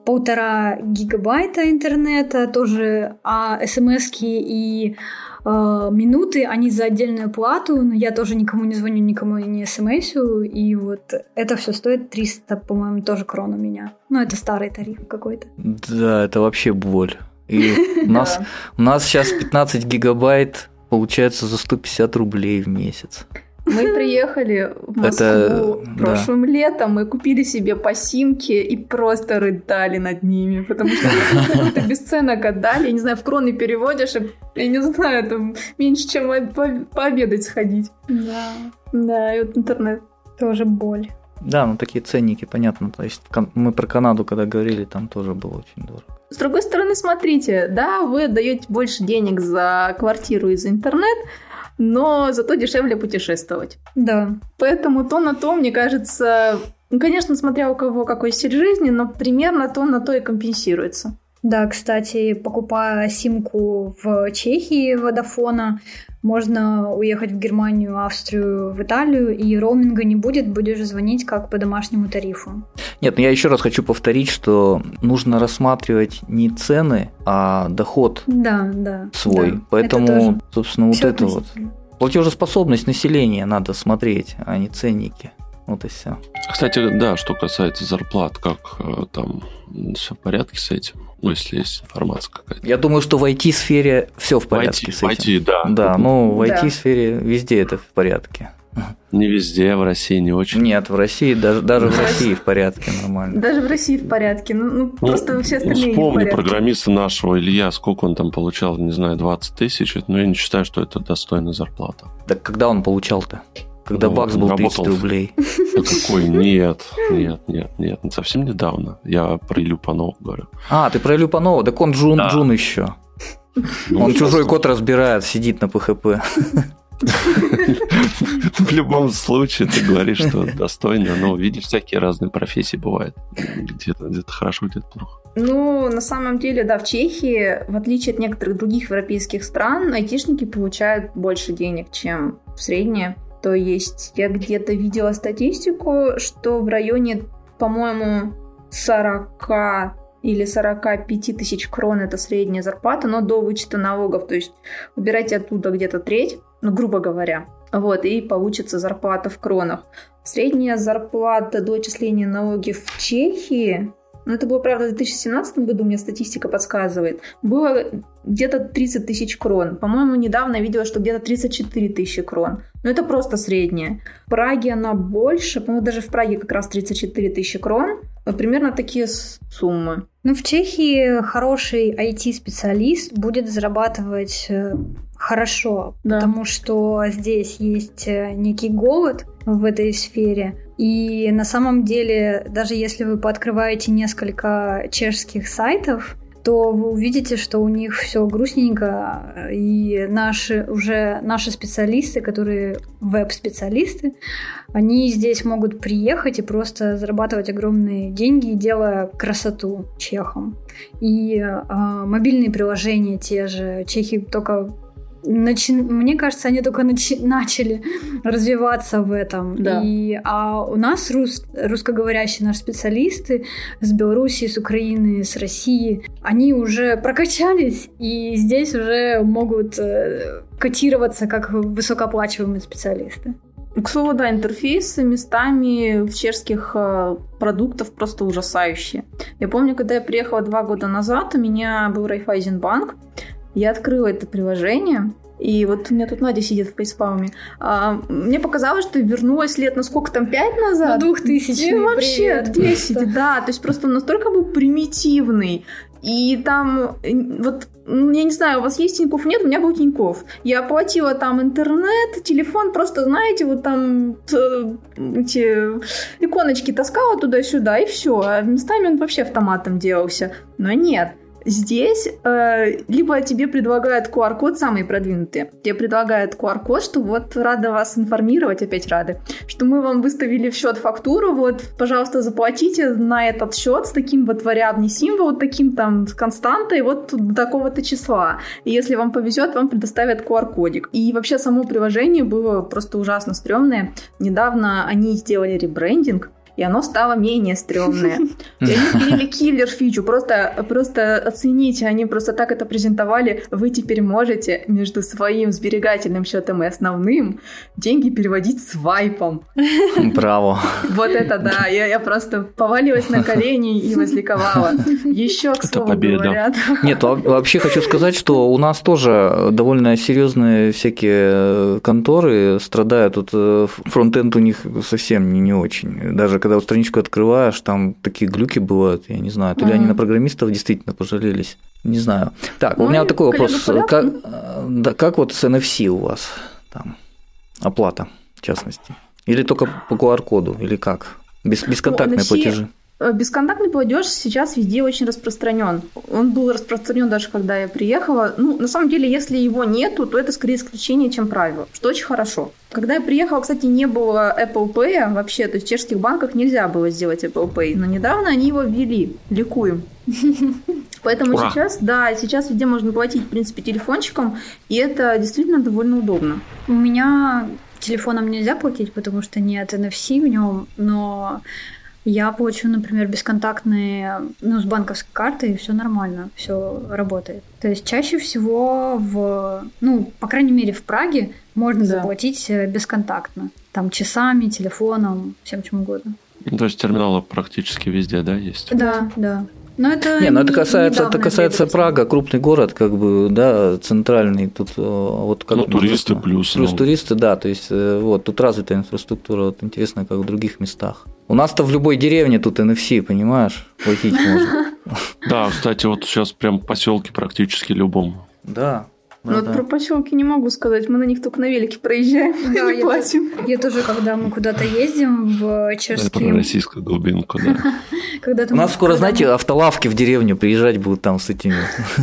1,5 гигабайта интернета, тоже, а смс-ки и минуты, они за отдельную плату, но я тоже никому не звоню, никому не смс-ю, и вот это все стоит 300, по-моему, тоже крон у меня. Ну, это старый тариф какой-то. Да, это вообще боль. И у нас сейчас 15 гигабайт получается за 150 рублей в месяц. Мы приехали в Москву прошлым летом, мы купили себе по симке и просто рыдали над ними, потому что какой-то бесценок отдали, я не знаю, в кроны переводишь, я не знаю, там меньше, чем пообедать сходить. Да, и вот интернет тоже боль. Да, ну такие ценники, понятно, то есть мы про Канаду, когда говорили, там тоже было очень дорого. С другой стороны, смотрите, да, вы отдаете больше денег за квартиру и за интернет, но зато дешевле путешествовать. Да. Поэтому то на то, мне кажется, конечно, смотря у кого какой стиль жизни, но примерно то на то и компенсируется. Да, кстати, покупая симку в Чехии Водафона, можно уехать в Германию, Австрию, в Италию, и роуминга не будет, будешь звонить как по домашнему тарифу. Нет, но я еще раз хочу повторить, что нужно рассматривать не цены, а доход свой. Да, поэтому, собственно, вот это вот. Платежеспособность населения надо смотреть, а не ценники. Вот и все. Кстати, да, что касается зарплат, как там все в порядке с этим? Ну, если есть информация какая-то. Я думаю, что в IT-сфере все в порядке с этим. В IT, да. Да, ну в IT-сфере везде это в порядке. Не везде, в России не очень. Нет, в России, даже в России в порядке нормально. Даже в России в порядке, просто все остальные не в порядке. Вспомни программиста нашего Илья, сколько он там получал, не знаю, 20 тысяч, но я не считаю, что это достойная зарплата. Так когда он получал-то? Когда бакс был 30 рублей. Да какой? Нет. Совсем недавно. Я про Илью Панова говорю. А, ты про Илью Панова? Так он джун еще. Он чужой код разбирает, сидит на PHP. В любом случае ты говоришь, что достойно, но видишь, всякие разные профессии бывают. Где-то хорошо, где-то плохо. Ну, на самом деле, да, в Чехии, в отличие от некоторых других европейских стран, айтишники получают больше денег, чем в среднее. То есть я где-то видела статистику, что в районе, по-моему, 40 или 45 тысяч крон – это средняя зарплата, но до вычета налогов. То есть убирайте оттуда где-то треть, ну, грубо говоря. Вот, и получится зарплата в кронах. Средняя зарплата до отчисления налогов в Чехии, ну, это было, правда, в 2017 году, мне статистика подсказывает, было где-то 30 тысяч крон. По-моему, недавно я видела, что где-то 34 тысячи крон. Но это просто средняя. В Праге она больше, по-моему, даже в Праге как раз 34 тысячи крон. Вот примерно такие суммы. Ну, в Чехии хороший IT-специалист будет зарабатывать хорошо, да. Потому что здесь есть некий голод в этой сфере. И на самом деле, даже если вы пооткрываете несколько чешских сайтов, то вы увидите, что у них все грустненько, и наши специалисты, которые веб-специалисты, они здесь могут приехать и просто зарабатывать огромные деньги, делая красоту чехам. И мобильные приложения те же, чехи только... Мне кажется, они только начали развиваться в этом. Да. А у нас русскоговорящие наши специалисты с Белоруссии, с Украины, с России, они уже прокачались и здесь уже могут котироваться как высокооплачиваемые специалисты. К слову, да, интерфейсы местами в чешских продуктов просто ужасающие. Я помню, когда я приехала 2 года назад, у меня был Райфайзенбанк. Я открыла это приложение, и вот у меня тут Надя сидит в фейспалме. Мне показалось, что вернулась лет, на сколько там, 5 назад? 2000. Вообще, 10, да. То есть просто он настолько был примитивный. И там, вот, я не знаю, у вас есть Тинькофф? Нет, у меня был Тинькофф. Я оплатила там интернет, телефон, просто, знаете, вот там эти иконочки таскала туда-сюда, и все. А местами он вообще автоматом делался. Но нет. Здесь либо тебе предлагают QR-код, самые продвинутые. Тебе предлагают QR-код, что вот рада вас информировать, опять рады, что мы вам выставили в счет фактуру, вот, пожалуйста, заплатите на этот счет с таким вот вариабельным символом, таким там с константой, вот до такого-то числа. И если вам повезет, вам предоставят QR-кодик. И вообще само приложение было просто ужасно стрёмное. Недавно они сделали ребрендинг, и оно стало менее стрёмное. И они ввели киллер-фичу. Просто оцените, они просто так это презентовали. Вы теперь можете между своим сберегательным счетом и основным деньги переводить свайпом. Браво. Вот это да. Я просто повалилась на колени и возликовала. Еще, к слову говоря. Нет, вообще хочу сказать, что у нас тоже довольно серьезные всякие конторы страдают. Тут фронтенд у них совсем не очень. Даже когда вот страничку открываешь, там такие глюки бывают, я не знаю, то ли они на программистов действительно пожалелись, не знаю. Так, у меня такой вопрос, как вот с NFC у вас там оплата, в частности? Или только по QR-коду, или как? Бесконтактные платежи? Бесконтактный платеж сейчас везде очень распространен. Он был распространен даже когда я приехала. Ну, на самом деле, если его нету, то это скорее исключение, чем правило, что очень хорошо. Когда я приехала, кстати, не было Apple Pay вообще, то есть в чешских банках нельзя было сделать Apple Pay, но недавно они его ввели. Ликуем. Поэтому сейчас везде можно платить, в принципе, телефончиком, и это действительно довольно удобно. У меня телефоном нельзя платить, потому что нет NFC в нем, но я плачу, например, бесконтактные, с банковской карты, и все нормально, все работает. То есть чаще всего по крайней мере, в Праге можно заплатить бесконтактно. Там часами, телефоном, всем чем угодно. То есть терминалы практически везде, да, есть? Да. Но это это касается Прага, крупный город, как бы, да, центральный. Тут вот как туристы плюс туристы, да, то есть вот тут развитая инфраструктура, вот интересно, как в других местах. У нас-то в любой деревне тут NFC, понимаешь, платить можно. Да, кстати, вот сейчас прям поселки практически любом. Да. Про поселки не могу сказать, мы на них только на велике проезжаем и не платим. Я тоже, когда мы куда-то ездим в чешские... Это про российскую глубинку, да. Когда-то У нас скоро, знаете, автолавки в деревню приезжать будут там с этими,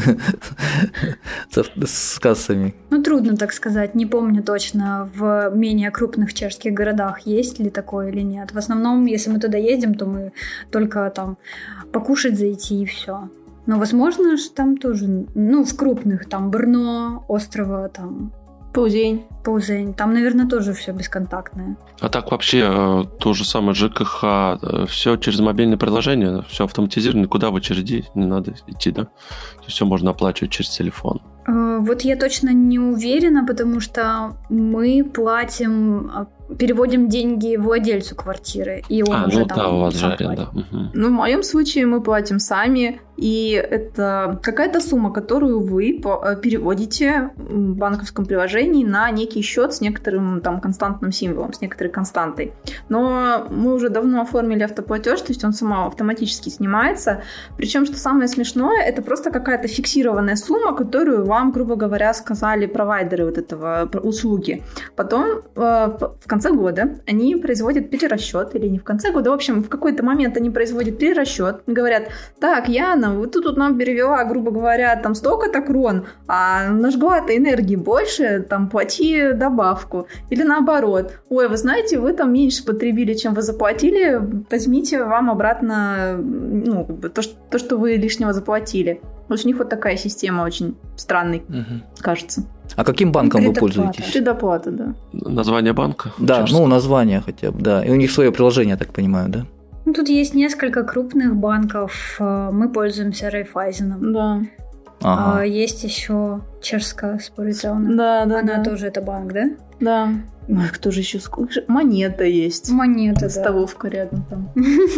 с кассами. Ну, трудно так сказать, не помню точно, в менее крупных чешских городах есть ли такое или нет. В основном, если мы туда ездим, то мы только там покушать зайти и все. Но, возможно, там тоже, ну, в крупных, там, Брно, Острова, там... Паузень. Там, наверное, тоже все бесконтактное. А так вообще то же самое ЖКХ, все через мобильное приложение, все автоматизировано, никуда в очереди не надо идти, да? Все можно оплачивать через телефон. Вот я точно не уверена, потому что мы переводим деньги владельцу квартиры, и он уже там... у вас же аренда. Ну, в моем случае мы платим сами, и это какая-то сумма, которую вы переводите в банковском приложении на некий счет с некоторым там константным символом, с некоторой константой. Но мы уже давно оформили автоплатеж, то есть он сам автоматически снимается. Причем, что самое смешное, это просто какая-то фиксированная сумма, которую вам, грубо говоря, сказали провайдеры вот этого услуги. Потом в конце года они производят перерасчет, или не в конце года, в общем, в какой-то момент они производят перерасчет, говорят: так, Яна, вот ты тут нам перевела, грубо говоря, там столько-то крон, а нажгла-то энергии больше, там плати добавку. Или наоборот: ой, вы знаете, вы там меньше потребили, чем вы заплатили, возьмите вам обратно, ну, то, что вы лишнего заплатили. Вот у них вот такая система очень странной, кажется. А каким банком вы пользуетесь? Предоплата, да. Название банка? Да, название хотя бы, да. И у них свое приложение, я так понимаю, да? Ну, тут есть несколько крупных банков. Мы пользуемся Райфайзеном. Да. Ага. Есть еще чешская спорительная. Да. Она тоже это банк, да? Да. Ой, кто же еще? Монета есть. Монета, да. Столовка рядом там.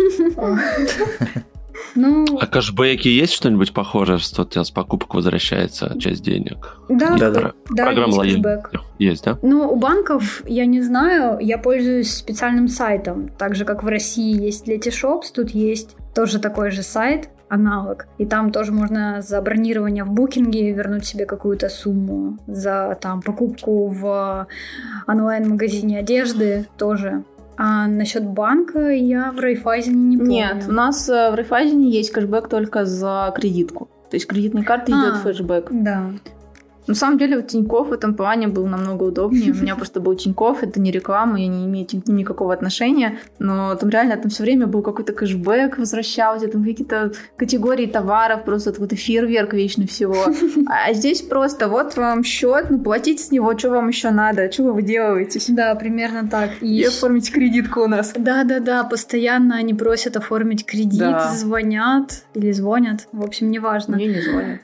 А кэшбэки есть что-нибудь похожее, что у тебя с покупок возвращается часть денег? Да, программа есть кэшбэк. Есть, да? Ну, у банков, я не знаю, я пользуюсь специальным сайтом. Так же, как в России есть Letyshops, тут есть тоже такой же сайт, аналог. И там тоже можно за бронирование в букинге вернуть себе какую-то сумму. За там покупку в онлайн-магазине одежды тоже. А насчет банка я в Райфайзене не помню. Нет, у нас в Райфайзене есть кэшбэк только за кредитку. То есть кредитной карты идет флешбэк. Да. На самом деле, вот Тинькофф в этом плане был намного удобнее. У меня просто был Тинькофф, это не реклама, я не имею к ним никакого отношения, но там реально там все время был какой-то кэшбэк, возвращался, там какие-то категории товаров, просто какой-то фейерверк вечно всего. А здесь просто вот вам счет, платите с него, что вам еще надо, что вы выделываетесь. Да, примерно так. И оформить кредитку у нас. Да, постоянно они просят оформить кредит, звонят, в общем, неважно. Мне не звонят.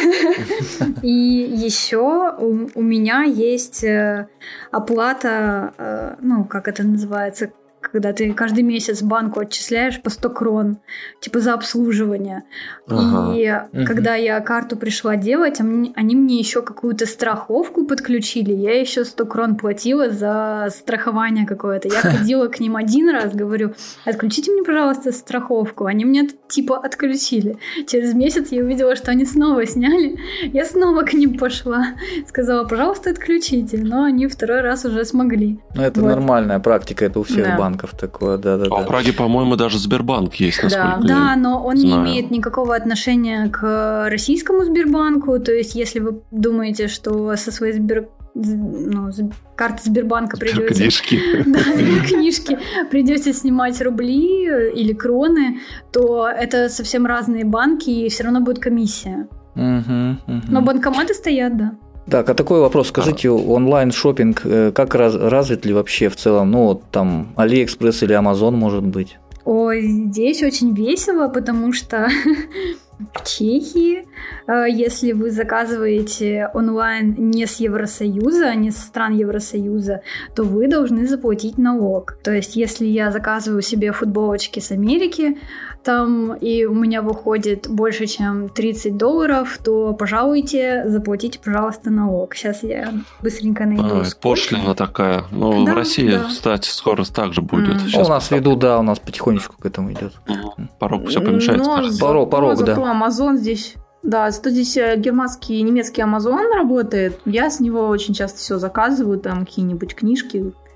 И еще у меня есть оплата, как это называется, когда ты каждый месяц банку отчисляешь по 100 крон, типа за обслуживание. И когда я карту пришла делать, они мне еще какую-то страховку подключили, я еще 100 крон платила за страхование какое-то. Я ходила к ним один раз, говорю: отключите мне, пожалуйста, страховку. Они мне типа отключили. Через месяц я увидела, что они снова сняли. Я снова к ним пошла. Сказала: пожалуйста, отключите. Но они второй раз уже смогли. Ну, это нормальная практика, это у всех банков такое, да. А в Праге, по-моему, даже Сбербанк есть, насколько я Да, но он не имеет никакого отношения к российскому Сбербанку. То есть, если вы думаете, что со своей карты Сбербанка придете... Книжки придете снимать рубли или кроны, то это совсем разные банки, и все равно будет комиссия. Но банкоматы стоят, да. Так, а такой вопрос, скажите, онлайн-шоппинг как развит ли вообще в целом, там Алиэкспресс или Амазон, может быть? Ой, здесь очень весело, потому что в Чехии, если вы заказываете онлайн не с Евросоюза, не со стран Евросоюза, то вы должны заплатить налог. То есть, если я заказываю себе футболочки с Америки, и у меня выходит больше, чем $30, то, пожалуйте, заплатите, пожалуйста, налог. Сейчас я быстренько найду. Пошлина такая. В России, кстати, скоро так же будет. У нас ведут, у нас потихонечку к этому идет. Порог все помешается. Порог, да. Амазон здесь... Да, зато здесь германский и немецкий Амазон работает. Я с него очень часто все заказываю, там какие-нибудь книжки.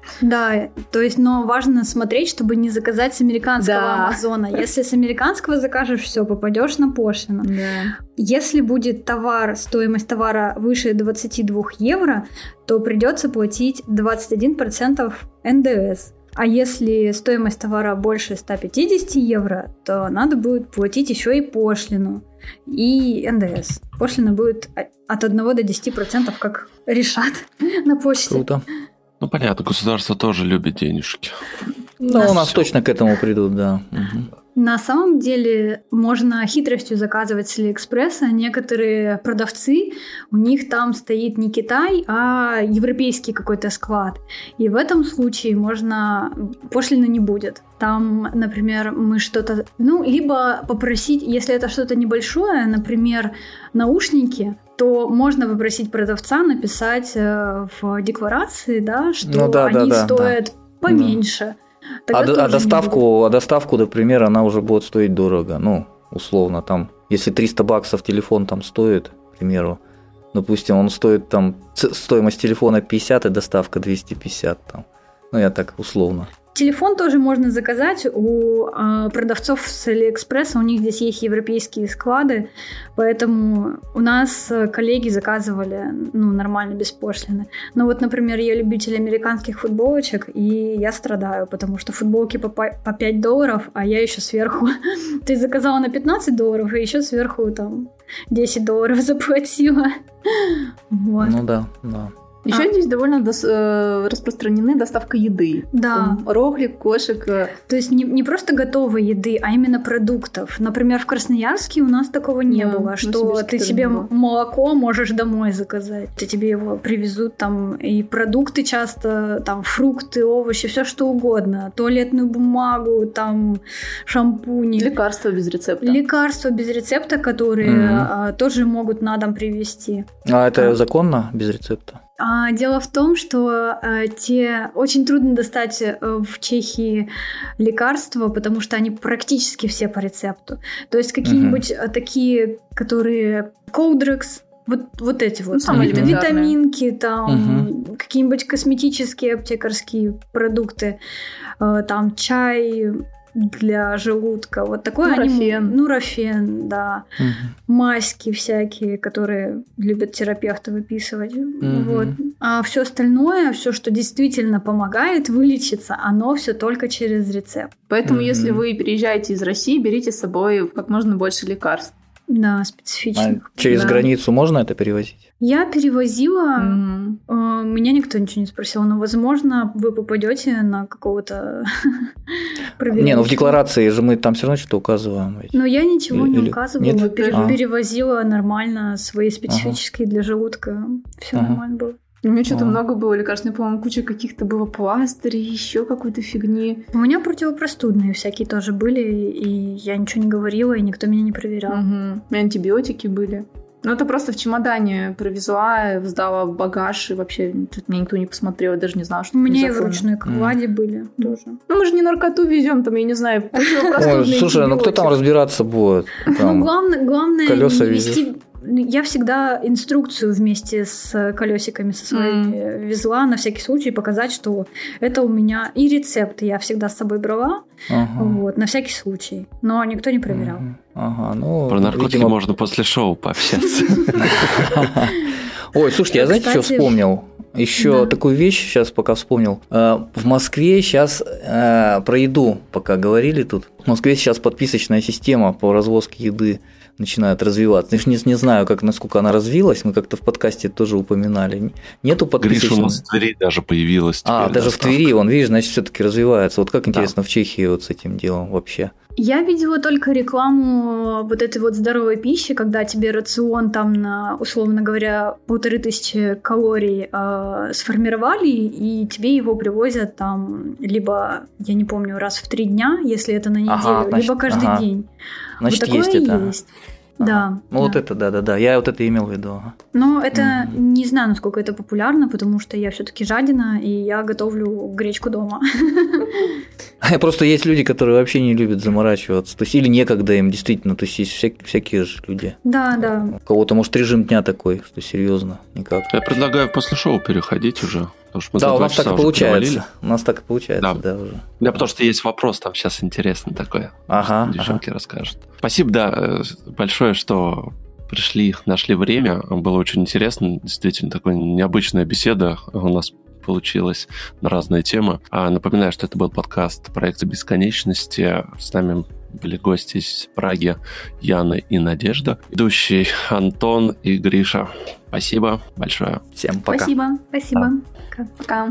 Да, то есть, но важно смотреть, чтобы не заказать с американского Амазона. Если с американского закажешь, все, попадешь на пошлину. Да. Если будет стоимость товара выше 22 евро, то придется платить 21% НДС. А если стоимость товара больше 150 евро, то надо будет платить еще и пошлину и НДС. Пошлина будет от 1 до 10%, как решат на почте. Круто. Ну, понятно, государство тоже любит денежки. Ну, у нас точно к этому придут, да. Угу. На самом деле можно хитростью заказывать с Алиэкспресса. Некоторые продавцы, у них там стоит не Китай, а европейский какой-то склад. И в этом случае пошлины не будет. Там, например, мы что-то... либо попросить, если это что-то небольшое, например, наушники, то можно попросить продавца написать в декларации, да, что они стоят поменьше. А доставку, например, она уже будет стоить дорого. Условно, там, если $300 телефон там стоит, к примеру, допустим, он стоит там, стоимость телефона 50 и доставка 250 там. Я так условно. Телефон тоже можно заказать у продавцов с Алиэкспресса, у них здесь есть европейские склады, поэтому у нас коллеги заказывали нормально, без пошлины. Но вот, например, я любитель американских футболочек, и я страдаю, потому что футболки по $5, а я еще сверху... Ты заказала на $15, и еще сверху там $10 заплатила. Вот. Ну да. Еще здесь довольно распространены доставка еды. Да. Там рохлик, кошек. То есть не просто готовой еды, а именно продуктов. Например, в Красноярске у нас такого не было, что ты себе молоко можешь домой заказать. Тебе его привезут, там и продукты часто, там фрукты, овощи, все что угодно. Туалетную бумагу, там шампуни. Лекарства без рецепта. Которые тоже могут на дом привезти. А это законно без рецепта? Дело в том, что очень трудно достать в Чехии лекарства, потому что они практически все по рецепту. То есть какие-нибудь такие, которые Колдрекс, вот эти вот витаминки, там какие-нибудь косметические аптекарские продукты, там чай для желудка, вот такое. Нурофен, да. Маски всякие, которые любят терапевты выписывать. Вот. А все остальное, все, что действительно помогает вылечиться, оно все только через рецепт. Поэтому, если вы переезжаете из России, берите с собой как можно больше лекарств. Да, специфичных. Через границу можно это перевозить? Я перевозила, меня никто ничего не спросил, но, возможно, вы попадете на какого-то проверяющего. В декларации же мы там все равно что-то указываем. Но я ничего не указывала, перевозила нормально свои специфические для желудка, все нормально было. У меня что-то много было лекарств, по-моему, куча каких-то было пластырей, еще какой-то фигни. У меня противопростудные всякие тоже были, и я ничего не говорила, и никто меня не проверял. У меня антибиотики были. Это просто в чемодане провезла, сдала в багаж, и вообще тут меня никто не посмотрел, я даже не знала, что у меня и в ручной кладе были тоже. Мы же не наркоту везем, там, я не знаю, противопростудные. Слушай, кто там разбираться будет? Главное колеса не везти. Я всегда инструкцию вместе с колесиками со своими везла на всякий случай, показать, что это у меня и рецепты я всегда с собой брала, на всякий случай. Но никто не проверял. Про наркотики можно после шоу пообщаться. Ой, слушайте, я знаете, что вспомнил? Еще такую вещь сейчас пока вспомнил. В Москве сейчас про еду пока говорили тут. В Москве сейчас подписочная система по развозке еды начинает развиваться. Я не знаю, насколько она развилась, мы как-то в подкасте тоже упоминали. Нету подписочной. Гриша, у нас в Твери даже появилась теперь даже в Твери, видишь, значит, все-таки развивается. Вот как интересно в Чехии с этим делом вообще. Я видела только рекламу вот этой вот здоровой пищи, когда тебе рацион там на, условно говоря, 1500 калорий сформировали, и тебе его привозят там либо, я не помню, раз в 3 дня, если это на неделю, либо каждый день. Значит, вот есть это. Есть. Да. Вот это, да. Я вот это имел в виду. Но это не знаю, насколько это популярно, потому что я все-таки жадина, и я готовлю гречку дома. Просто есть люди, которые вообще не любят заморачиваться. То есть, или некогда им, действительно. То есть, есть всякие же люди. Да. У кого-то, может, режим дня такой, что серьезно, никак. Я предлагаю после шоу переходить уже. Да, у нас так и получается. У нас так и получается, да уже. Да, потому что есть вопрос, там сейчас интересно такое. Девчонки расскажут. Спасибо, да, большое, что пришли, нашли время. Было очень интересно. Действительно, такая необычная беседа у нас получилась на разные темы. Напоминаю, что это был подкаст «Проекта бесконечности». С нами были гости из Праги Яна и Надежда, ведущий Антон и Гриша. Спасибо большое. Всем пока. Спасибо. Пока.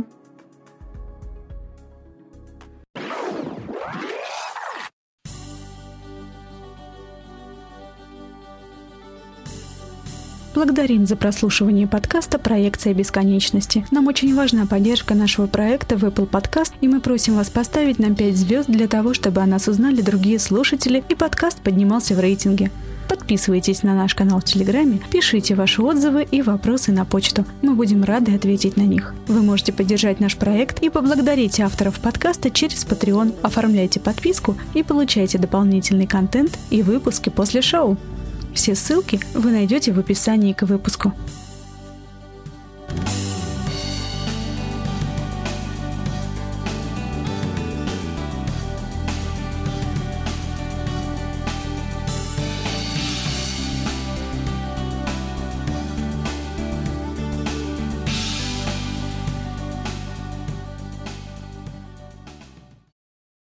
Благодарим за прослушивание подкаста «Проекция бесконечности». Нам очень важна поддержка нашего проекта в Apple Podcast, и мы просим вас поставить нам 5 звезд для того, чтобы о нас узнали другие слушатели и подкаст поднимался в рейтинге. Подписывайтесь на наш канал в Телеграме, пишите ваши отзывы и вопросы на почту. Мы будем рады ответить на них. Вы можете поддержать наш проект и поблагодарить авторов подкаста через Patreon. Оформляйте подписку и получайте дополнительный контент и выпуски после шоу. Все ссылки вы найдете в описании к выпуску.